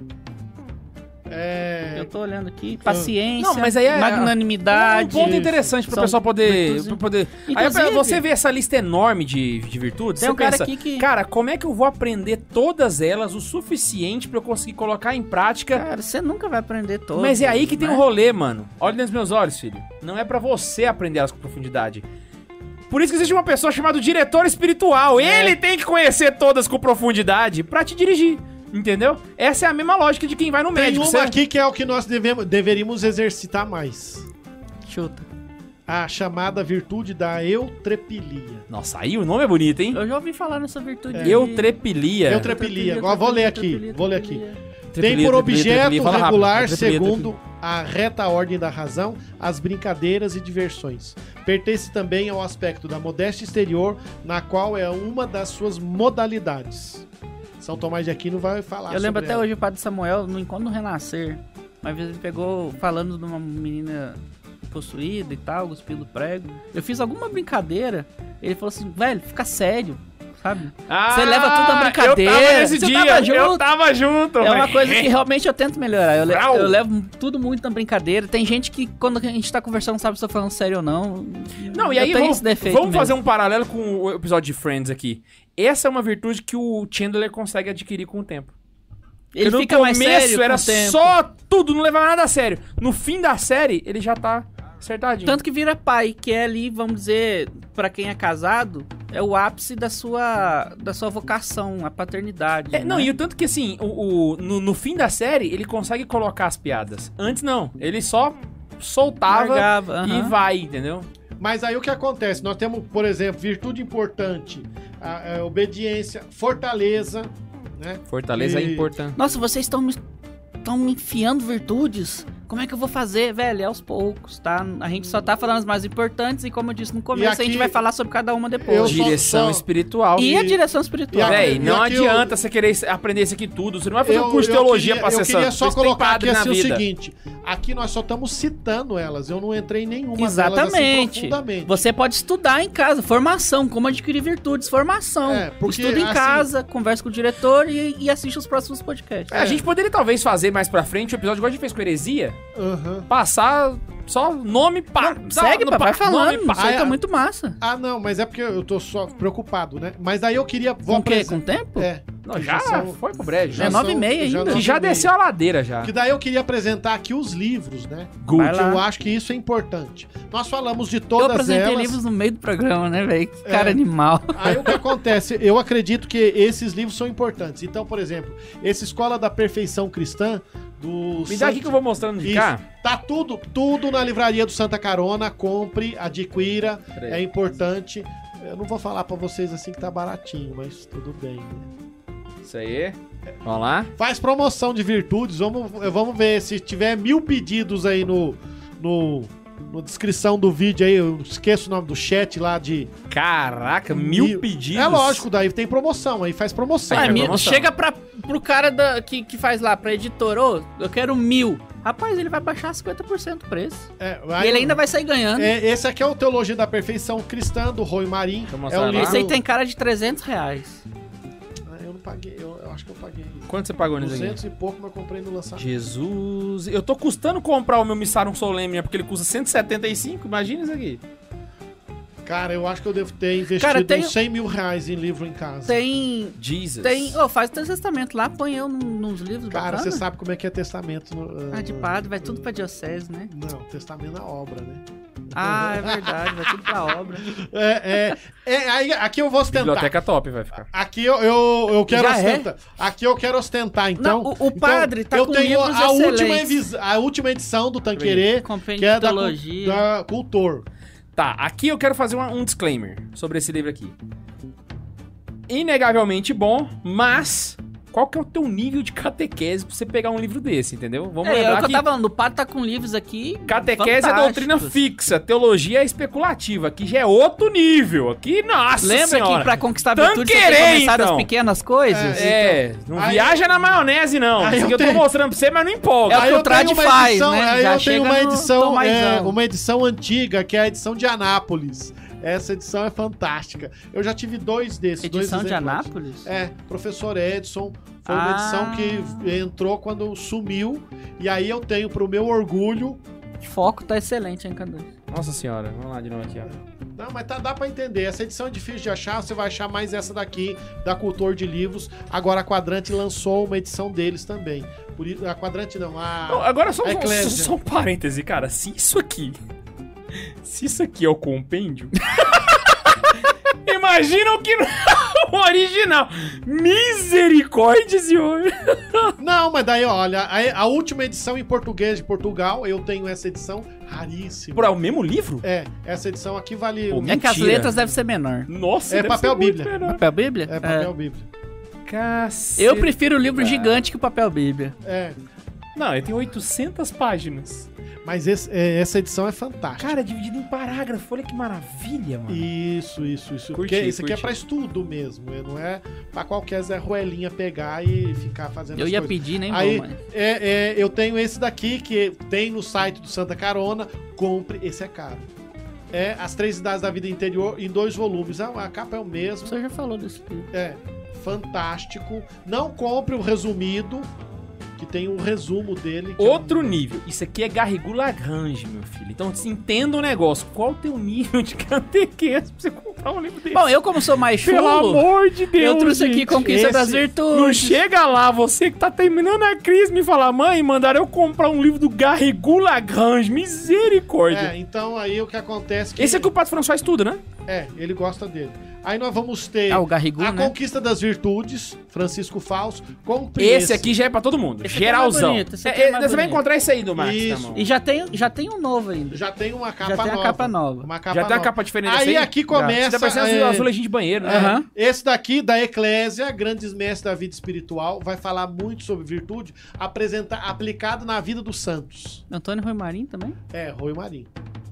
É, Eu tô olhando aqui. Paciência, Não, mas aí é- magnanimidade. Um ponto interessante pro são pessoal poder, virtudes- pra poder... Aí Inclusive- você vê essa lista enorme de, de virtudes, Tem você um cara pensa, aqui que- cara, como é que eu vou aprender todas elas o suficiente pra eu conseguir colocar em prática? Cara, você nunca vai aprender todas. Mas é aí que tem né? um rolê, mano. Olha dentro dos meus olhos, filho. Não é pra você aprender elas com profundidade. Por isso que existe uma pessoa chamada diretor espiritual. É. Ele tem que conhecer todas com profundidade pra te dirigir. Entendeu? Essa é a mesma lógica de quem vai no tem médico. uma Você- aqui que é o que nós devemos, deveríamos exercitar mais. Chuta. A chamada virtude da eutrepilia. Nossa, aí o nome é bonito, hein? Eu já ouvi falar nessa virtude. É. de- Eutrepilia. Eutrepilia. Agora vou ler aqui. Trepilia, Vou ler aqui. trepilia. Tem Trepilia, por trepilia, objeto trepilia. Fala rápido. regular, Trepilia, segundo a reta ordem da razão, as brincadeiras e diversões. Pertence também ao aspecto da modéstia exterior, na qual é uma das suas modalidades. São Tomás de Aquino vai falar Eu lembro sobre até ela. hoje o Padre Samuel, no Encontro do Renascer, uma vez ele pegou falando de uma menina possuída e tal, cuspindo prego. Eu fiz alguma brincadeira, ele falou assim, velho, fica sério, sabe? Ah, Você leva tudo na brincadeira. Eu tava nesse Você dia. tava junto? Eu tava junto. É uma velho. coisa que realmente eu tento melhorar. Eu, le- Vrau. eu levo tudo muito na brincadeira. Tem gente que, quando a gente tá conversando, não sabe se eu tô falando sério ou não. Não, e Eu aí tenho vamos, esse defeito vamos mesmo. fazer um paralelo com o episódio de Friends aqui. Essa é uma virtude que o Chandler consegue adquirir com o tempo. Ele Porque fica no mais começo sério era com o tempo. só tudo, não levava nada a sério. No fim da série, ele já tá acertadinho. Tanto que vira pai, que é ali, vamos dizer, pra quem é casado, é o ápice da sua, da sua vocação, a paternidade. É, não, né? e o tanto que assim, o, o- no, no fim da série, ele consegue colocar as piadas. Antes não, ele só soltava Largava, e aham. vai, entendeu? Mas aí o que acontece? Nós temos, por exemplo, virtude importante, a, a obediência, fortaleza, né? Fortaleza E- é importante. Nossa, vocês estão me, estão me enfiando virtudes? Como é que eu vou fazer? Velho, é aos poucos, tá? A gente só tá falando as mais importantes e, como eu disse no começo, aqui- a gente vai falar sobre cada uma Eu depois. só- Direção só- espiritual. E E- a direção espiritual. e a- Véi, E não aqui adianta eu- você querer aprender isso aqui tudo. Você não vai fazer Eu- um curso de eu teologia queria- pra ser Eu queria santo. só Vocês têm colocar aqui padre na assim o vida. seguinte, aqui nós só estamos citando elas, eu não entrei em nenhuma delas assim Exatamente. profundamente. Você pode estudar em casa, formação, como adquirir virtudes, formação. É, porque, Estuda em assim- casa, conversa com o diretor e, e assiste os próximos podcasts. É, a gente poderia talvez fazer mais pra frente um episódio igual a gente fez com heresia. Aham. Passar só nome, pá. só Segue, no pá, vai pá, falando. nome, pá. Isso aí Ah, tá é. muito massa. Ah, não, mas é porque eu tô só preocupado, né? Mas daí eu queria... Vou Com o quê? apresen- Com o tempo? É. Não, que já são- foi pro brejo. já É nove e são- meia já ainda. Que nove já e meia. desceu a ladeira já. Que daí eu queria apresentar aqui os livros, né? Good. Vai Que lá. eu acho que isso é importante. Nós falamos de Eu todas apresentei elas. livros no meio do programa, né, velho? Que cara É. animal. Aí o que acontece? Eu acredito que esses livros são importantes. Então, por exemplo, essa Escola da Perfeição Cristã, do Me dá aqui que eu vou mostrando de cá. Isso. Tá tudo, tudo na livraria do Santa Carona. Compre, adquira. Peraí. É importante. Eu não vou falar pra vocês assim que tá baratinho, mas tudo bem. Né? Isso aí. Vamos lá. Faz promoção de virtudes. Vamos, vamos ver se tiver mil pedidos aí no, no, no descrição do vídeo aí. Eu esqueço o nome do chat lá de... Caraca, mil, pedidos. É lógico, daí tem promoção. Aí faz promoção. Ah, é mil- promoção. chega pra, pro cara da, que, que faz lá, pra editor, ô, eu quero mil. Rapaz, ele vai baixar cinquenta por cento o preço. É, E aí- ele ainda vai sair ganhando. É, esse aqui é o Teologia da Perfeição Cristã, do Roy Marim. Deixa eu É mostrar um lá. livro... Esse aí tem cara de trezentos reais. Ah, eu não paguei, eu, eu acho que eu paguei. Quanto você pagou nisso aqui? duzentos e pouco, mas eu comprei no lançamento. Jesus. Eu tô custando comprar o meu Missarum Solemnia porque ele custa cento e setenta e cinco. Imagina isso aqui. Cara, eu acho que eu devo ter investido Cara, tem- uns cem mil reais em livro em casa. Tem. Jesus. Tem. Ô, faz o teu testamento lá, põe eu num- nos livros Cara, bacana. você sabe como é que é testamento. No, Ah, de padre, vai tudo pra diocese, né? Não, testamento na obra, né? Ah, é verdade, vai tudo pra obra. É, é, é, aí, aqui eu vou ostentar. Biblioteca top vai ficar. Aqui eu, eu, eu quero Já é? ostentar. Aqui eu quero ostentar, então. Não, o- o padre então, tá eu com tenho livros a última, excelentes. evis- a última edição do Tanquerê, Compêndio que é de da, teologia. cu- da Cultor. Tá, aqui eu quero fazer uma- um disclaimer sobre esse livro aqui. Inegavelmente bom, mas qual que é o teu nível de catequese pra você pegar um livro desse, entendeu? Vamos É, é o lembrar que eu que tava falando, o padre tá com livros aqui. catequese é fantásticos. doutrina fixa, teologia é especulativa. Aqui já é outro nível. Aqui, nossa Lembra senhora. que pra conquistar a virtude você tem que Tanquerê, começar das então. pequenas coisas? É, não Aí- viaja na maionese, não. Aí Isso eu que eu tô tenho- mostrando pra você, mas não empolga. É o que Aí o eu Trad tenho uma faz, edição, né? Aí Já eu tenho chega uma no edição, Tomaizão. é, uma edição antiga, que é a edição de Anápolis. Essa edição é fantástica. Eu já tive dois desses. Edição dois de exemplares. Anápolis? É, professor Edson. Foi uma Ah. edição que entrou quando sumiu. E aí eu tenho, pro meu orgulho... O foco tá excelente, hein, Cadu? Nossa senhora, vamos lá de novo aqui, ó. Não, mas tá, dá pra entender. Essa edição é difícil de achar. Você vai achar mais essa daqui, da Cultor de Livros. Agora a Quadrante lançou uma edição deles também. Por isso, a Quadrante não, Não, a... agora só, a só, Eclésia. só um parêntese, cara. Se isso aqui. Se isso aqui é o compêndio. Imagina o que não é o original. Misericórdia, senhor. Não, mas daí, olha, a, a última edição em português de Portugal, eu tenho essa edição raríssima. Por é o mesmo livro? É, essa edição aqui vale... Pô, É que as Mentira. letras devem ser menor. Nossa, É deve papel ser muito Bíblia. menor. Papel Bíblia? É papel Bíblia. Caceta. Eu prefiro o livro gigante que o papel Bíblia. É, Não, ele tem oitocentas páginas. mas esse- é, essa edição é fantástica. Cara, dividido em parágrafo. Olha que maravilha, mano. Isso, isso, isso. Curti, Porque isso aqui é curti. pra estudo mesmo, né? Não é pra qualquer Zé Ruelinha pegar e ficar fazendo Eu as ia coisas. pedir, nem Aí, vou, mas... é, é, eu tenho esse daqui que tem no site do Santa Carona. Compre, esse é caro. É As Três Idades da Vida Interior em dois volumes. A, a capa é o mesmo. Você já falou desse livro. É fantástico. Não compre o resumido, que tem um resumo dele. que Outro é um- nível. Isso aqui é Garrigou Lagrange, meu filho. Então, se entenda um negócio. Qual o teu nível de catequese pra você comprar um livro desse? Bom, eu como sou mais chulo, Pelo amor de Deus, eu trouxe aqui gente. Conquista esse- das Não Virtudes. chega lá, você que tá terminando a crise, me falar, mãe, mandaram eu comprar um livro do Garrigou Lagrange. Misericórdia. É, então aí o que acontece que Esse é que o Pato François estuda, né? É, ele gosta dele. Aí nós vamos ter Ah, o Garrigou, A né? Conquista das Virtudes, Francisco Fausto. Compre Esse aqui já é pra todo mundo. Esse aqui é Geralzão. mais bonito, esse aqui É, é é, mais você vai bonito. encontrar esse aí do Max, Isso. tá, mão? E já tem, já tem um novo ainda. Já tem uma capa Já tem a nova. capa nova. Uma capa Já tem uma nova. capa diferente Aí dessa aí? aqui começa... Você tá parecendo é, azulejinho de banheiro, né? Aham. Esse daqui, da Eclésia, Grandes Mestres da Vida Espiritual, vai falar muito sobre virtude, apresenta, aplicado na vida dos santos. Antônio Rui Marim também? É, Rui Marim.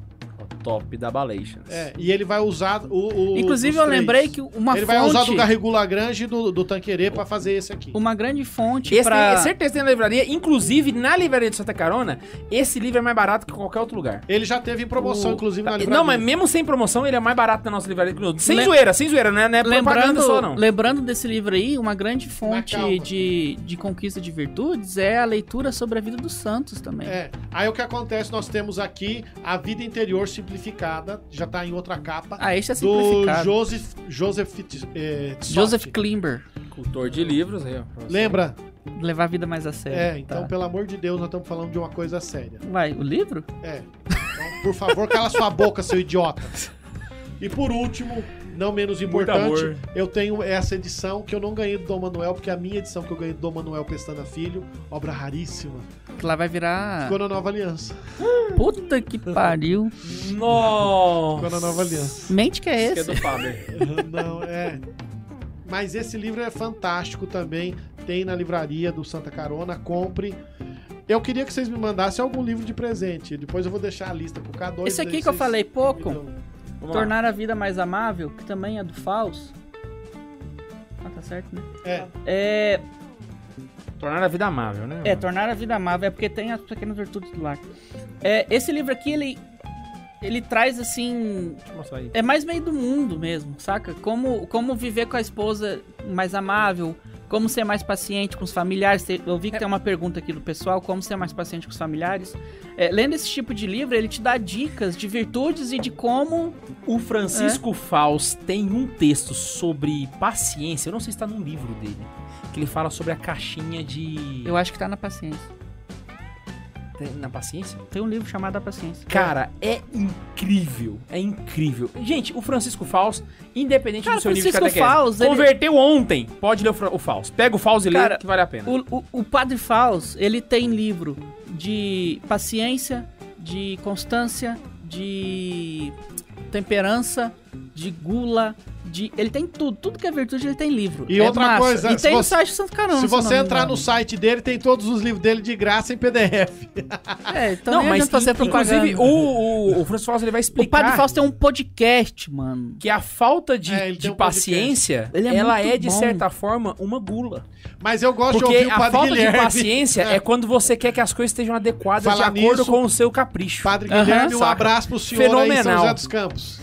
Top da Balations. É, e ele vai usar o... o Inclusive, os eu três. lembrei que uma Ele fonte... vai usar do Garrigou Lagrange e do, do Tanquerê pra fazer esse aqui. Uma grande fonte Esse pra... tem, certeza tem na livraria. Inclusive, na livraria de Santa Carona, esse livro é mais barato que qualquer outro lugar. Ele já teve em promoção, O- inclusive, na livraria. Não, mas mesmo sem promoção, ele é mais barato na nossa livraria. Sem Lem- zoeira, sem zoeira, não é, não é propaganda Lembrando, só, não. lembrando desse livro aí, uma grande fonte calma. de, de conquista de virtudes é a leitura sobre a vida dos santos também. É, aí o que acontece, nós temos aqui a Vida Interior Simplificada, já tá em outra capa, Ah, esse é do simplificado. Joseph, Joseph é, Tsotti. Joseph Klimber. Cultor de livros aí, ó. pra você. Lembra? Levar a vida mais a sério. É, então, Tá. pelo amor de Deus, nós estamos falando de uma coisa séria. Vai, o livro? É. Então, por favor, cala sua boca, seu idiota. E por último, não menos Muito importante, amor. eu tenho essa edição que eu não ganhei do Dom Manuel, porque a minha edição que eu ganhei do Dom Manuel Pestana Filho, obra raríssima, Que lá vai virar... ficou na Nova Aliança. Puta que pariu. Nossa. Ficou na Nova Aliança. Mente que é Que é esse? do Faber. Não, é. Mas esse livro é fantástico também. Tem na livraria do Santa Carona. Compre. Eu queria que vocês me mandassem algum livro de presente. Depois eu vou deixar a lista pro K dois. Esse aqui daí que eu vocês falei me pouco, dão. Vamos lá. Tornar a Vida Mais Amável, que também é do Faust. Ah, tá certo, né? É. É, Tornar a vida amável, né? é, Tornar a Vida Amável, é porque tem as pequenas virtudes do lar. É, esse livro aqui, ele, ele traz, assim... Deixa eu mostrar aí. É mais meio do mundo mesmo, saca? Como, como viver com a esposa mais amável, como ser mais paciente com os familiares. Te- Eu vi que tem uma pergunta aqui do pessoal, como ser mais paciente com os familiares. É, lendo esse tipo de livro, ele te dá dicas de virtudes e de como... O Francisco Faust tem um texto sobre paciência, eu não sei se tá num livro dele, que ele fala sobre a caixinha de... Eu acho que tá na paciência. Tem- Na paciência? Tem um livro chamado A Paciência. Cara, é incrível, é incrível. Gente, o Francisco Faust, independente Cara, do seu nível de Francisco catequese, Faust, ele- converteu ontem, pode ler o, Fra- o Faust. Pega o Faust e lê, Cara, que vale a pena. O, o, o Padre Faust, ele tem livro de paciência, de constância, de temperança, de gula, de... Ele tem tudo. Tudo que é virtude, ele tem livro. E É outra massa. coisa, E se tem no você- site do Santo Carona. Se se eu você não me entrar engano. no site dele, tem todos os livros dele de graça em P D F. É, então Não, nem mas adianta fazer inclusive propaganda. o, o, o Francisco Faust ele vai O explicar Padre Faust tem um podcast, mano. que a falta de, É, ele de tem um paciência, Ele é ela muito é, de bom. certa forma, uma gula. Mas eu gosto de Porque ouvir o a Padre falta Guilherme. de paciência é. É. quando você quer que as coisas estejam adequadas Falar de acordo nisso, com o seu capricho. Padre Aham, Guilherme, um saca. abraço pro senhor aí em São Fenomenal. José dos Campos.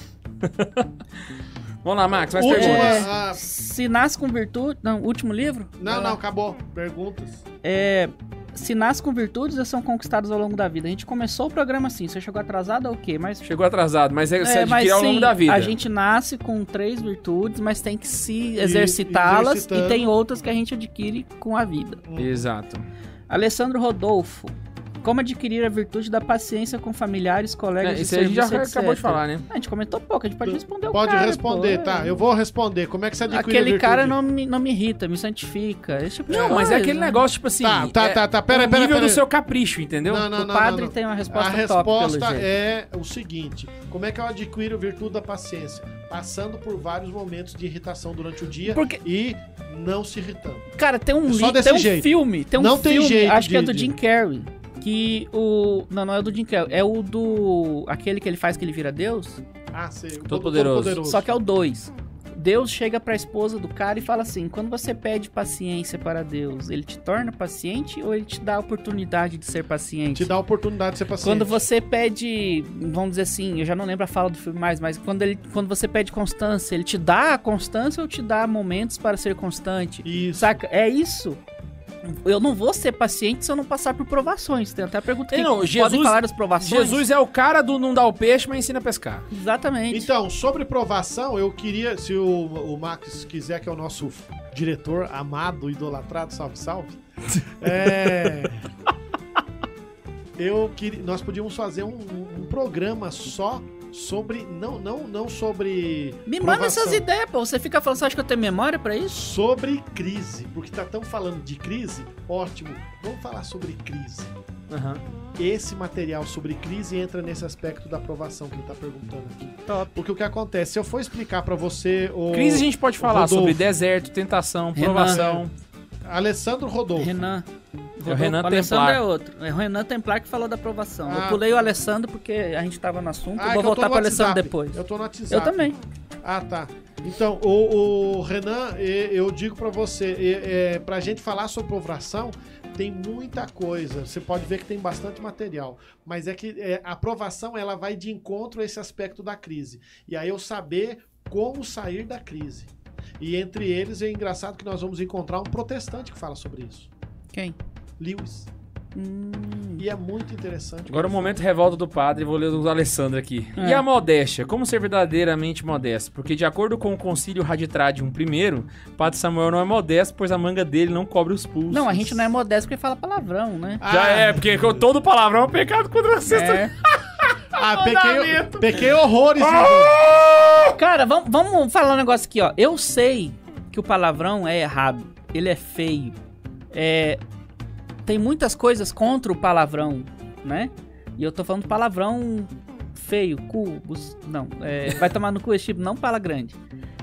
Vamos lá, Max, mais Última, perguntas. ah, Se Nasce com Virtude... Não, último livro? não, não, acabou. Perguntas. É... Se nasce com virtudes ou são conquistados ao longo da vida? A gente começou o programa assim. Você chegou atrasado ou o quê? Mas... Chegou atrasado, mas é, você É, mas adquire ao longo sim, da vida. a gente nasce com três virtudes, mas tem que se exercitá-las exercitando. e tem outras que a gente adquire com a vida. Exato. Alessandro Rodolfo. Como adquirir a virtude da paciência com familiares, colegas É, de isso aí a gente já serviço, acabou de etcétera? falar, né? A gente comentou pouco, a gente pode responder o Pode cara, responder, pô. tá? Eu vou responder. Como é que você adquire a Aquele virtude? cara não me, não me irrita, me santifica. Esse tipo de Não, mas é coisa, aquele né? negócio, tipo assim... Tá, tá, é tá, tá. Pera, o pera, nível pera. do seu capricho, entendeu? Não, não, O não, padre não, não. tem uma resposta A top, resposta pelo jeito. é o seguinte: como é que eu adquiro a virtude da paciência? Passando por vários momentos de irritação durante o dia Porque- e não se irritando. Cara, tem um, Só li- desse tem um jeito. filme, tem um Não tem filme, jeito acho que é de- do de- Jim Carrey, que o... Não, não é o do Jim Carrey, é o do... Aquele que ele faz que ele vira Deus, Ah, sei. o Todo-Poderoso. Todo-Poderoso. só que é o dois. Deus chega pra esposa do cara e fala assim, quando você pede paciência para Deus, ele te torna paciente ou ele te dá a oportunidade de ser paciente? Te dá a oportunidade de ser paciente. Quando você pede, vamos dizer assim, eu já não lembro a fala do filme mais, mas quando, ele, quando você pede constância, ele te dá a constância ou te dá momentos para ser constante? Isso. Saca? É isso. Eu não vou ser paciente se eu não passar por provações. Tem até a pergunta É, que não, podem Jesus- falar das provações. Jesus é o cara do não dar o peixe, mas ensina a pescar. Exatamente. Então, sobre provação, eu queria, se o, o Max quiser, que é o nosso diretor amado, idolatrado, salve, salve. É. Eu queria. Nós podíamos fazer um, um programa só sobre. Não, não, não sobre. Me manda provação, essas ideias, pô. Você fica falando, você acha que eu tenho memória pra isso? Sobre crise. Porque tá tão falando de crise, ótimo. Vamos falar sobre crise. Esse material sobre crise entra nesse aspecto da aprovação que ele tá perguntando aqui. Top. Porque o que acontece, se eu for explicar pra você o Crise a gente pode falar Rodolfo. sobre deserto, tentação, Renan. provação. Alessandro Rodolfo. Renan. É o Renan o Alessandro Templar. é outro. É o Renan Templar que falou da aprovação. Ah. Eu pulei o Alessandro porque a gente tava no assunto. Ah, eu vou que eu tô voltar no pro Alessandro WhatsApp. depois. Eu tô no WhatsApp. Eu também. Ah, tá. Então, o, o Renan, e- eu digo pra você, e- é, pra gente falar sobre provação, tem muita coisa. Você pode ver que tem bastante material. Mas é que é, a aprovação, ela vai de encontro a esse aspecto da crise. E aí eu saber como sair da crise. E entre eles é engraçado que nós vamos encontrar um protestante que fala sobre isso. Quem? Lewis. Hum. E é muito interessante. Agora o momento revolta do padre, vou ler o do Alessandro aqui. É. E a modéstia? Como ser verdadeiramente modesto? Porque de acordo com o concílio Raditradium I, Padre Samuel não é modesto, pois a manga dele não cobre os pulsos. Não, a gente não é modesto porque fala palavrão, né? Ah, Já é, porque todo palavrão é um pecado contra a sexta. É. Ah, pequei, pequei horrores. Cara, vamos, vamos falar um negócio aqui, ó. Eu sei que o palavrão é errado. Ele é feio. É, tem muitas coisas contra o palavrão, né? E eu tô falando palavrão feio, cu, bus, não. É, vai tomar no cu esse tipo, não fala grande.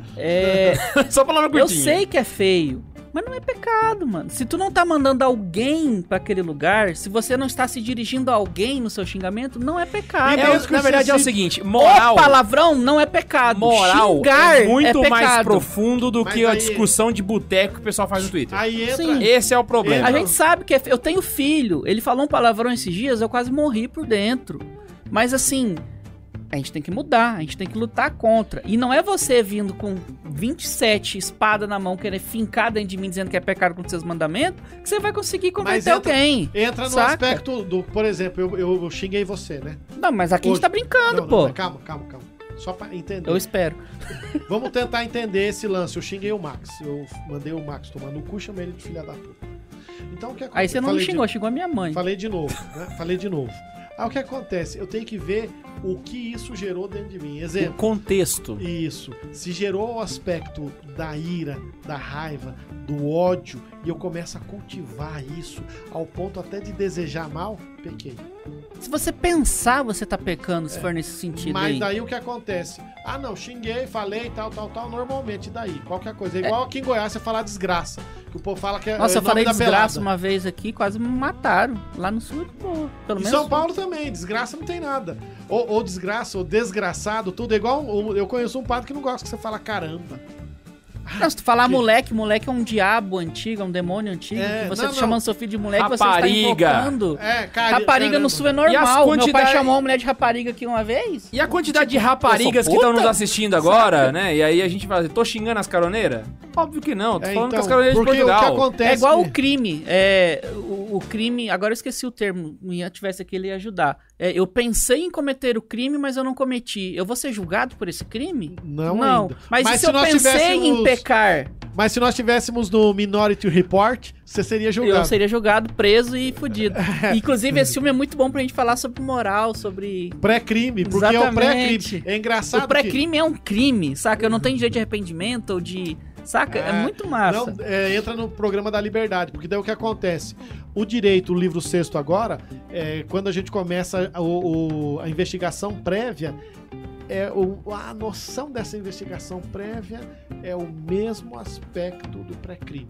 É, Só palavra eu curtinha. sei que é feio, mas não é pecado, mano. Se tu não tá mandando alguém pra aquele lugar, se você não está se dirigindo a alguém no seu xingamento, não é pecado. E É, mesmo que na você verdade é o se- seguinte, moral... O palavrão não é pecado. Moral Xingar é muito é mais pecado. profundo do Mas que a aí- discussão de boteco que o pessoal faz no Twitter. Aí entra... Sim. Esse é o problema. A gente sabe que é fe... eu tenho filho. Ele falou um palavrão esses dias, eu quase morri por dentro. Mas assim, a gente tem que mudar, a gente tem que lutar contra. E não é você vindo com vinte e sete espadas na mão, querer fincar dentro de mim, dizendo que é pecado contra seus mandamentos, que você vai conseguir converter entra- alguém. Entra no Saca? aspecto do... Por exemplo, eu, eu, eu xinguei você, né? Não, mas aqui a Hoje- gente tá brincando, Não, não, pô. mas calma, calma, calma. Só pra entender. Eu espero. Vamos tentar entender esse lance. Eu xinguei o Max. Eu mandei o Max tomar no cu, chamei ele de filha da puta. Então o que acontece? Aí você não me Falei de- xingou, xingou a minha mãe. Falei de novo, né? Falei de novo. Aí o que acontece? Eu tenho que ver o que isso gerou dentro de mim. O Exemplo. contexto. Isso. Se gerou o aspecto da ira, da raiva, do ódio, e eu começo a cultivar isso ao ponto até de desejar mal, pequei. Se você pensar, você tá pecando, se for nesse sentido Mas aí. daí o que acontece? Ah, não, xinguei, falei, tal, tal, tal, normalmente, e daí? Qualquer coisa. É igual aqui em Goiás você falar desgraça. Que o povo fala que é Nossa, é eu falei nome da desgraça pelada. uma vez aqui, quase me mataram. Lá no sul, pô, pelo Em menos. São Paulo também, desgraça não tem nada. Ou, ou desgraça, ou desgraçado, tudo é igual. um- Eu conheço um padre que não gosta que você fala caramba. Não, se tu falar que- moleque, moleque é um diabo antigo, é um demônio antigo. É, que você não, tá não. chamando seu filho de moleque, Rapariga. você está invocando. É, cara. Rapariga caramba. no sul é E as normal. Meu pai quantidade- chamou uma mulher de rapariga aqui uma vez. E a quantidade de eu raparigas sou que estão puta? nos assistindo agora, né? E aí a gente fala, tô xingando as caroneiras? Óbvio que não, tô É, falando então, com as caroneiras de porque o que Portugal. acontece... É igual o crime. É, o, o crime. Agora eu esqueci o termo. Se Ian tivesse aqui, ele ia ajudar. É, eu pensei em cometer o crime, mas eu não cometi. Eu vou ser julgado por esse crime? Não, Não. ainda. Mas, Mas e se, se eu nós pensei tivéssemos- em pecar? Mas se nós tivéssemos no Minority Report, você seria julgado. Eu seria julgado, preso e fudido. Inclusive, esse filme é muito bom pra gente falar sobre moral, sobre. Pré-crime, porque é o Exatamente. pré-crime. É engraçado O pré-crime é um crime, saca? Eu não tenho direito de arrependimento ou de. Saca? É, É, muito que... massa. Não, é, entra no programa da liberdade, porque daí o que acontece? O direito, o livro sexto agora, é, quando a gente começa a, o- a investigação prévia, é o- a noção dessa investigação prévia é o mesmo aspecto do pré-crime.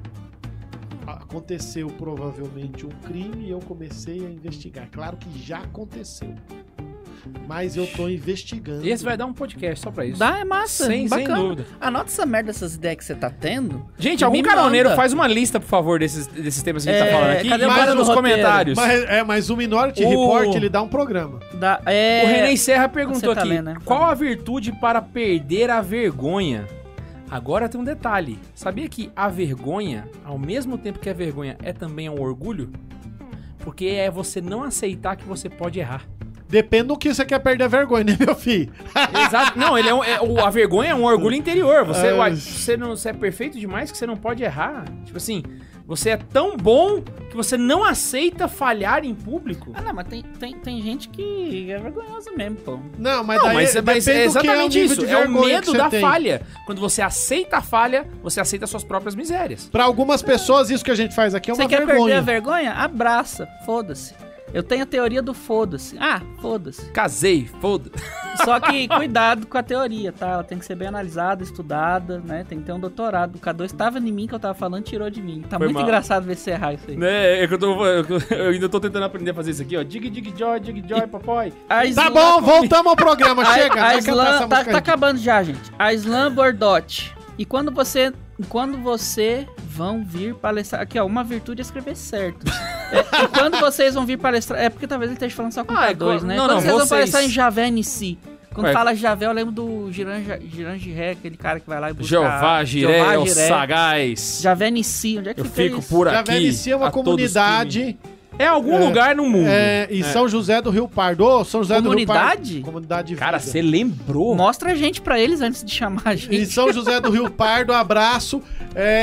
Aconteceu provavelmente um crime e eu comecei a investigar. Claro que já aconteceu. Mas eu tô investigando. E esse vai dar um podcast só pra isso. Dá, é massa. Sem, sem bacana. dúvida. Anota essa merda, essas ideias que você tá tendo. Gente, Me algum caroneiro manda. faz uma lista, por favor, desses, desses temas que a gente É, tá falando aqui. cadê E o manda cara do nos roteiro? comentários. Mas, é, mas o Minority O- Report, ele dá um programa. Da, é... O René Serra perguntou Você tá aqui, lendo, né? qual a virtude para perder a vergonha? Agora tem um detalhe. Sabia que a vergonha, ao mesmo tempo que a vergonha é também um orgulho? Porque é você não aceitar que você pode errar. Depende do que você quer perder a vergonha, né, meu filho? Exato. Não, ele é, um, é o- a vergonha é um orgulho interior. Você, Ah, uai, você, não, você é perfeito demais que você não pode errar. Tipo assim, você é tão bom que você não aceita falhar em público. Ah, não, mas tem, tem, tem gente que é vergonhosa mesmo, pô. Não, mas Não, daí mas, mas depende é do que exatamente o nível isso. de É o vergonha que medo você da tem. falha. Quando você aceita a falha, você aceita suas próprias misérias. Pra algumas pessoas, isso que a gente faz aqui é Você uma quer vergonha. perder a vergonha? Abraça. Foda-se. Eu tenho a teoria do foda-se. Ah, foda-se. Casei, foda. Só que cuidado com a teoria, tá? Ela tem que ser bem analisada, estudada, né? Tem que ter um doutorado. O K dois tava em mim que eu tava falando, tirou de mim. Tá Foi muito mal. engraçado ver você errar isso aí. Né, é que eu, tô, eu, eu ainda tô tentando aprender a fazer isso aqui, ó. Dig, dig, joy, dig, joy, papai. A Tá Islam- bom, voltamos ao programa. A, Chega, a vai cantar Islam essa tá, música tá aí. acabando já, gente. A Islam Bordote. E quando você, quando você vão vir palestrar... Aqui, ó, uma virtude é escrever certo. É, e quando vocês vão vir palestrar... É porque talvez ele esteja falando só com Ah, K dois, é, né? não, quando não, vocês vão vocês- palestrar em Javé Nissi. Quando Ué. fala Javé, eu lembro do Girange Ré, aquele cara que vai lá e busca... Jeová, Jiré, Jeová, o Jiré. sagaz. Javé Nissi, onde é que Eu fica fico isso? por Já aqui. Venice é uma a todos comunidade que- É algum É, lugar no mundo. é, em São José do Rio Pardo. Ô, São José do Rio Comunidade? Pardo. Comunidade de Cara, vida. você lembrou? Mostra a gente pra eles antes de chamar a Em gente. São José do Rio Pardo, abraço. É,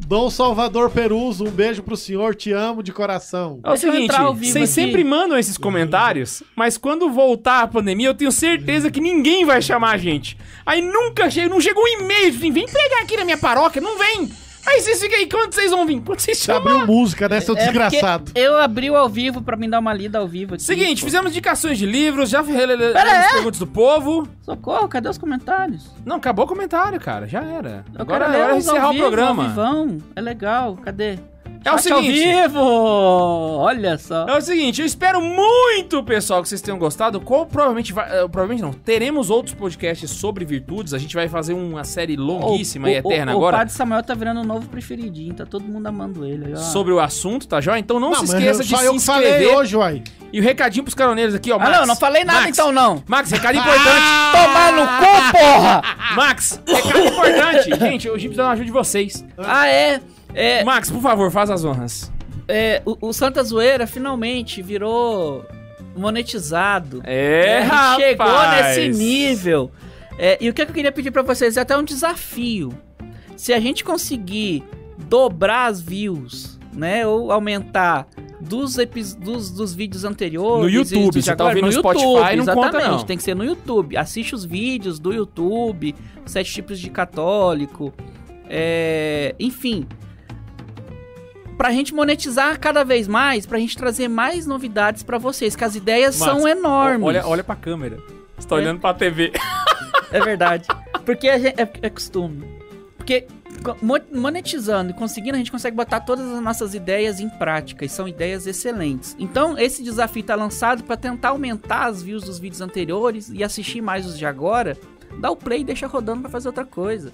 Dom Salvador Peruso, um beijo pro senhor, te amo de coração. É o Deixa eu seguinte, entrar ao vivo vocês aqui. sempre mandam esses comentários, mas quando voltar a pandemia, eu tenho certeza que ninguém vai chamar a gente. Aí nunca chega, não chegou um e-mail, assim, vem pregar aqui na minha paróquia, não vem. Aí vocês ficam aí, quando vocês vão vir? Quando vocês Você chamam. abriu música, né, seu É porque desgraçado? eu abri o ao vivo pra me dar uma lida ao vivo aqui. Seguinte, pô. fizemos indicações de livros, já relemos Pera, as é? perguntas do povo. Socorro, cadê os comentários? Não, acabou o comentário, cara, já era. Eu Agora quero é hora ler de os ao encerrar o vivo, programa. ao vivão. É legal, cadê? É o Chat ao seguinte. vivo! Olha só. É o seguinte, eu espero muito, pessoal, que vocês tenham gostado. Qual provavelmente vai. eh, provavelmente não. Teremos outros podcasts sobre virtudes. A gente vai fazer uma série longuíssima O- e o- eterna o, agora. O Padre Samuel tá virando o novo preferidinho. Tá todo mundo amando ele. ó. Sobre o assunto, tá joia? Então não, se mas esqueça de só se eu que falei inscrever. hoje, uai. E o recadinho pros caroneiros aqui, ó. Ah, Max, não, não falei nada Max, então não. Max, recado importante. Tomar no cu, porra! Max, recado importante. Gente, hoje precisa da ajuda de vocês. Ah, é. É, Max, por favor, faz as honras. é o, o Santa Zoeira finalmente virou monetizado. É, a gente rapaz. chegou nesse nível. É, e o que eu queria pedir pra vocês é até um desafio. Se a gente conseguir dobrar as views, né, ou aumentar dos, epi- dos, dos vídeos anteriores... No e YouTube, dos de você tá agora, ouvindo no YouTube, Spotify, não conta, exatamente, não. tem que ser no YouTube. Assiste os vídeos do YouTube, os sete tipos de católico, é, enfim... Pra gente monetizar cada vez mais, pra gente trazer mais novidades pra vocês, que as ideias Max, são enormes. Olha, olha pra câmera. Você tá É. olhando pra T V. É verdade. Porque a gente, é, é costume. Porque co- mo- monetizando e conseguindo, a gente consegue botar todas as nossas ideias em prática. E são ideias excelentes. Então, esse desafio tá lançado pra tentar aumentar as views dos vídeos anteriores e assistir mais os de agora. Dá o play e deixa rodando pra fazer outra coisa.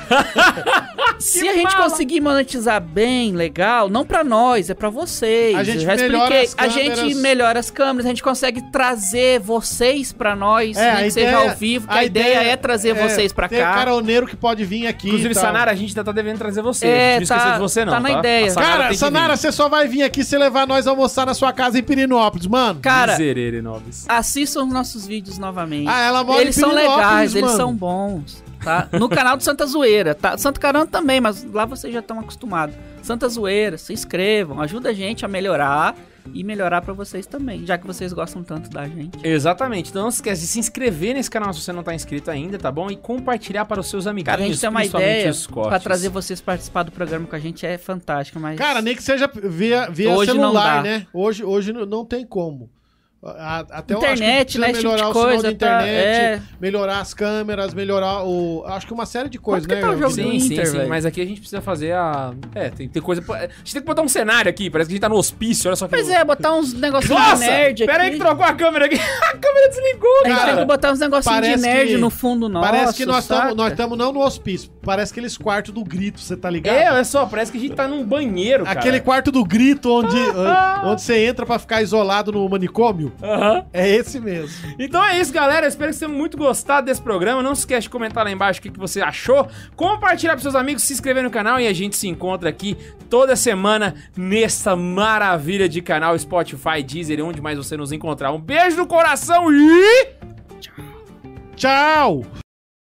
Se a gente mala. conseguir monetizar bem, legal, não pra nós, é pra vocês. A gente Eu já melhora expliquei. as A gente câmeras. melhora as câmeras, a gente consegue trazer vocês pra nós, É, nem a que seja ideia- ao vivo, que a, ideia, é trazer vocês pra tem cá. caroneiro que pode vir aqui. Inclusive, e tal. Sanara, a gente ainda tá devendo trazer você. É, a gente não tá- esqueceu de você, não. tá na ideia. A Sanara Cara, tem que Sanara, vir. você só vai vir aqui se levar nós almoçar na sua casa em Pirinópolis, mano. Cara, Miserere, nobis. assistam os nossos vídeos novamente. Ah, ela mora Eles em são Pirinópolis, legais, eles mano. são bons, tá? No canal do Santa Zoeira, tá? Santo Carão também, mas lá vocês já estão acostumados. Santa Zoeira, se inscrevam, ajuda a gente a melhorar e melhorar pra vocês também, já que vocês gostam tanto da gente. Exatamente. Então não se esquece de se inscrever nesse canal se você não tá inscrito ainda, tá bom? E compartilhar para os seus amiguinhos, Cara, a gente tem uma principalmente ideia os cortes. pra trazer vocês participar do programa com a gente, é fantástico, mas... Cara, nem que seja via, via Hoje não celular, dá. né? Hoje, hoje não- não tem como. A- Até eu acho que internet, precisa né? Esse tipo de melhorar o sinal coisa, de tá? internet, É. melhorar as câmeras, melhorar o... Acho que uma série de coisas, Quanto que né? tá o jogo Guilherme? do Sim, sim, Inter, sim. velho? Mas aqui a gente precisa fazer a... É, tem, tem coisa... A gente tem que botar um cenário aqui. Parece que a gente tá no hospício, olha só que... Pois é, botar uns negocinhos Nossa! de nerd aqui. Pera aí que trocou a câmera aqui. A câmera desligou, A gente cara. tem que botar uns negocinhos de parece nerd que- no fundo nosso, Parece que nós saca? estamos nós estamos não no hospício. Parece aqueles quartos do grito, você tá ligado? É, olha só, parece que a gente tá num banheiro, cara. Aquele quarto do grito onde, onde você entra pra ficar isolado no manicômio. Aham. É esse mesmo. Então é isso, galera. Eu espero que vocês tenham muito gostado desse programa. Não se esquece de comentar lá embaixo o que, que você achou. Compartilhar pros seus amigos, se inscrever no canal e a gente se encontra aqui toda semana nessa maravilha de canal Spotify, Deezer, onde mais você nos encontrar. Um beijo no coração e... Tchau!